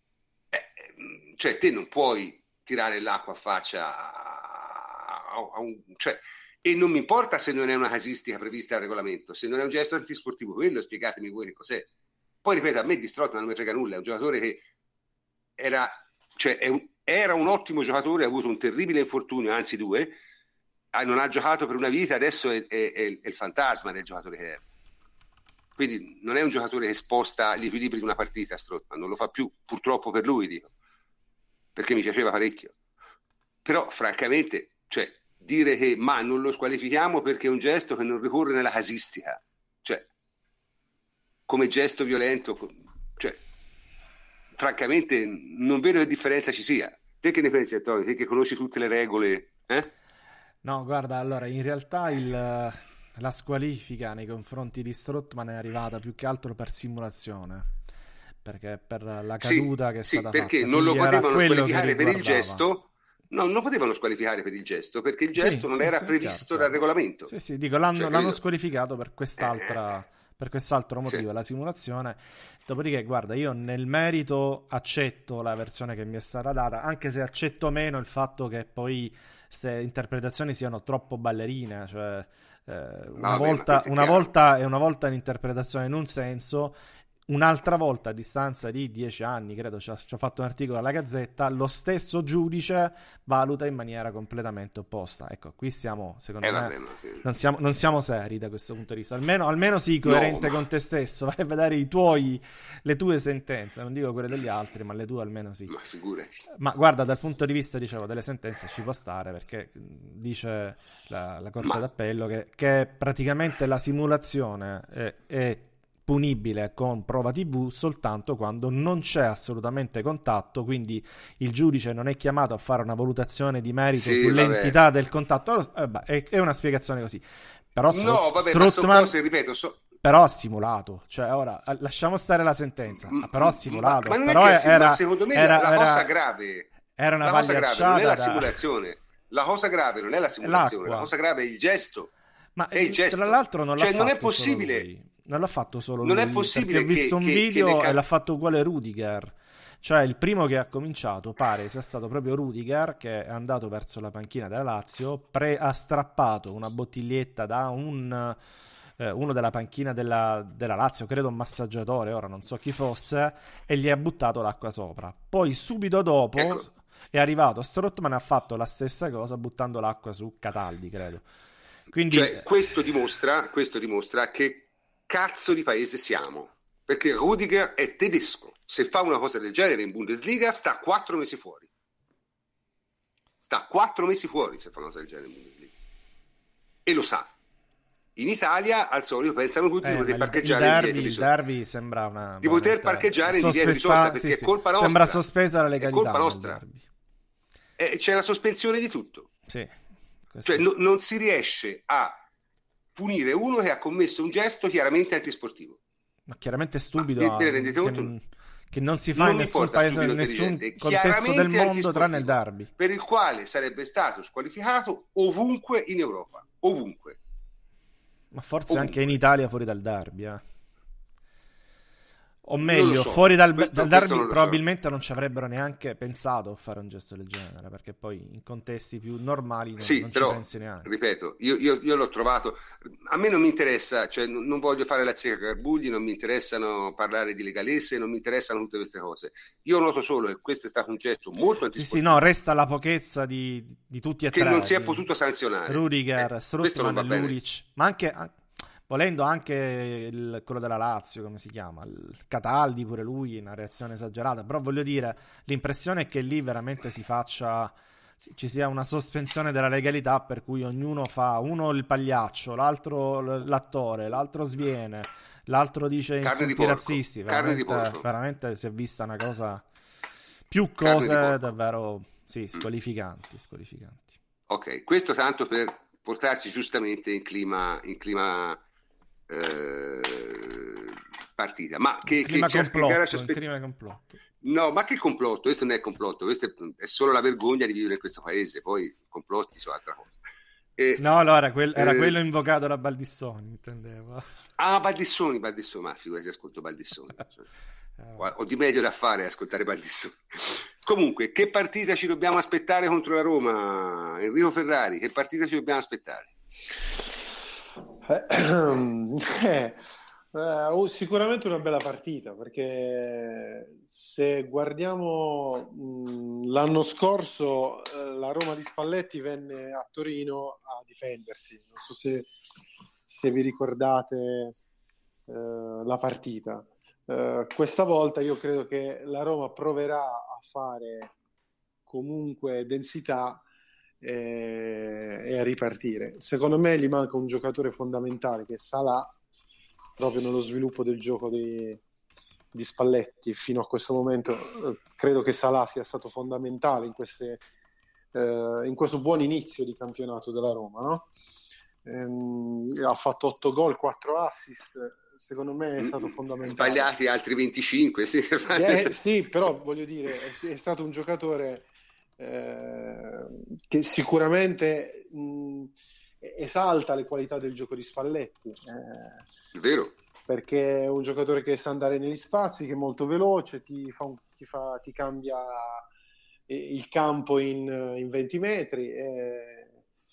Eh, cioè te non puoi tirare l'acqua a faccia a, a, a un... Cioè, e non mi importa se non è una casistica prevista al regolamento, se non è un gesto antisportivo, quello spiegatemi voi che cos'è. Poi ripeto, a me di Strootman non mi frega nulla, è un giocatore che era, cioè, è un, era un ottimo giocatore, ha avuto un terribile infortunio, anzi due, non ha giocato per una vita, adesso è, è, è, è il fantasma del giocatore che è. Quindi non è un giocatore che sposta gli equilibri di una partita, Strootman, non lo fa più, purtroppo per lui, dico, perché mi piaceva parecchio. Però francamente, cioè, dire che ma non lo squalifichiamo perché è un gesto che non ricorre nella casistica, cioè come gesto violento, cioè francamente non vedo che differenza ci sia. Te che ne pensi, Antonio? Te che conosci tutte le regole, eh? No, guarda, allora in realtà il, la squalifica nei confronti di Strootman è arrivata più che altro per simulazione, perché per la caduta sì, che è sì, stata perché fatta, non lo quindi era potevano quello che squalificare per il riguardava. gesto. No, non potevano squalificare per il gesto, perché il gesto Sì, non sì, era sì, previsto chiaro, dal chiaro. regolamento. Sì, sì, dico, l'hanno, Cioè, l'hanno credo- squalificato per quest'altra, Eh, per quest'altro motivo, sì. la simulazione. Dopodiché, guarda, io nel merito accetto la versione che mi è stata data, anche se accetto meno il fatto che poi queste interpretazioni siano troppo ballerine, cioè eh, una, vabbè, ma volta, questo è una chiaro. volta è una volta un'interpretazione in un senso, un'altra volta a distanza di dieci anni, credo, ci ha, ci ha fatto un articolo alla Gazzetta, lo stesso giudice valuta in maniera completamente opposta. Ecco, qui siamo, secondo Eh, me, vabbè, ma- non siamo, non siamo seri da questo punto di vista. Almeno, almeno sii coerente No, ma- con te stesso, vai a vedere i tuoi, le tue sentenze, non dico quelle degli altri, ma le tue almeno sì. ma figurati. Ma guarda, dal punto di vista, dicevo, delle sentenze ci può stare, perché mh, dice la, la Corte Ma- d'Appello che, che praticamente la simulazione è, è punibile con prova tivù soltanto quando non c'è assolutamente contatto, quindi il giudice non è chiamato a fare una valutazione di merito Sì, sull'entità vabbè. del contatto. Eh, beh, è, è una spiegazione così. Però No, Stroot- vabbè, ma sono Strootman cose, ripeto, so- però ha simulato, cioè ora eh, lasciamo stare la sentenza, M- ah, però ha m- simulato, ma, ma non però è che è simula- era, secondo me era, la, la cosa era- grave, era una la cosa grave non è pagliacciata la da- simulazione, la cosa grave non è la simulazione, l'acqua. la cosa grave è il gesto. Ma È il gesto. tra l'altro non l'ha Cioè, non è fatto possibile- solo lui. Non l'ha fatto solo Non lui, è possibile perché ho visto che- un che- video che le ca- e l'ha fatto uguale Rudiger. Cioè il primo che ha cominciato pare sia stato proprio Rudiger, che è andato verso la panchina della Lazio, pre- ha strappato una bottiglietta da un eh, uno della panchina della, della Lazio, credo un massaggiatore, ora non so chi fosse, e gli ha buttato l'acqua sopra. Poi subito dopo Ecco. è arrivato Strootman e ha fatto la stessa cosa buttando l'acqua su Cataldi, credo. Quindi Cioè, questo dimostra, questo dimostra che cazzo di paese siamo. Perché Rudiger è tedesco. Se fa una cosa del genere in Bundesliga, sta quattro mesi fuori. Sta quattro mesi fuori se fa una cosa del genere in Bundesliga. E lo sa. In Italia, al solito, pensano tutti Eh, di poter ma il- parcheggiare il in derby, divieto di il sosta. derby sembra una Di poter veramente parcheggiare in divieto di sospesa- sosta, perché sì, è sì. colpa nostra. Sembra sospesa la È legalità colpa nel nostra. derby. E c'è la sospensione di tutto. Sì, questo Cioè, sì. no- non si riesce a punire uno che ha commesso un gesto chiaramente antisportivo. Ma chiaramente stupido, Ma vi- ve ne ah, rendete che, conto? che non si fa Non in mi nessun importa, paese, in stupido nessun intelligente, contesto del chiaramente mondo tranne il antisportivo, derby. per il quale sarebbe stato squalificato ovunque in Europa, ovunque. Ma forse Ovunque. anche in Italia fuori dal derby, eh. O Non meglio, lo so. fuori dal, Questo- dal questo derby non lo so. probabilmente non ci avrebbero neanche pensato a fare un gesto del genere, perché poi in contesti più normali non, Sì, non però, ci pensi neanche. ripeto, io, io- io l'ho trovato, a me non mi interessa, cioè non, non voglio fare la Carbugli, non mi interessano parlare di legalesse, non mi interessano tutte queste cose. Io noto solo che questo è stato un gesto molto Sì, antisportivo, sì, no, resta la pochezza di, di tutti e che tre. non si è di potuto sanzionare. Rudiger, Eh, questo non Strootman va e bene. Lulic, ma anche, an- volendo anche il- quello della Lazio, come si chiama? Il Cataldi, pure lui, una reazione esagerata. Però voglio dire, l'impressione è che lì veramente si faccia, si- ci sia una sospensione della legalità per cui ognuno fa, uno il pagliaccio, l'altro l- l'attore, l'altro sviene, l'altro dice Carne di insulti porco, razzisti. carne di Veramente, porco. veramente si è vista una cosa, più Carne di cose porco. davvero, sì, squalificanti, squalificanti. Ok, questo tanto per portarci giustamente in clima, in clima eh, partita. Ma che, Il clima che ci aspe- gara ci complotto, il aspe- clima complotto. No, ma che complotto? Questo non è complotto, questo è, è solo la vergogna di vivere in questo paese, poi i complotti sono altra cosa. E- No, no, era, quel- era Eh. quello invocato da Baldissoni, intendevo. Ah, Baldissoni, Baldissoni, ma figurati, ascolto Baldissoni. Eh, Ho di meglio da fare ascoltare Baldissoni. Comunque, che partita ci dobbiamo aspettare contro la Roma? Enrico Ferrari, che partita ci dobbiamo aspettare? Eh, eh, Eh, sicuramente una bella partita, perché se guardiamo mh, l'anno scorso eh, la Roma di Spalletti venne a Torino a difendersi. Non so se, se vi ricordate eh, la partita. Eh, questa volta io credo che la Roma proverà a fare comunque densità e, e a ripartire. Secondo me gli manca un giocatore fondamentale che è Salah, proprio nello sviluppo del gioco di, di Spalletti fino a questo momento. Eh, credo che Salah sia stato fondamentale in, queste, eh, in questo buon inizio di campionato della Roma, no? Ehm, ha fatto otto gol, quattro assist, secondo me è stato fondamentale. Sbagliati altri venticinque, sì. Eh, sì, però voglio dire, è, è stato un giocatore eh, che sicuramente mh, esalta le qualità del gioco di Spalletti. Eh, Vero. Perché è un giocatore che sa andare negli spazi, che è molto veloce, ti, fa un, ti, fa, ti cambia il campo in, in venti metri. E,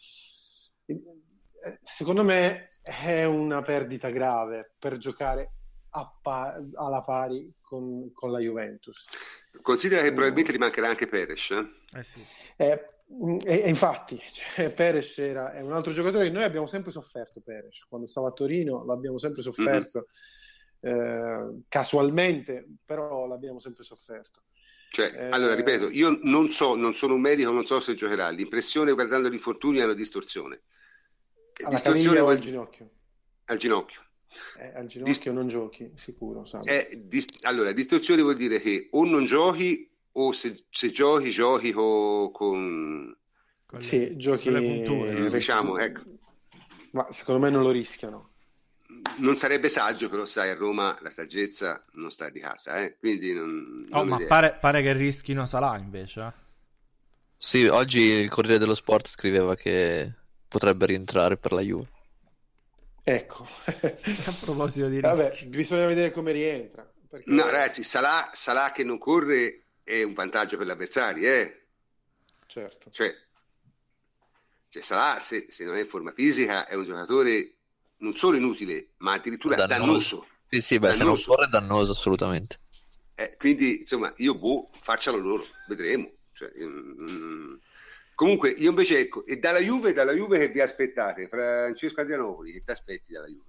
secondo me è una perdita grave per giocare a pa- alla pari con, con la Juventus. Considera che probabilmente gli mancherà anche Peres. Eh? Eh sì. Eh, e, e infatti cioè, Peres era, è un altro giocatore che noi abbiamo sempre sofferto. Peres, quando stava a Torino l'abbiamo sempre sofferto, mm-hmm. eh, casualmente, però l'abbiamo sempre sofferto. Cioè, eh, allora ripeto, io non so, non sono un medico, non so se giocherà. L'impressione guardando gli infortuni è una distorsione. Alla distorsione caviglia o vuol... al ginocchio? Al ginocchio. Eh, al ginocchio Dist... non giochi, sicuro. Eh, dist... Allora, distorsione vuol dire che o non giochi o se, se giochi, giochi co... con... con sì, le... giochi... con le punture. Diciamo, ecco. Ma secondo me non lo rischiano. Non sarebbe saggio, però sai, a Roma la saggezza non sta di casa, eh? Quindi non, oh, non ma pare, pare che rischino Salah invece. Eh? Sì, oggi il Corriere dello Sport scriveva che potrebbe rientrare per la Juve. Ecco. A proposito di rischi. Vabbè, bisogna vedere come rientra. Perché... No, ragazzi, Salah, Salah che non corre è un vantaggio per l'avversario, eh? Certo. Cioè, cioè Salah, se, se non è in forma fisica, è un giocatore non solo inutile, ma addirittura dannoso. dannoso. Sì, sì, beh, dannoso. Se non corre è dannoso assolutamente. Eh, quindi, insomma, io boh, facciano loro, vedremo. Cioè, mm, comunque, io invece, ecco, e dalla Juve, dalla Juve che vi aspettate? Francesco Adrianopoli, che ti aspetti dalla Juve?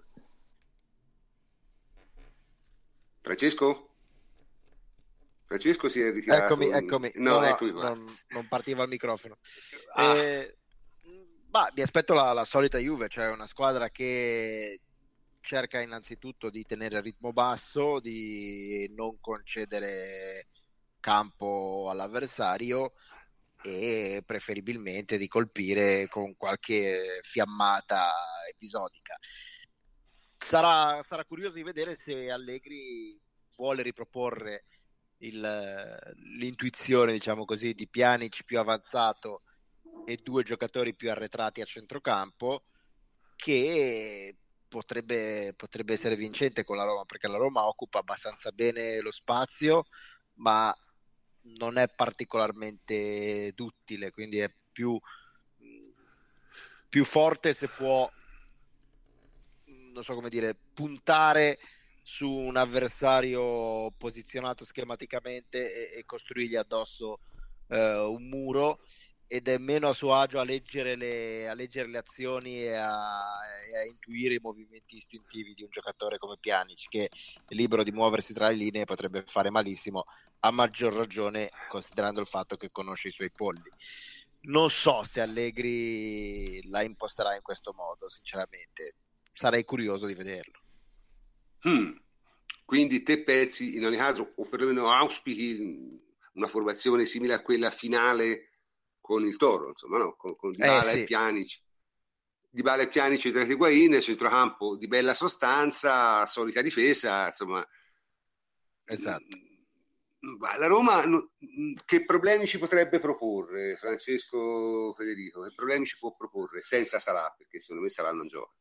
Francesco? Francesco si è ritirato. Eccomi, eccomi. No, no, eccomi no qua. non, non partiva il microfono. Ah. Eh, bah, mi aspetto la, la solita Juve, cioè una squadra che cerca innanzitutto di tenere il ritmo basso, di non concedere campo all'avversario e preferibilmente di colpire con qualche fiammata episodica. Sarà, sarà curioso di vedere se Allegri vuole riproporre il, l'intuizione, diciamo così, di Pjanic più avanzato e due giocatori più arretrati a centrocampo, che potrebbe, potrebbe essere vincente con la Roma, perché la Roma occupa abbastanza bene lo spazio, ma non è particolarmente duttile, quindi è più, più forte se può, non so come dire, puntare su un avversario posizionato schematicamente e, e costruirgli addosso eh, un muro, ed è meno a suo agio a leggere le, a leggere le azioni e a, e a intuire i movimenti istintivi di un giocatore come Pjanic, che è libero di muoversi tra le linee e potrebbe fare malissimo, a maggior ragione considerando il fatto che conosce i suoi polli. Non so se Allegri la imposterà in questo modo, sinceramente. Sarei curioso di vederlo. Hmm. Quindi te pensi in ogni caso, o perlomeno auspichi una formazione simile a quella finale con il Toro, insomma, no? Con, con Dybala eh, sì. e Pjanic. Dybala e Pjanic tra Higuain, centrocampo di bella sostanza, solita difesa, insomma. Esatto. La Roma che problemi ci potrebbe proporre, Francesco Federico? Che problemi ci può proporre senza Salah? Perché secondo me Salah non gioca.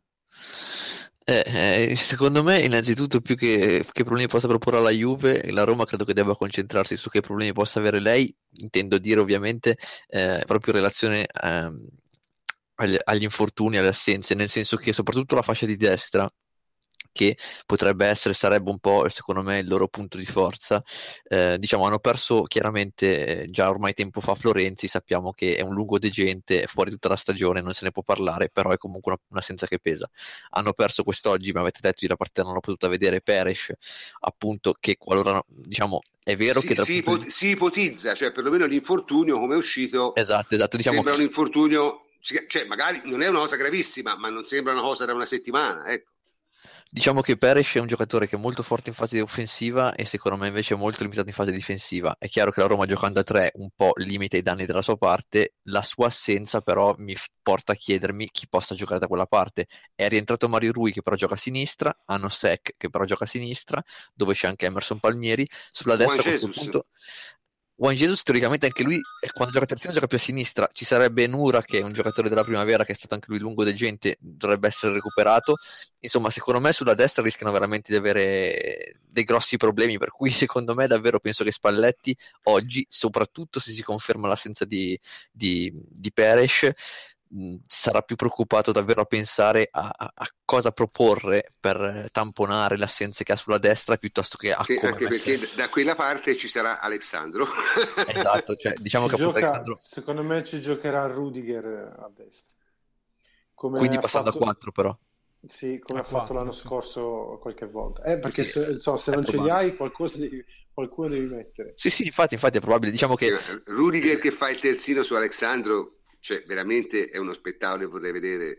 Eh, eh, secondo me, innanzitutto, più che, che problemi possa proporre alla Juve, la Roma credo che debba concentrarsi su che problemi possa avere lei. Intendo dire ovviamente eh, proprio in relazione ehm, agli, agli infortuni, alle assenze, nel senso che soprattutto la fascia di destra che potrebbe essere, sarebbe un po' secondo me il loro punto di forza. Eh, diciamo hanno perso chiaramente eh, già ormai tempo fa Florenzi, sappiamo che è un lungo degente, è fuori tutta la stagione, non se ne può parlare, però è comunque una, un'assenza che pesa. Hanno perso quest'oggi, mi avete detto, la partita non l'ho potuta vedere, Peres, appunto, che qualora, diciamo, è vero si, che si, ipot- di... si ipotizza, cioè perlomeno l'infortunio come è uscito, esatto, esatto, diciamo... sembra un infortunio, cioè magari non è una cosa gravissima, ma non sembra una cosa da una settimana, ecco. Diciamo che Peres è un giocatore che è molto forte in fase offensiva e secondo me invece è molto limitato in fase difensiva. È chiaro che la Roma giocando a tre un po' limita i danni della sua parte, la sua assenza però mi porta a chiedermi chi possa giocare da quella parte. È rientrato Mario Rui che però gioca a sinistra, hanno Sec che però gioca a sinistra, dove c'è anche Emerson Palmieri, sulla destra a questo punto... Juan Jesus teoricamente anche lui quando gioca a terzino gioca più a sinistra, ci sarebbe Nura che è un giocatore della primavera che è stato anche lui lungo degente, dovrebbe essere recuperato, insomma secondo me sulla destra rischiano veramente di avere dei grossi problemi, per cui secondo me davvero penso che Spalletti oggi, soprattutto se si conferma l'assenza di, di, di Peres, sarà più preoccupato davvero a pensare a, a, a cosa proporre per tamponare le assenze che ha sulla destra piuttosto che a che, come anche mettere... perché da quella parte ci sarà Alessandro. Esatto, cioè, diciamo ci che gioca, Alessandro... secondo me ci giocherà Rudiger a destra, come quindi passando fatto... a quattro però sì, come a ha fatto quattro, l'anno sì. scorso qualche volta, eh, perché sì, se, so, se non ce li probabile. hai qualcosa devi, qualcuno devi mettere. Sì, sì, infatti, infatti è probabile, diciamo che... Rudiger che fa il terzino su Alessandro, cioè veramente è uno spettacolo che vorrei vedere.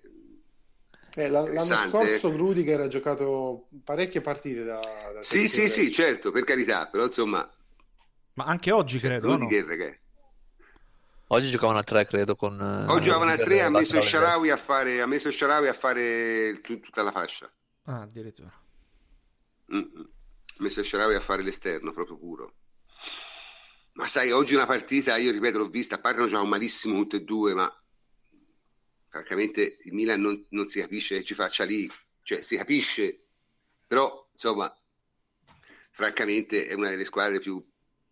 Eh, l'anno scorso Rudiger ha giocato parecchie partite da, da sì sì sì certo, per carità, però insomma ma anche oggi cioè, credo Rudiger, no? che... oggi giocavano a tre credo con oggi giocavano a tre, ha messo Shaarawy a fare ha messo Shaarawy a fare il, tutta la fascia, ah addirittura mm-hmm. ha messo Shaarawy a fare l'esterno proprio puro. Ma sai, oggi una partita, io ripeto, l'ho vista, a parte non giocano malissimo tutte e due, ma francamente il Milan non, non si capisce che ci faccia lì, cioè si capisce, però insomma francamente è una delle squadre più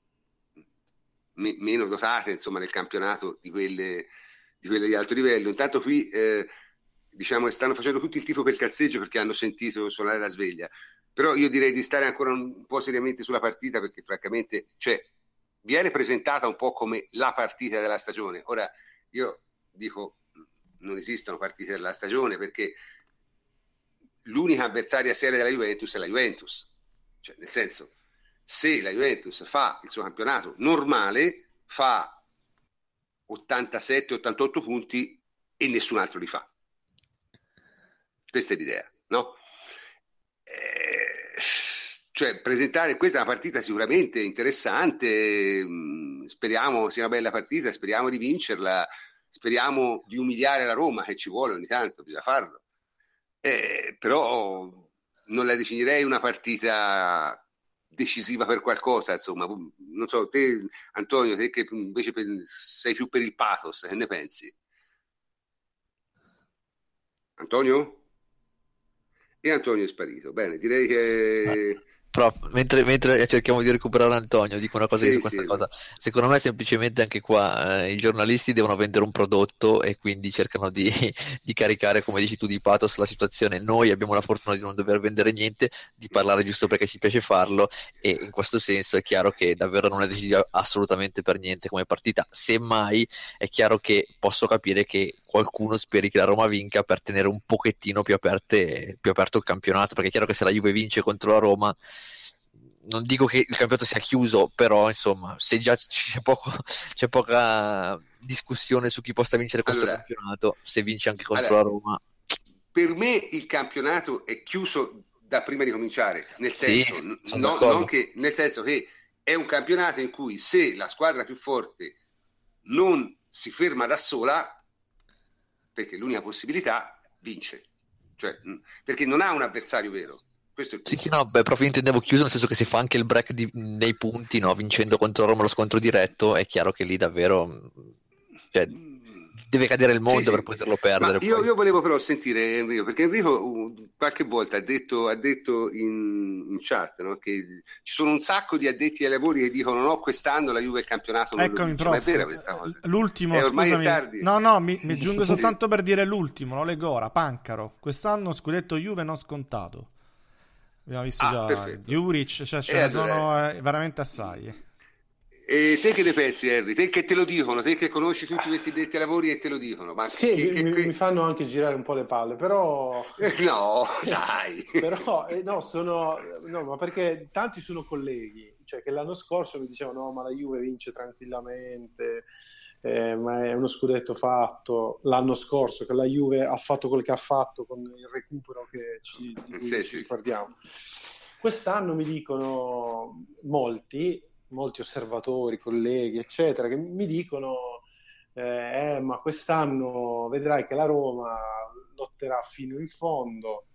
me, meno dotate insomma nel campionato di quelle di quelle di alto livello. Intanto qui eh, diciamo stanno facendo tutti il tifo per il cazzeggio perché hanno sentito suonare la sveglia, però io direi di stare ancora un po' seriamente sulla partita, perché francamente cioè viene presentata un po' come la partita della stagione. Ora io dico non esistono partite della stagione, perché l'unica avversaria seria della Juventus è la Juventus, cioè nel senso, se la Juventus fa il suo campionato normale fa ottantasette ottantotto punti e nessun altro li fa, questa è l'idea, no? Eh, cioè presentare questa è una partita sicuramente interessante, speriamo sia una bella partita, speriamo di vincerla, speriamo di umiliare la Roma, che ci vuole ogni tanto, bisogna farlo, eh, però non la definirei una partita decisiva per qualcosa, insomma. Non so, te Antonio, te che invece sei più per il pathos, che ne pensi? Antonio? E Antonio è sparito, bene, direi che... Però mentre, mentre cerchiamo di recuperare Antonio, dico una cosa sì, su questa sì. cosa. Secondo me semplicemente anche qua eh, i giornalisti devono vendere un prodotto e quindi cercano di, di caricare, come dici tu, di pathos la situazione. Noi abbiamo la fortuna di non dover vendere niente, di parlare giusto perché ci piace farlo, e in questo senso è chiaro che davvero non è decisa assolutamente per niente come partita. Semmai è chiaro che posso capire che qualcuno speri che la Roma vinca per tenere un pochettino più, aperte, più aperto il campionato, perché è chiaro che se la Juve vince contro la Roma, non dico che il campionato sia chiuso, però insomma se già c'è, poco, c'è poca discussione su chi possa vincere questo allora, campionato, se vince anche contro allora, la Roma, per me il campionato è chiuso da prima di cominciare, nel senso, sì, no, non che, nel senso che è un campionato in cui se la squadra più forte non si ferma da sola, perché l'unica possibilità, vince, cioè perché non ha un avversario vero. Questo è il sì, sì, no, beh, proprio intendevo chiuso nel senso che se fa anche il break di, nei punti, no, vincendo contro Roma lo scontro diretto, è chiaro che lì davvero cioè, deve cadere il mondo sì, per sì. poterlo perdere. Ma io, io volevo però sentire Enrico, perché Enrico uh, qualche volta ha detto, ha detto in, in chat, no, che ci sono un sacco di addetti ai lavori che dicono no, quest'anno la Juve il campionato non Eccomi, lo vince. prof, Ma è vera questa cosa? L'ultimo, eh, ormai scusami. è tardi. No, no, mi, mi giungo soltanto per dire l'ultimo, lo leggo ora. Pancaro, quest'anno scudetto Juve non scontato. Abbiamo visto Ah, già perfetto. Juric, cioè ce E ne allora- sono eh, veramente assai. E te che ne pensi, Henry? Te che te lo dicono, te che conosci tutti questi detti lavori e te lo dicono, ma Sì, che, che- mi, che- mi fanno anche girare un po' le palle, però... Eh, no, dai. Però, eh, no, sono... No, ma perché tanti sono colleghi, cioè che l'anno scorso mi dicevano no, ma la Juve vince tranquillamente, eh, ma è uno scudetto fatto. L'anno scorso che la Juve ha fatto quel che ha fatto con il recupero che ci, di cui Sì, ci sì. ricordiamo. Quest'anno mi dicono molti, molti osservatori, colleghi, eccetera, che mi dicono eh, eh, ma quest'anno vedrai che la Roma lotterà fino in fondo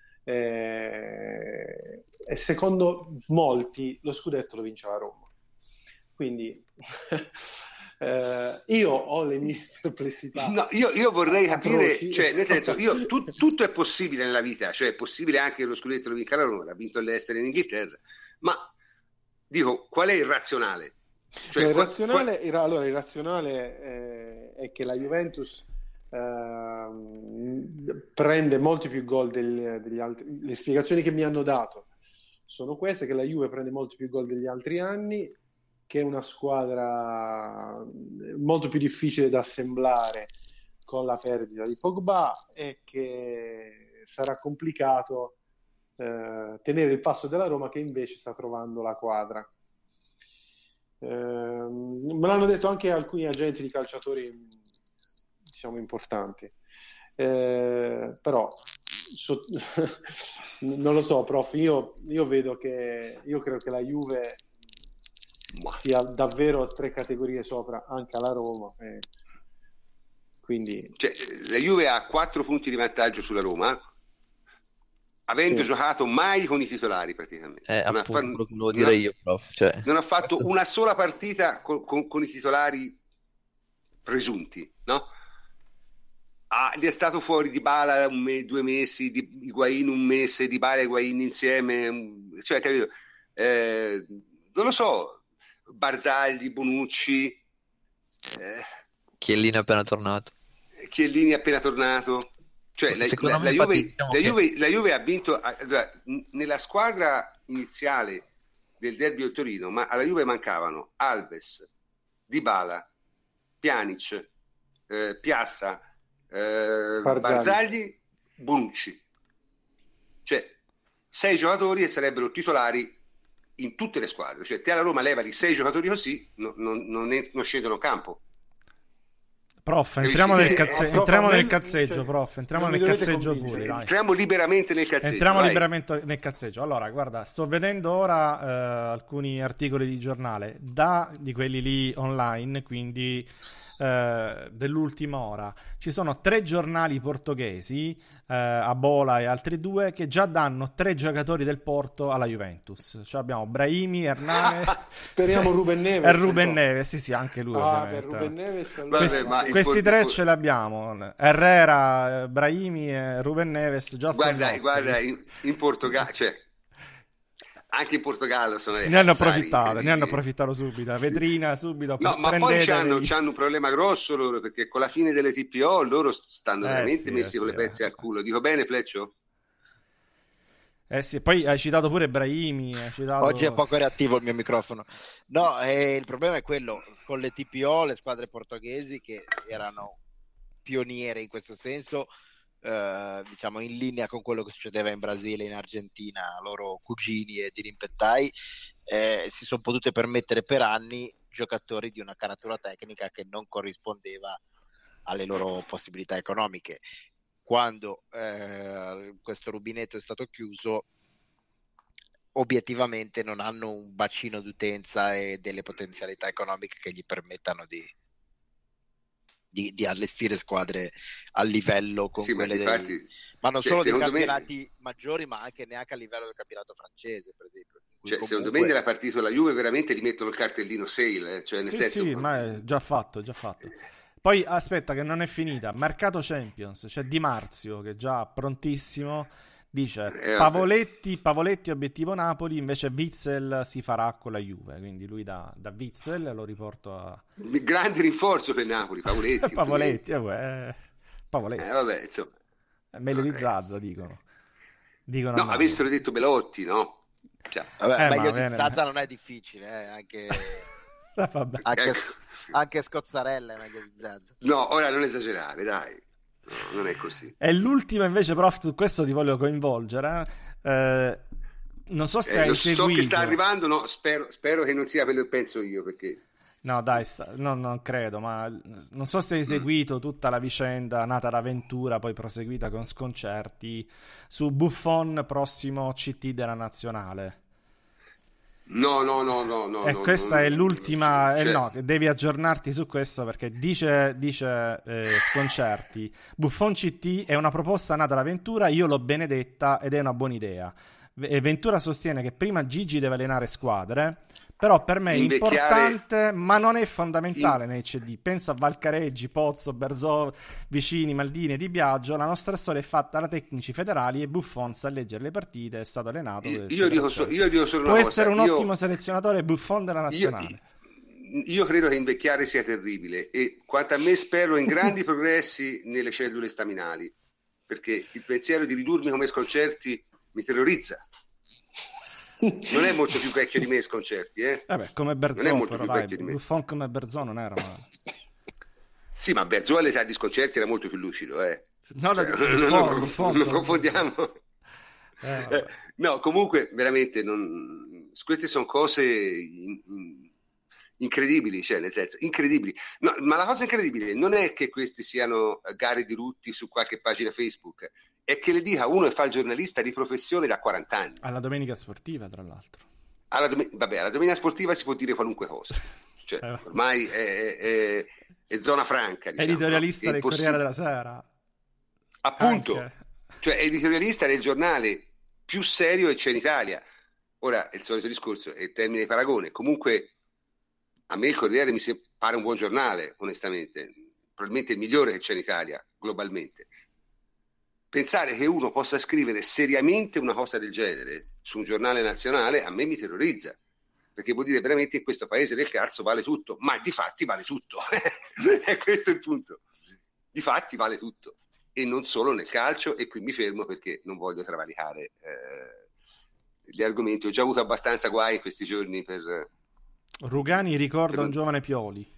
eh, e secondo molti lo scudetto lo vince la Roma. Quindi eh, io ho le mie perplessità. No, io, io vorrei capire, Atroci. cioè, nel senso, io, tu- tutto è possibile nella vita, cioè è possibile anche che lo scudetto lo vinca la Roma, l'ha vinto l'Ester in Inghilterra, ma dico, qual è il razionale? Cioè, No, il qua- razionale, il- allora, il razionale eh, è che la Juventus ehm, prende molti più gol del- degli altri. Le spiegazioni che mi hanno dato sono queste: che la Juve prende molti più gol degli altri anni, che è una squadra molto più difficile da assemblare con la perdita di Pogba e che sarà complicato eh, tenere il passo della Roma, che invece sta trovando la quadra. Eh, me l'hanno detto anche alcuni agenti di calciatori, diciamo, importanti. Eh, però so- non lo so, prof. Io, io vedo che io credo che la Juve sia davvero tre categorie sopra anche alla Roma. eh. Quindi cioè, la Juve ha quattro punti di vantaggio sulla Roma, avendo Sì. giocato mai con i titolari praticamente. È Non ha appunto fa- quello che volevo non dire ha- io, prof. Cioè, non ha fatto questo- una sola partita con, con- con i titolari presunti, no? Ah, gli è stato fuori Dybala un me- due mesi, di Higuain un mese, Dybala e Higuain insieme, cioè, capito? Eh, non lo so, Barzagli, Bonucci, eh, Chiellini è appena tornato. Chiellini è appena tornato. Cioè, la, Secondo la- me, la infatti, Juve, diciamo la che- Juve- la Juve ha vinto allora, n- nella squadra iniziale del derby del Torino, ma alla Juve mancavano Alves, Dybala, Pjanic, eh, Piazza, eh, Barzagli. Barzagli, Bonucci. Cioè, sei giocatori e sarebbero titolari in tutte le squadre. Cioè, te alla Roma levali sei giocatori così, no- non, non, è- non scendono in campo. Prof, entriamo nel, Eh, cazze- prof, entriamo a me- nel cazzeggio, cioè, prof. Entriamo non mi nel dovete cazzeggio convincere. pure, dai. Entriamo liberamente nel cazzeggio. Entriamo vai. liberamente nel cazzeggio. Allora, guarda, sto vedendo ora eh, alcuni articoli di giornale, da di quelli lì online, quindi eh, dell'ultima ora. Ci sono tre giornali portoghesi, eh, Abola e altri due, che già danno tre giocatori del Porto alla Juventus. Cioè abbiamo Brahimi, Hernane speriamo Ruben Neves. e Ruben no? Neves. Sì, sì, anche lui Ah, per ovviamente. Ruben Neves allora- Vabbè, Questi, ma il questi Porto- tre ce li abbiamo: Herrera, eh, Brahimi e Ruben Neves. Già sono Guarda, nostri. guarda in, in Portogallo, cioè, anche in Portogallo sono dei Ne hanno cazzari approfittato, ne hanno incredibili. approfittato subito. Sì. Vetrina subito. No, ma poi prendeteli. c'hanno, c'hanno un problema grosso loro, perché con la fine delle T P O loro stanno Eh, veramente sì, messi eh, con le sì, pezze eh. al culo. Dico bene, Fleccio? Eh sì, poi hai citato pure Brahimi. Hai citato... Oggi è poco reattivo il mio microfono. No, eh, il problema è quello, con le T P O, le squadre portoghesi che erano pioniere in questo senso, eh, diciamo in linea con quello che succedeva in Brasile, in Argentina, loro cugini e dirimpettai, eh, si sono potute permettere per anni giocatori di una caratura tecnica che non corrispondeva alle loro possibilità economiche. Quando eh, questo rubinetto è stato chiuso, obiettivamente non hanno un bacino d'utenza e delle potenzialità economiche che gli permettano di, di, di allestire squadre a livello con Sì, ma quelle dei, infatti, ma non cioè, solo dei secondo me- campionati maggiori, ma anche neanche a livello del campionato francese, per esempio. in cui cioè, secondo me comunque- nella partita della Juve veramente gli mettono il cartellino sale, eh, cioè nel Sì, senso... sì, ma è già fatto, già fatto. Poi aspetta che non è finita. Mercato Champions, c'è Di Marzio che è già prontissimo. Dice Eh, vabbè. Pavoletti, Pavoletti obiettivo Napoli, invece Witzel si farà con la Juve. Quindi lui da, da Witzel lo riporto a Grande rinforzo per Napoli, Pavoletti. Pavoletti. Eh, beh, Pavoletti. Eh, vabbè, insomma. È meglio di Vabbè. Zazza, dicono. Dicono no, a Napoli. avessero detto Belotti, no? Cioè, Vabbè, Eh, meglio ma bene. di Zaza non è difficile, eh, anche, Eh, vabbè. anche, ecco. anche Scozzarella è meglio di Zaza. No, ora non esagerare, dai. No, non è così. E l'ultima invece, prof, su questo ti voglio coinvolgere. Eh, non so se Eh, hai lo so seguito. che sta arrivando, no, spero, spero che non sia quello che penso io, perché... No, dai, sta- no, non credo, ma non so se hai seguito tutta la vicenda nata da Ventura, poi proseguita con sconcerti su Buffon, prossimo C T della nazionale. No, no, no, no, no. E no, questa no, è no, l'ultima, cioè- eh, no, devi aggiornarti su questo perché dice, dice eh, Sconcerti, Buffon C T è una proposta nata da Ventura, io l'ho benedetta ed è una buona idea. V- Ventura sostiene che prima Gigi deve allenare squadre, però per me è Invecchiare- importante, ma non è fondamentale nei C D. Penso a Valcareggi, Pozzo, Berzò, Vicini, Maldini e Di Biagio. La nostra storia è fatta da tecnici federali e Buffon sa leggere le partite, è stato allenato. Io, eccetera, io dico, eccetera. so- io dico solo Può una essere cosa. un io- ottimo selezionatore Buffon della io, nazionale. io credo che invecchiare sia terribile e quanto a me spero in grandi progressi nelle cellule staminali, perché il pensiero di ridurmi come Sconcerti mi terrorizza. Non è molto più vecchio di me Sconcerti, eh? Vabbè, come Non è Berzon, molto però più dai, vecchio di me. Buffon come Berzon non era male. Sì, ma Berzò all'età di Sconcerti era molto più lucido, eh? No, Cioè, la- non, Buffon, non- Buffon, non confondiamo. Eh, vabbè. Eh, no, comunque veramente non... queste sono cose in- in- incredibili, cioè nel senso incredibili. No, ma la cosa incredibile non è che questi siano gare di rutti su qualche pagina Facebook, è che le dica uno che fa il giornalista di professione da quaranta anni. Alla domenica sportiva, tra l'altro. Alla dom- vabbè, alla domenica sportiva si può dire qualunque cosa, cioè Eh, ormai è, è- è zona franca. Diciamo, Editorialista no? È del impossi- Corriere della Sera. Appunto, Anche. cioè è editorialista del giornale più serio che c'è in Italia. Ora è il solito discorso, è il termine di paragone. Comunque a me il Corriere mi se- pare un buon giornale, onestamente, probabilmente il migliore che c'è in Italia globalmente. Pensare che uno possa scrivere seriamente una cosa del genere su un giornale nazionale a me mi terrorizza, perché vuol dire veramente in questo paese del cazzo vale tutto, ma di fatti vale tutto. E questo è il punto. Di fatti vale tutto. E non solo nel calcio, e qui mi fermo perché non voglio travalicare eh, gli argomenti. Ho già avuto abbastanza guai in questi giorni per... Rugani ricorda Per- un giovane Pioli.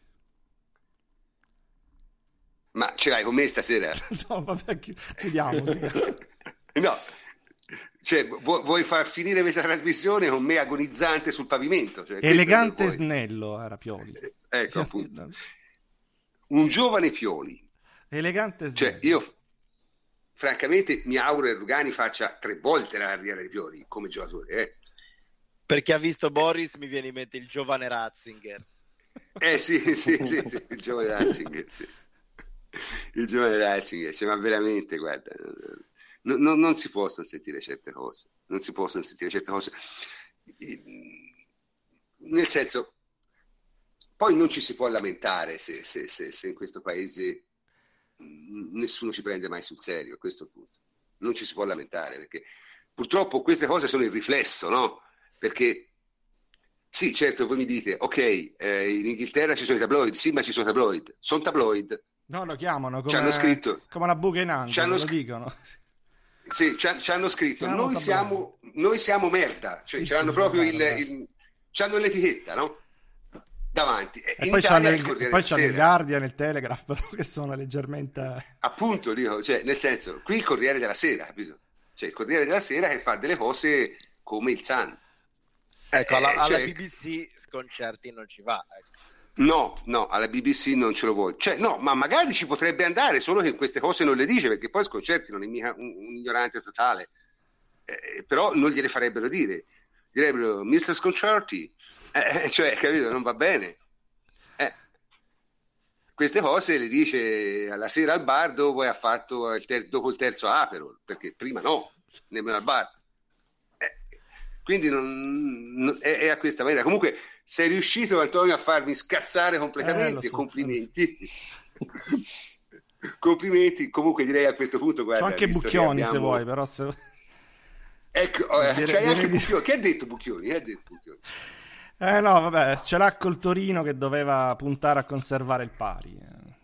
Ma ce l'hai con me stasera? No, vabbè, chi- chiudiamo. No, cioè, vu- vuoi far finire questa trasmissione con me agonizzante sul pavimento? Cioè, questo Elegante è quello che snello era Pioli. vuoi. Ecco, appunto. Un giovane Pioli. Elegante snello. Cioè, io francamente mi auguro che Rugani faccia tre volte la carriera di Pioli come giocatore, eh. Per chi ha visto Boris mi viene in mente il giovane Ratzinger. Eh sì, sì, sì, sì, il giovane Ratzinger, sì. Il giovane Ratzinger, cioè, ma veramente, guarda, non, non- non si possono sentire certe cose, non si possono sentire certe cose. Nel senso, poi non ci si può lamentare se, se- se- se in questo paese mh, nessuno ci prende mai sul serio, questo è il punto. Non ci si può lamentare, perché purtroppo queste cose sono il riflesso, no? Perché sì, certo, voi mi dite, ok, eh, in Inghilterra ci sono i tabloid, sì, ma ci sono i tabloid, sono tabloid, No, lo chiamano ci come, hanno scritto, come una buca in ci angolo, hanno lo sc- dicono. sì, ci, han- ci hanno scritto, Siamo noi tabloid. siamo, noi siamo merda, cioè Sì, ce sì, l'hanno sì, proprio vabbè, il, vabbè. il- c'hanno l'etichetta, no? Davanti. E E in poi Italia c'hanno, il il, Corriere poi della c'hanno il Sera. Guardian e il Telegraph, però, che sono leggermente... Appunto, dico, cioè, nel senso, qui il Corriere della Sera, capito? Cioè il Corriere della Sera che fa delle cose come il Sun. Ecco, alla, Eh, alla cioè- B B C Sconcerti non ci va. Ecco. No, no, alla B B C non ce lo vuole. Cioè, no, ma magari ci potrebbe andare, solo che queste cose non le dice, perché poi Sconcerti non è mica un, un ignorante totale. Eh, però non gliele farebbero dire. Direbbero, mister Sconcerti, eh, cioè, capito, non va bene. Eh. Queste cose le dice alla sera al bar dopo, ha fatto il ter- dopo il terzo Aperol, perché prima no, nemmeno al bar. Eh, quindi non, non- è, è a questa maniera. Comunque sei riuscito, Antonio, a farmi scazzare Eh, completamente. lo so, Complimenti. Complimenti. Comunque direi a questo punto, guarda, C'ho anche visto che Bucchioni se abbiamo- vuoi, però se... Ecco, eh, Direi- c'hai anche direi di- Bucchioni. Che ha detto Bucchioni? Che ha detto Bucchioni? Eh no, vabbè, ce l'ha col Torino che doveva puntare a conservare il pari. Eh,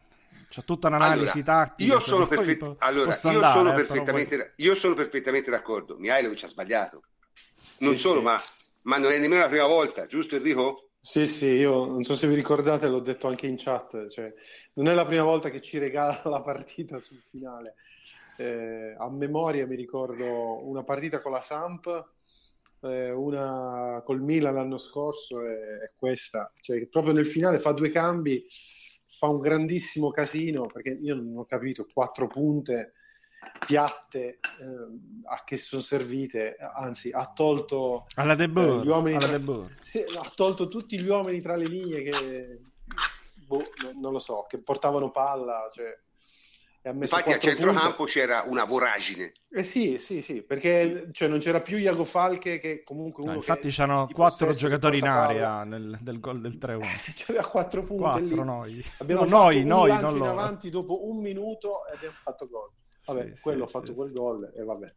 c'è tutta un'analisi allora, tattica. Io sono, perfett- po- allora, io andare, sono eh, perfettamente, poi... io sono perfettamente d'accordo. Mihajlović ha sbagliato. Non sì, solo, sì. Ma, ma non è nemmeno la prima volta, giusto Enrico? Sì, sì, io non so se vi ricordate, l'ho detto anche in chat, cioè, non è la prima volta che ci regala la partita sul finale. Eh, a memoria mi ricordo una partita con la Samp, eh, una col Milan l'anno scorso e, e questa, cioè proprio nel finale fa due cambi, fa un grandissimo casino, perché io non ho capito, quattro punte piatte eh, a che sono servite, anzi ha tolto alla De Boer, eh, gli uomini alla tra... De Boer. Sì, ha tolto tutti gli uomini tra le linee che boh, non lo so, che portavano palla, cioè infatti a centrocampo punti. C'era una voragine. Eh sì, sì, sì, perché cioè, non c'era più Iago Falche che comunque uno no, infatti che c'erano quattro giocatori in area nel, del gol del tre uno. C'era quattro punti quattro lì. noi. Abbiamo no, fatto noi, un noi, lancio non in loro. avanti dopo un minuto e abbiamo fatto gol. Vabbè, sì, quello sì, ha fatto sì, quel sì. gol e vabbè.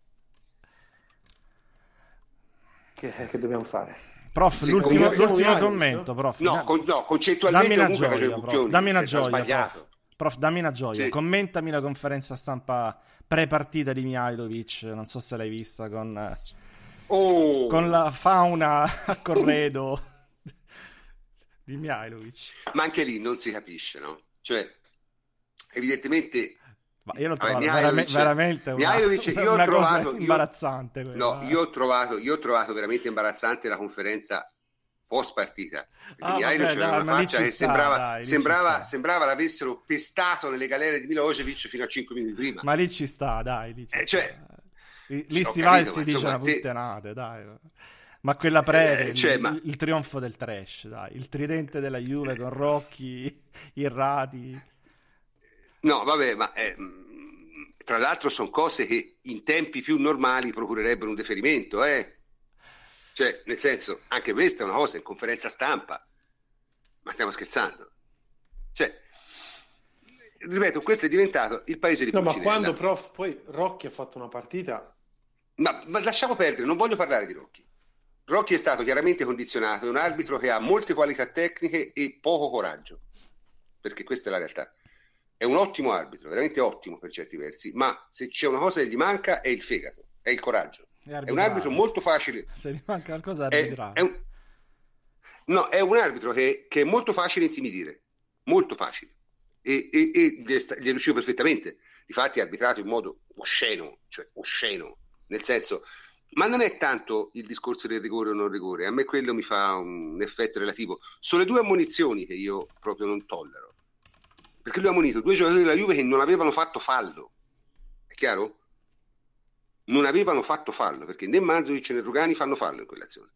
Che, che dobbiamo fare? Prof, sì, l'ultimo, l'ultimo commento, prof. No, con, no concettualmente dammi una comunque gioia, prof. Dammi una gioia, sbagliato. Prof. Prof, dammi una gioia. Sì. Commentami la conferenza stampa pre-partita di Mihajlović, non so se l'hai vista, con, oh. con la fauna a corredo di Mihajlović. Ma anche lì non si capisce, no? Cioè, evidentemente... Ma io l'ho trovato veramente, veramente una, io una ho trovato, cosa imbarazzante. Io, no, io ho, trovato, io ho trovato veramente imbarazzante la conferenza post partita. Ah, Mihajlović vabbè, aveva dai, una faccia che sta, sembrava, dai, sembrava, sembrava l'avessero pestato nelle galere di Milosevic fino a cinque minuti prima. Ma lì ci sta, dai. Lì, ci eh, sta. Cioè, lì, lì si va e si dice una te... puttanate, dai. Ma quella pre, eh, cioè, il, ma... il trionfo del trash, dai. Il tridente della Juve con Rocchi, Irrati. No, vabbè, ma... Eh, tra l'altro sono cose che in tempi più normali procurerebbero un deferimento, eh? Cioè, nel senso, anche questa è una cosa in conferenza stampa, ma stiamo scherzando. Cioè, ripeto, questo è diventato il paese di no, Pulcinella. Ma quando, prof, poi Rocchi ha fatto una partita... Ma, ma lasciamo perdere, non voglio parlare di Rocchi. Rocchi è stato chiaramente condizionato, è un arbitro che ha molte qualità tecniche e poco coraggio, perché questa è la realtà. È un ottimo arbitro, veramente ottimo per certi versi, ma se c'è una cosa che gli manca è il fegato, è il coraggio. È, è un arbitro molto facile. Se gli manca qualcosa è, è un... No, è un arbitro che, che è molto facile intimidire, molto facile. E, e, e gli, è, gli è riuscito perfettamente. Difatti è arbitrato in modo osceno, cioè osceno, nel senso... Ma non è tanto il discorso del rigore o non rigore, a me quello mi fa un effetto relativo. Sono le due ammonizioni che io proprio non tollero. Perché lui ha ammonito due giocatori della Juve che non avevano fatto fallo, è chiaro? Non avevano fatto fallo, perché né Mandzukic né Rugani fanno fallo in quell'azione.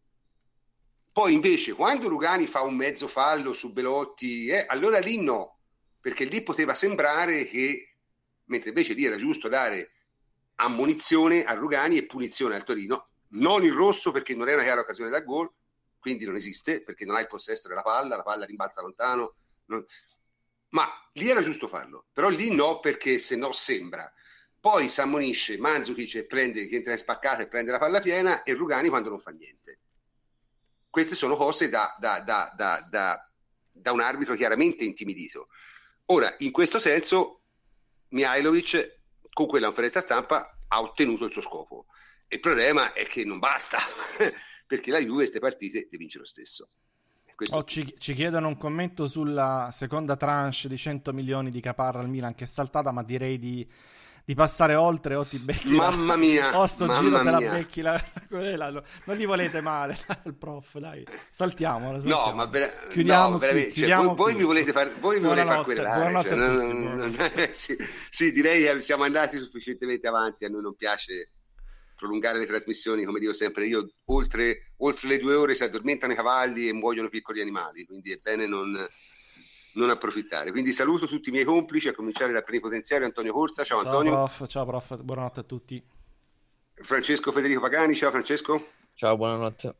Poi invece quando Rugani fa un mezzo fallo su Belotti, eh, allora lì no, perché lì poteva sembrare che, mentre invece lì era giusto dare ammonizione a Rugani e punizione al Torino, non il rosso perché non è una chiara occasione da gol, quindi non esiste, perché non hai il possesso della palla, la palla rimbalza lontano, non... ma lì era giusto farlo, però lì no, perché se no sembra. Poi si ammonisce Mandzukic e prende, che entra in spaccata e prende la palla piena, e Rugani quando non fa niente. Queste sono cose da, da, da, da, da, da un arbitro chiaramente intimidito. Ora, in questo senso, Mihajlović con quella conferenza stampa ha ottenuto il suo scopo. Il problema è che non basta, perché la Juve queste partite le vince lo stesso. Oh, ci, ci chiedono un commento sulla seconda tranche di cento milioni di Caparra al Milan, che è saltata, ma direi di, di passare oltre. O ti becchi mamma la... mia, o sto mamma giro te la mia. becchi la... quella, non gli volete male al prof, dai, saltiamo, saltiamo. No, ma vera... chiudiamo no, veramente, qui, cioè, voi, voi mi volete far voi mi volete far querelare, cioè, non, non, non, sì, sì, direi che siamo andati sufficientemente avanti, a noi non piace prolungare le trasmissioni, come dico sempre io, oltre, oltre le due ore si addormentano i cavalli e muoiono piccoli animali, quindi è bene non, non approfittare. Quindi saluto tutti i miei complici, a cominciare dal plenipotenziario Antonio Corsa. Ciao, ciao Antonio. Prof, ciao prof, buonanotte a tutti. Francesco Federico Pagani, ciao Francesco. Ciao, buonanotte.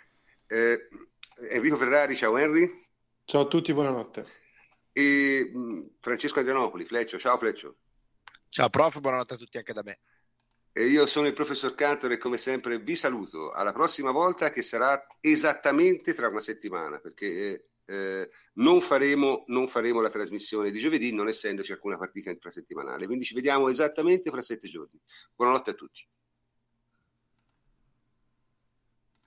Eh, Enrico Ferrari, ciao Henry. Ciao a tutti, buonanotte. E mh, Francesco Adrianopoli, Fleccio, ciao Fleccio. Ciao prof, buonanotte a tutti anche da me. E io sono il professor Cantor e come sempre vi saluto. Alla prossima volta, che sarà esattamente tra una settimana, perché eh, non, faremo, non faremo la trasmissione di giovedì, non essendoci alcuna partita infrasettimanale, quindi ci vediamo esattamente fra sette giorni. Buonanotte a tutti.